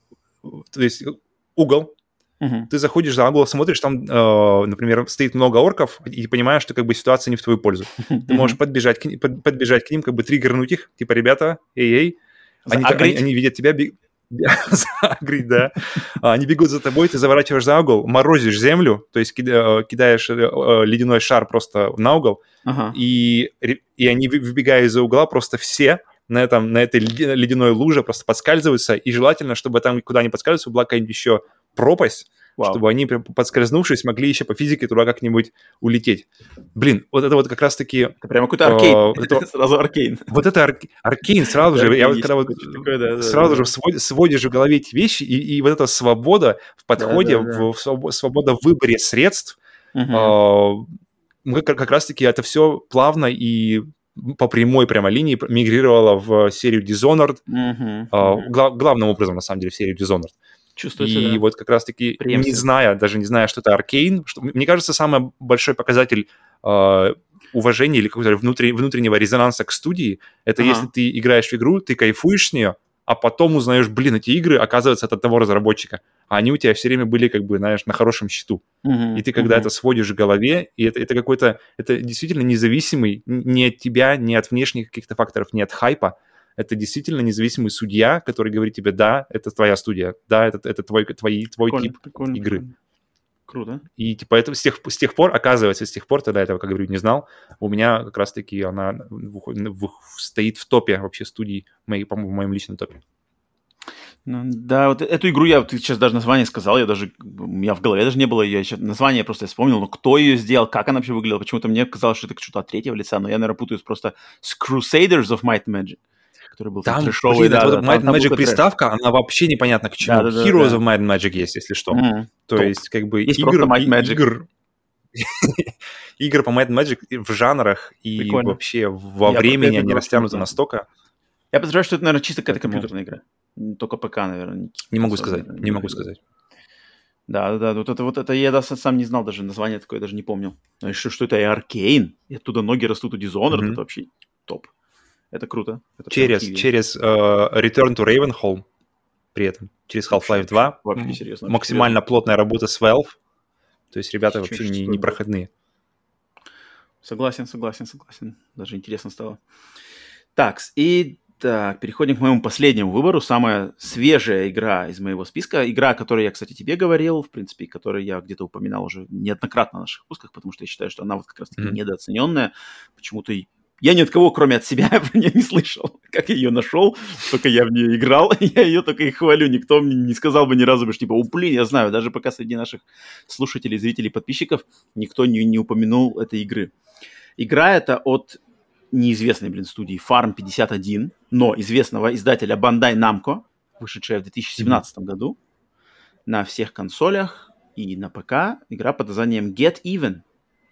есть угол, ты заходишь за угол, смотришь, там, например, стоит много орков, и понимаешь, что как бы ситуация не в твою пользу. Ты можешь подбежать к ним, как бы триггернуть их, типа, ребята, эй, они видят тебя, загрить, да. Они бегут за тобой, ты заворачиваешь за угол, морозишь землю, то есть кидаешь ледяной шар просто на угол, и они, выбегая из-за угла, просто все на этой ледяной луже просто подскальзываются, и желательно, чтобы там, куда они подскальзываются, была какая-нибудь еще пропасть, чтобы они, подскользнувшись, могли еще по физике туда как-нибудь улететь. Вот это вот как раз-таки... Это прямо какой-то Аркейн. Сразу Аркейн. Вот это Аркейн сразу же. Я вот когда сразу же сводишь в голове эти вещи, и вот эта свобода в подходе, свобода в выборе средств, как раз-таки это все плавно и по прямой прямо линии мигрировало в серию Dishonored, главным образом, на самом деле, в серию Dishonored. Чувствуется, и вот как раз-таки, не зная, что это Arcane, мне кажется, самый большой показатель уважения или какого-то внутреннего резонанса к студии, это если ты играешь в игру, ты кайфуешь с нее, а потом узнаешь, эти игры, оказывается, от одного разработчика, а они у тебя все время были, как бы, знаешь, на хорошем счету. И ты когда это сводишь в голове, и это какой-то, это действительно независимый ни от тебя, ни от внешних каких-то факторов, ни от хайпа, это действительно независимый судья, который говорит тебе, да, это твоя студия, да, это твой тип игры. Круто. И типа это с тех пор, оказывается, тогда этого, как говорю, не знал, у меня как раз-таки она стоит в топе вообще студий, в моем личном топе. Да, вот эту игру ты сейчас даже название сказал, у меня в голове даже не было ее, название просто я вспомнил, но кто ее сделал, как она вообще выглядела, почему-то мне казалось, что это что-то от третьего лица, но я, наверное, путаюсь просто с Crusaders of Might and Magic, который был там трэшовый, это вот Might and там Magic приставка, она вообще непонятно к чему. Heroes of Might and Magic есть, если что. То есть, как бы, есть просто Might and Magic. Игр по Might and Magic в жанрах и вообще во времени они растянуты настолько. Я подозреваю, что это, наверное, чисто какая-то компьютерная игра. Только ПК, наверное. Не могу сказать. Да, вот это я сам не знал даже, название такое даже не помнил. Но еще что это и Arcane, и оттуда ноги растут у Dishonored, это вообще топ. Это круто. Это через Return to Ravenholm при этом, через Half-Life 2, вообще серьезно, максимально плотная работа с Valve, то есть ребята вообще не проходные. Согласен. Даже интересно стало. Так, переходим к моему последнему выбору. Самая свежая игра из моего списка. Игра, о которой я, кстати, тебе говорил, в принципе, которую я где-то упоминал уже неоднократно на наших выпусках, потому что я считаю, что она вот как раз-таки недооцененная. Почему-то я ни от кого, кроме от себя, про нее не слышал. Как я ее нашел, только я в нее играл, я ее только и хвалю. Никто мне не сказал бы ни разу, что типа, блин, я знаю, даже пока среди наших слушателей, зрителей, подписчиков никто не упомянул этой игры. Игра эта от неизвестной, студии Farm 51, но известного издателя Bandai Namco, вышедшая в 2017 году на всех консолях и на ПК. Игра под названием Get Even.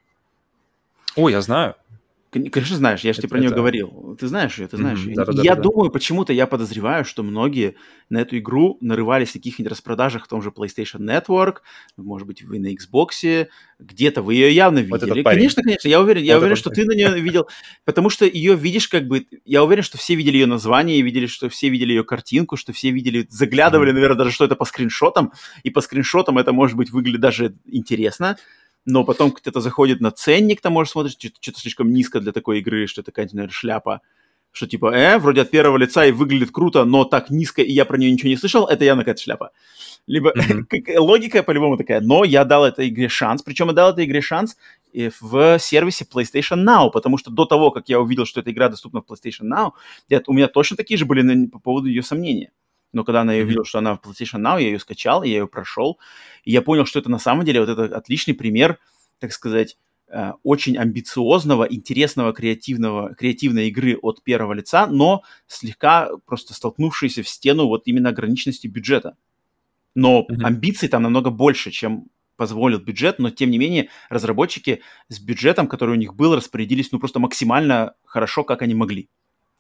О, я знаю. Конечно, знаешь, я же тебе про нее говорил. Ты знаешь ее. Я думаю, почему-то я подозреваю, что многие на эту игру нарывались в каких-нибудь распродажах в том же PlayStation Network, может быть, вы на Xbox, где-то вы ее явно видели. Конечно, я уверен, что ты на нее видел, потому что ее видишь я уверен, что все видели ее название, видели, что все видели ее картинку, что все видели, заглядывали, наверное, даже что это по скриншотам, и по скриншотам это, может быть, выглядит даже интересно. Но потом кто-то заходит на ценник, там, может, смотришь, что-то слишком низко для такой игры, что это какая-то, наверное, шляпа. Что типа, вроде от первого лица и выглядит круто, но так низко, и я про нее ничего не слышал, это явно какая-то шляпа. Либо логика по-любому такая, но я дал этой игре шанс, причем я дал этой игре шанс в сервисе PlayStation Now, потому что до того, как я увидел, что эта игра доступна в PlayStation Now, у меня точно такие же были по поводу ее сомнения. Но когда я увидел, что она в PlayStation Now, я ее скачал, я ее прошел, и я понял, что это на самом деле вот это отличный пример, так сказать, очень амбициозного, интересного, креативной игры от первого лица, но слегка просто столкнувшейся в стену вот именно ограниченностью бюджета. Но амбиций там намного больше, чем позволил бюджет, но тем не менее разработчики с бюджетом, который у них был, распорядились просто максимально хорошо, как они могли.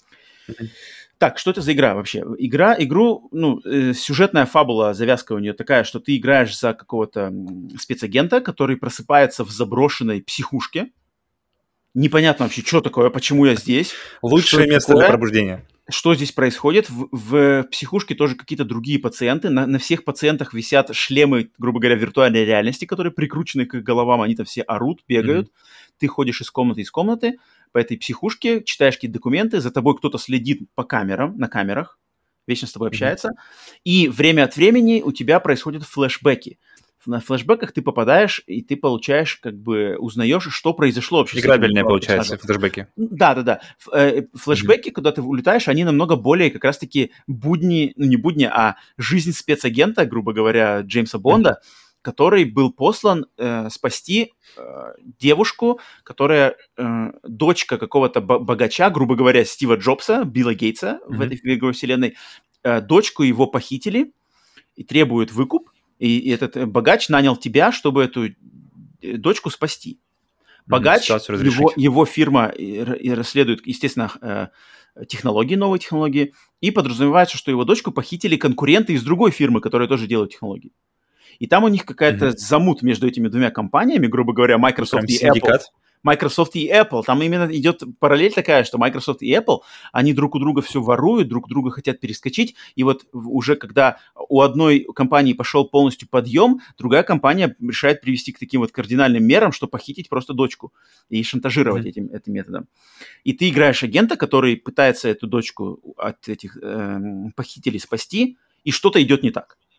Так, что это за игра вообще? Сюжетная фабула, завязка у нее такая, что ты играешь за какого-то спецагента, который просыпается в заброшенной психушке. Непонятно вообще, что такое, почему я здесь. Лучшее место для пробуждения. Что здесь происходит? В психушке тоже какие-то другие пациенты. На всех пациентах висят шлемы, грубо говоря, виртуальной реальности, которые прикручены к их головам. Они там все орут, бегают. Ты ходишь из комнаты по этой психушке, читаешь какие-то документы, за тобой кто-то следит на камерах, вечно с тобой общается, и время от времени у тебя происходят флешбеки. На флешбеках ты попадаешь, и ты получаешь, узнаешь, что произошло вообще. Играбельные, получается, флешбеки. Да. Флешбеки, куда ты улетаешь, они намного более как раз-таки не будни, а жизнь спецагента, грубо говоря, Джеймса Бонда, который был послан спасти девушку, которая дочка какого-то богача, грубо говоря, Стива Джобса, Билла Гейтса в этой игровой вселенной. Дочку его похитили и требуют выкуп. И этот богач нанял тебя, чтобы эту дочку спасти. Богач, его фирма расследует, естественно, новые технологии, и подразумевается, что его дочку похитили конкуренты из другой фирмы, которые тоже делают технологии. И там у них какая-то замут между этими двумя компаниями, грубо говоря, Microsoft и Apple. Microsoft и Apple. Там именно идет параллель такая, что Microsoft и Apple, они друг у друга все воруют, друг друга хотят перескочить. И вот уже когда у одной компании пошел полностью подъем, другая компания решает привести к таким вот кардинальным мерам, что похитить просто дочку и шантажировать этим методом. И ты играешь агента, который пытается эту дочку от этих похитителей спасти, и что-то идет не так.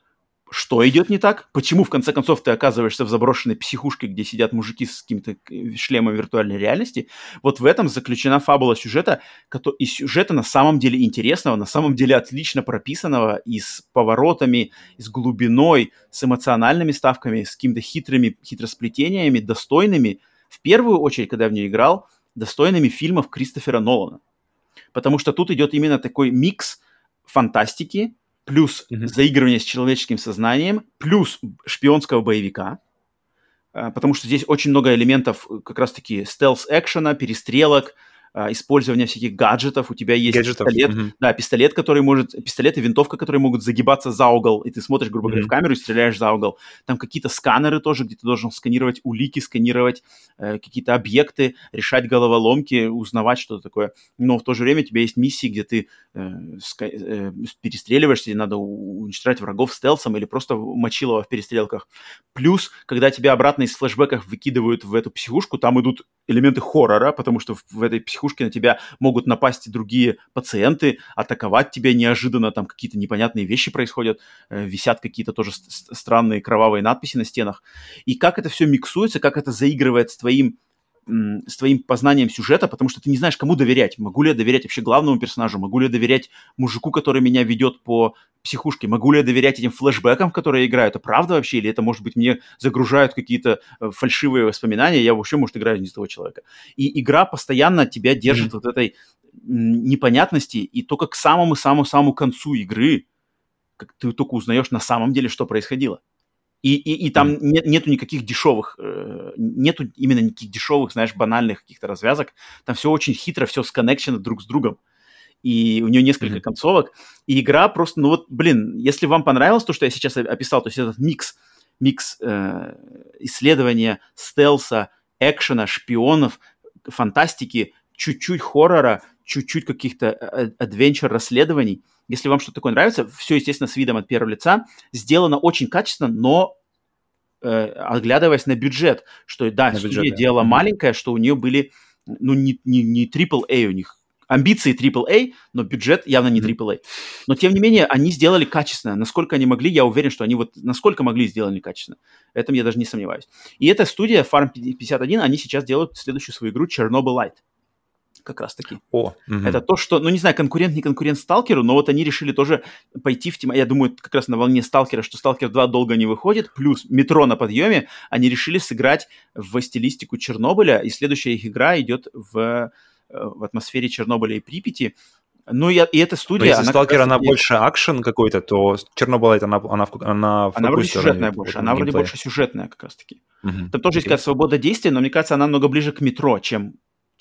Что идет не так? Почему, в конце концов, ты оказываешься в заброшенной психушке, где сидят мужики с каким-то шлемом виртуальной реальности? Вот в этом заключена фабула сюжета, и сюжета на самом деле интересного, на самом деле отлично прописанного, и с поворотами, и с глубиной, с эмоциональными ставками, с какими-то хитросплетениями, достойными, в первую очередь, когда я в нее играл, достойными фильмов Кристофера Нолана. Потому что тут идет именно такой микс фантастики, плюс заигрывание с человеческим сознанием, плюс шпионского боевика, потому что здесь очень много элементов как раз-таки стелс-экшена, перестрелок, использования всяких гаджетов. У тебя есть пистолет, да, пистолет и винтовка, которые могут загибаться за угол, и ты смотришь, грубо говоря, в камеру и стреляешь за угол. Там какие-то сканеры тоже, где ты должен сканировать улики, сканировать какие-то объекты, решать головоломки, узнавать что-то такое. Но в то же время у тебя есть миссии, где ты перестреливаешься, тебе надо уничтожать врагов стелсом или просто мочилово в перестрелках. Плюс, когда тебя обратно из флешбеков выкидывают в эту психушку, там идут элементы хоррора, потому что в этой психушке на тебя могут напасть и другие пациенты, атаковать тебя неожиданно, там какие-то непонятные вещи происходят, висят какие-то тоже странные кровавые надписи на стенах. И как это все миксуется, как это заигрывает с твоим познанием сюжета, потому что ты не знаешь, кому доверять. Могу ли я доверять вообще главному персонажу? Могу ли я доверять мужику, который меня ведет по психушке? Могу ли я доверять этим флешбекам, которые я играю? Это правда вообще? Или это, может быть, мне загружают какие-то фальшивые воспоминания? Я вообще, может, играю не за того человека. И игра постоянно тебя держит вот этой непонятности, и только к самому-самому-самому концу игры ты только узнаешь на самом деле, что происходило. И там нету никаких дешевых, знаешь, банальных каких-то развязок. Там все очень хитро, все сконнекчено друг с другом. И у нее несколько концовок. И игра просто, если вам понравилось то, что я сейчас описал, то есть этот микс исследования стелса, экшена, шпионов, фантастики, чуть-чуть хоррора, чуть-чуть каких-то адвенчер-расследований. Если вам что-то такое нравится, все, естественно, с видом от первого лица, сделано очень качественно, но оглядываясь на бюджет, что, да, студия делала маленькая, что у нее были, не AAA у них, амбиции AAA, но бюджет явно не AAA. Но, тем не менее, они сделали качественно. Насколько они могли, я уверен, что они насколько могли, сделали качественно. В этом я даже не сомневаюсь. И эта студия, Farm 51, они сейчас делают следующую свою игру Chernobyl Light. Как раз-таки. Это то, что, не знаю, конкурент, не конкурент Сталкеру, но вот они решили тоже пойти в тему, я думаю, как раз на волне Сталкера, что Сталкер 2 долго не выходит, плюс Метро на подъеме, они решили сыграть в стилистику Чернобыля, и следующая их игра идет в атмосфере Чернобыля и Припяти. И эта студия... Но если Сталкер, она больше акшен какой-то, то Чернобыль, она вроде сюжетная больше, она вроде больше сюжетная как раз-таки. Там тоже есть какая-то свобода действия, но мне кажется, она много ближе к Метро, чем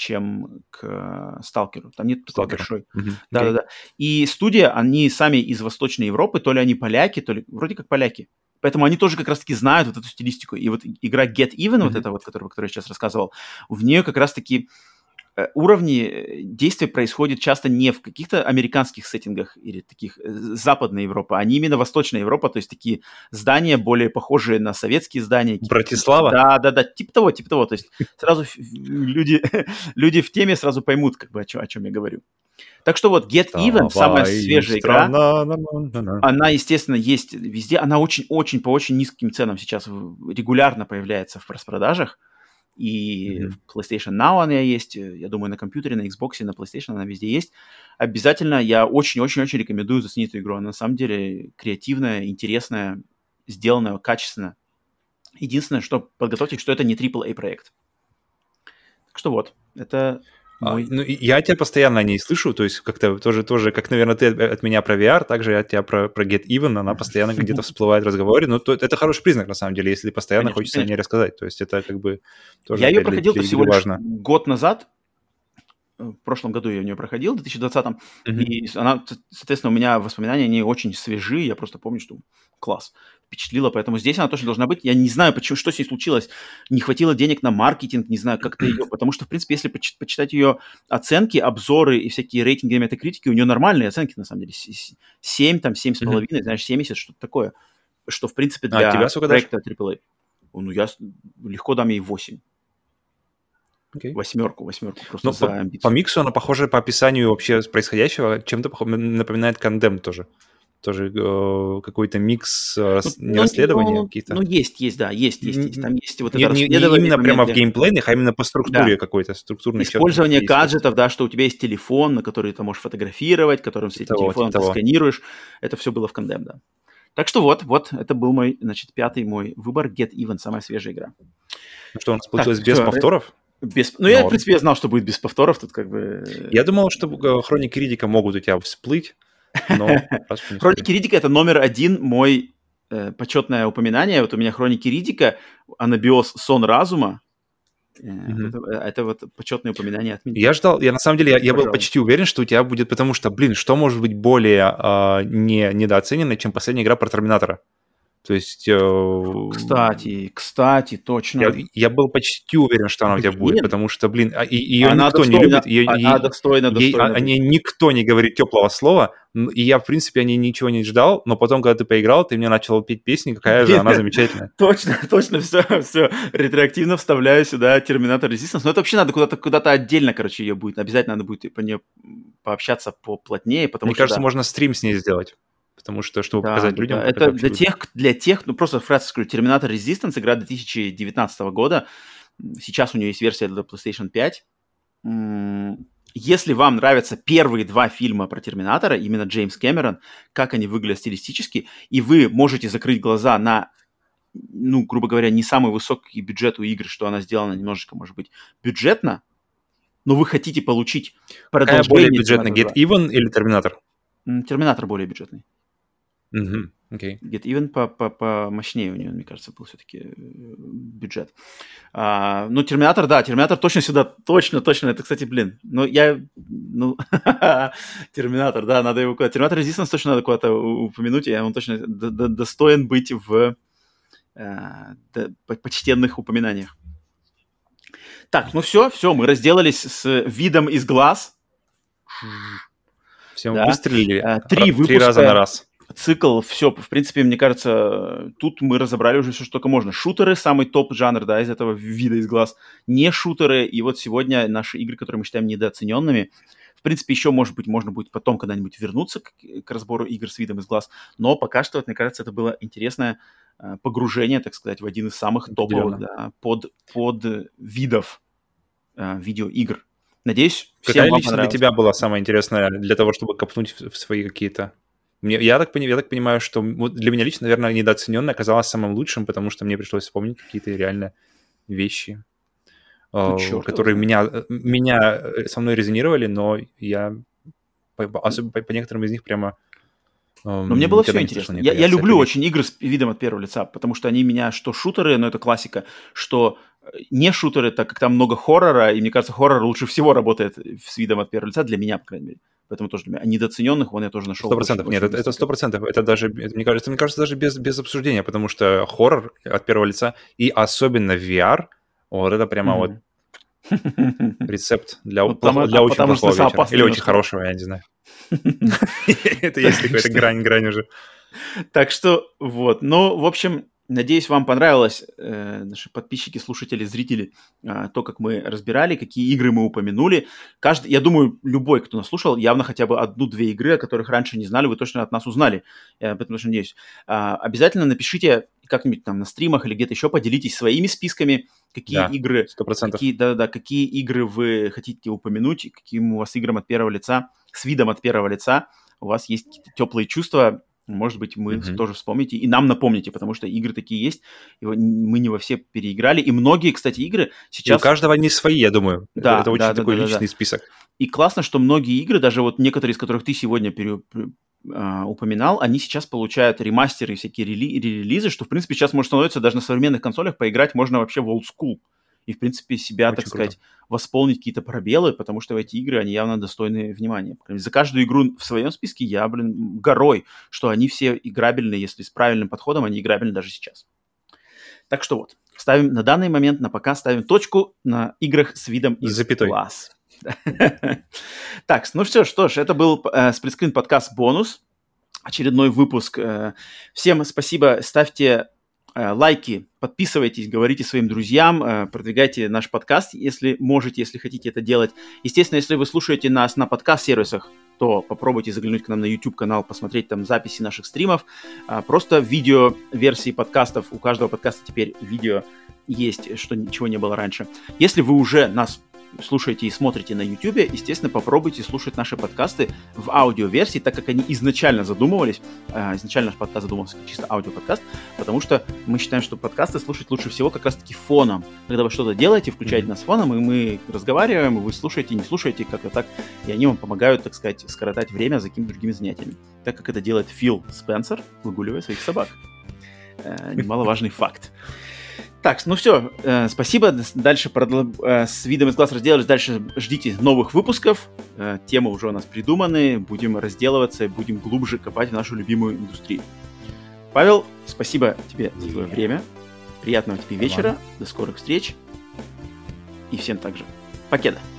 к Сталкеру. Там нет такой большой. Да-да-да. И студия, они сами из Восточной Европы, то ли они поляки, то ли вроде как поляки. Поэтому они тоже как раз-таки знают вот эту стилистику. И вот игра Get Even, вот эта вот, которую я сейчас рассказывал, в нее как раз-таки уровни действия происходят часто не в каких-то американских сеттингах или таких Западной Европы, а именно Восточная Европа, то есть такие здания, более похожие на советские здания. Братислава? Да, типа того. То есть сразу люди в теме сразу поймут, как бы, о чем я говорю. Так что вот Get Even, самая свежая игра, она, естественно, есть везде, она очень по очень низким ценам сейчас регулярно появляется в распродажах. И в PlayStation Now она есть, я думаю, на компьютере, на Xbox, на PlayStation она везде есть. Обязательно я очень-очень-очень рекомендую заценить эту игру. Она на самом деле креативная, интересная, сделанная качественно. Единственное, что подготовьте, что это не AAA проект. Так что вот, это... я тебя постоянно о ней слышу, то есть как-то тоже, как, наверное, ты от меня про VR, также я от тебя про Get Even, она постоянно где-то всплывает в разговоре, но это хороший признак, на самом деле, если постоянно хочется о ней рассказать, то есть это как бы тоже я ее проходил всего лишь год назад, в прошлом году я в нее проходил, в 2020-м, и она, соответственно, у меня воспоминания, они очень свежие, я просто помню, что класс, впечатлила, поэтому здесь она точно должна быть. Я не знаю, что с ней случилось, не хватило денег на маркетинг, не знаю, как-то ее, потому что, в принципе, если почитать ее оценки, обзоры и всякие рейтинги метакритики, у нее нормальные оценки, на самом деле, 7, там, 7,5, знаешь, 70, что-то такое, что, в принципе, для проекта AAA. Я легко дам ей 8. Восьмерку, просто за амбицию. По миксу она похожа по описанию вообще происходящего, чем-то напоминает Condemned тоже. тоже какой-то микс не расследования каких-то. Ну, есть. Там есть вот это расследование. Не именно прямо в геймплейных, а именно по структуре какой-то, структурной части. Использование гаджетов, да, что у тебя есть телефон, на который ты можешь фотографировать, которым с этим телефоном ты сканируешь. Это все было в Condemned, да. Так что вот, это был мой, значит, 5-й мой выбор. Get Even, самая свежая игра. Ну что, у нас получилось без повторов? Я, в принципе, знал, что будет без повторов. Тут как бы... Я думал, что Хроники Риддика могут у тебя всплыть, но... Хроники Риддика — это номер 1 мой почетное упоминание. Вот у меня Хроники Риддика, Анабиос, Сон разума. Это вот почетное упоминание от меня. Я ждал, на самом деле, я был почти уверен, что у тебя будет, потому что, что может быть более недооцененной, чем последняя игра про Терминатора? То есть... Кстати, точно. Я был почти уверен, что она у тебя будет, потому что, ее никто не любит. Она достойна. О ней никто не говорит теплого слова, и я, в принципе, о ней ничего не ждал, но потом, когда ты поиграл, ты мне начал петь песни, какая же она замечательная. Точно, все. Ретроактивно вставляю сюда Терминатор Resistance. Но это вообще надо куда-то отдельно, ее будет. Обязательно надо будет по ней пообщаться поплотнее, потому что... Мне кажется, можно стрим с ней сделать. Потому что, чтобы показать людям... Это для тех, просто вкратце скажу, Terminator Resistance, игра 2019 года. Сейчас у нее есть версия для PlayStation 5. Если вам нравятся первые 2 фильма про Терминатора, именно Джеймс Кэмерон, как они выглядят стилистически, и вы можете закрыть глаза на, грубо говоря, не самый высокий бюджет у игр, что она сделана немножечко, может быть, бюджетно, но вы хотите получить продолжение... Какая более бюджетная, Get Even или Терминатор? Терминатор более бюджетный. Get Even помощнее у нее, мне кажется, был все-таки бюджет. Терминатор, да, Терминатор точно сюда, точно, это, кстати, Терминатор, да, надо его куда-то, Терминатор Resistance точно надо куда-то упомянуть, и он точно достоин быть в почтенных упоминаниях. Так, все, мы разделались с видом из глаз. Все, мы выстрелили 3 раза на раз. Цикл, все, в принципе, мне кажется, тут мы разобрали уже все, что только можно. Шутеры, самый топ-жанр, да, из этого вида из глаз. Не шутеры, и вот сегодня наши игры, которые мы считаем недооцененными. В принципе, еще, может быть, можно будет потом когда-нибудь вернуться к разбору игр с видом из глаз. Но пока что, мне кажется, это было интересное погружение, так сказать, в один из самых топовых, да, под видов видеоигр. Надеюсь, всем вам лично для тебя была самая интересная для того, чтобы копнуть в свои какие-то... Я так понимаю, что для меня лично, наверное, недооцененная оказалась самым лучшим, потому что мне пришлось вспомнить какие-то реально вещи, которые меня со мной резонировали, но я особенно по некоторым из них прямо... Но мне было все интересно. Я люблю очень игры с видом от первого лица, потому что они меня, что шутеры, но это классика, что не шутеры, так как там много хоррора, и мне кажется, хоррор лучше всего работает с видом от первого лица, для меня, по крайней мере. Поэтому тоже для меня. А недооцененных я тоже нашел. 100%. Нет, это 100%. Это даже, мне кажется, даже без обсуждения, потому что хоррор от первого лица, и особенно VR, вот это прямо вот рецепт для очень плохого вечера. Или очень хорошего, я не знаю. Это есть какая-то грань уже. Так что вот. Ну, в общем... Надеюсь, вам понравилось, наши подписчики, слушатели, зрители, то, как мы разбирали, какие игры мы упомянули. Я думаю, любой, кто нас слушал, явно хотя бы 1-2 игры, о которых раньше не знали, вы точно от нас узнали. Я об этом очень надеюсь. Обязательно напишите как-нибудь там на стримах или где-то еще, поделитесь своими списками, какие игры, 100%. Какие игры вы хотите упомянуть, каким у вас играм от первого лица, с видом от первого лица у вас есть какие-то теплые чувства. Может быть, мы тоже вспомните и нам напомните, потому что игры такие есть, и мы не во все переиграли. И многие, кстати, игры сейчас... И у каждого они свои, я думаю. Да, это очень такой личный список. И классно, что многие игры, даже вот некоторые из которых ты сегодня упоминал, они сейчас получают ремастеры и всякие релизы, что, в принципе, сейчас может становиться даже на современных консолях поиграть можно вообще в old school. И, в принципе, себя, так сказать, восполнить какие-то пробелы, потому что в эти игры, они явно достойны внимания. За каждую игру в своем списке я, горой, что они все играбельны, если с правильным подходом, они играбельны даже сейчас. Так что вот, ставим на данный момент, на пока ставим точку на играх с видом из глаз. Так, ну что ж, это был сплитскрин подкаст «Бонус», очередной выпуск. Всем спасибо, ставьте лайки, подписывайтесь, говорите своим друзьям, продвигайте наш подкаст, если можете, если хотите это делать. Естественно, если вы слушаете нас на подкаст-сервисах, то попробуйте заглянуть к нам на YouTube-канал, посмотреть там записи наших стримов. Просто видео-версии подкастов, у каждого подкаста теперь видео есть, что ничего не было раньше. Если вы уже нас слушаете и смотрите на YouTube, естественно, попробуйте слушать наши подкасты в аудиоверсии, так как они изначально задумывались. Изначально наш подкаст задумывался как чисто аудиоподкаст, потому что мы считаем, что подкасты слушать лучше всего как раз-таки фоном. Когда вы что-то делаете, включаете нас фоном, и мы разговариваем, и вы слушаете, не слушаете, как-то так, и они вам помогают, так сказать, скоротать время за какими-то другими занятиями. Так как это делает Фил Спенсер, выгуливая своих собак. Немаловажный факт. Так, ну все, спасибо. Дальше с видом из глаз разделались. Дальше ждите новых выпусков. Темы уже у нас придуманы. Будем разделываться, будем глубже копать в нашу любимую индустрию. Павел, спасибо тебе за твое время. Приятного тебе вечера. До скорых встреч. И всем также. Покеда.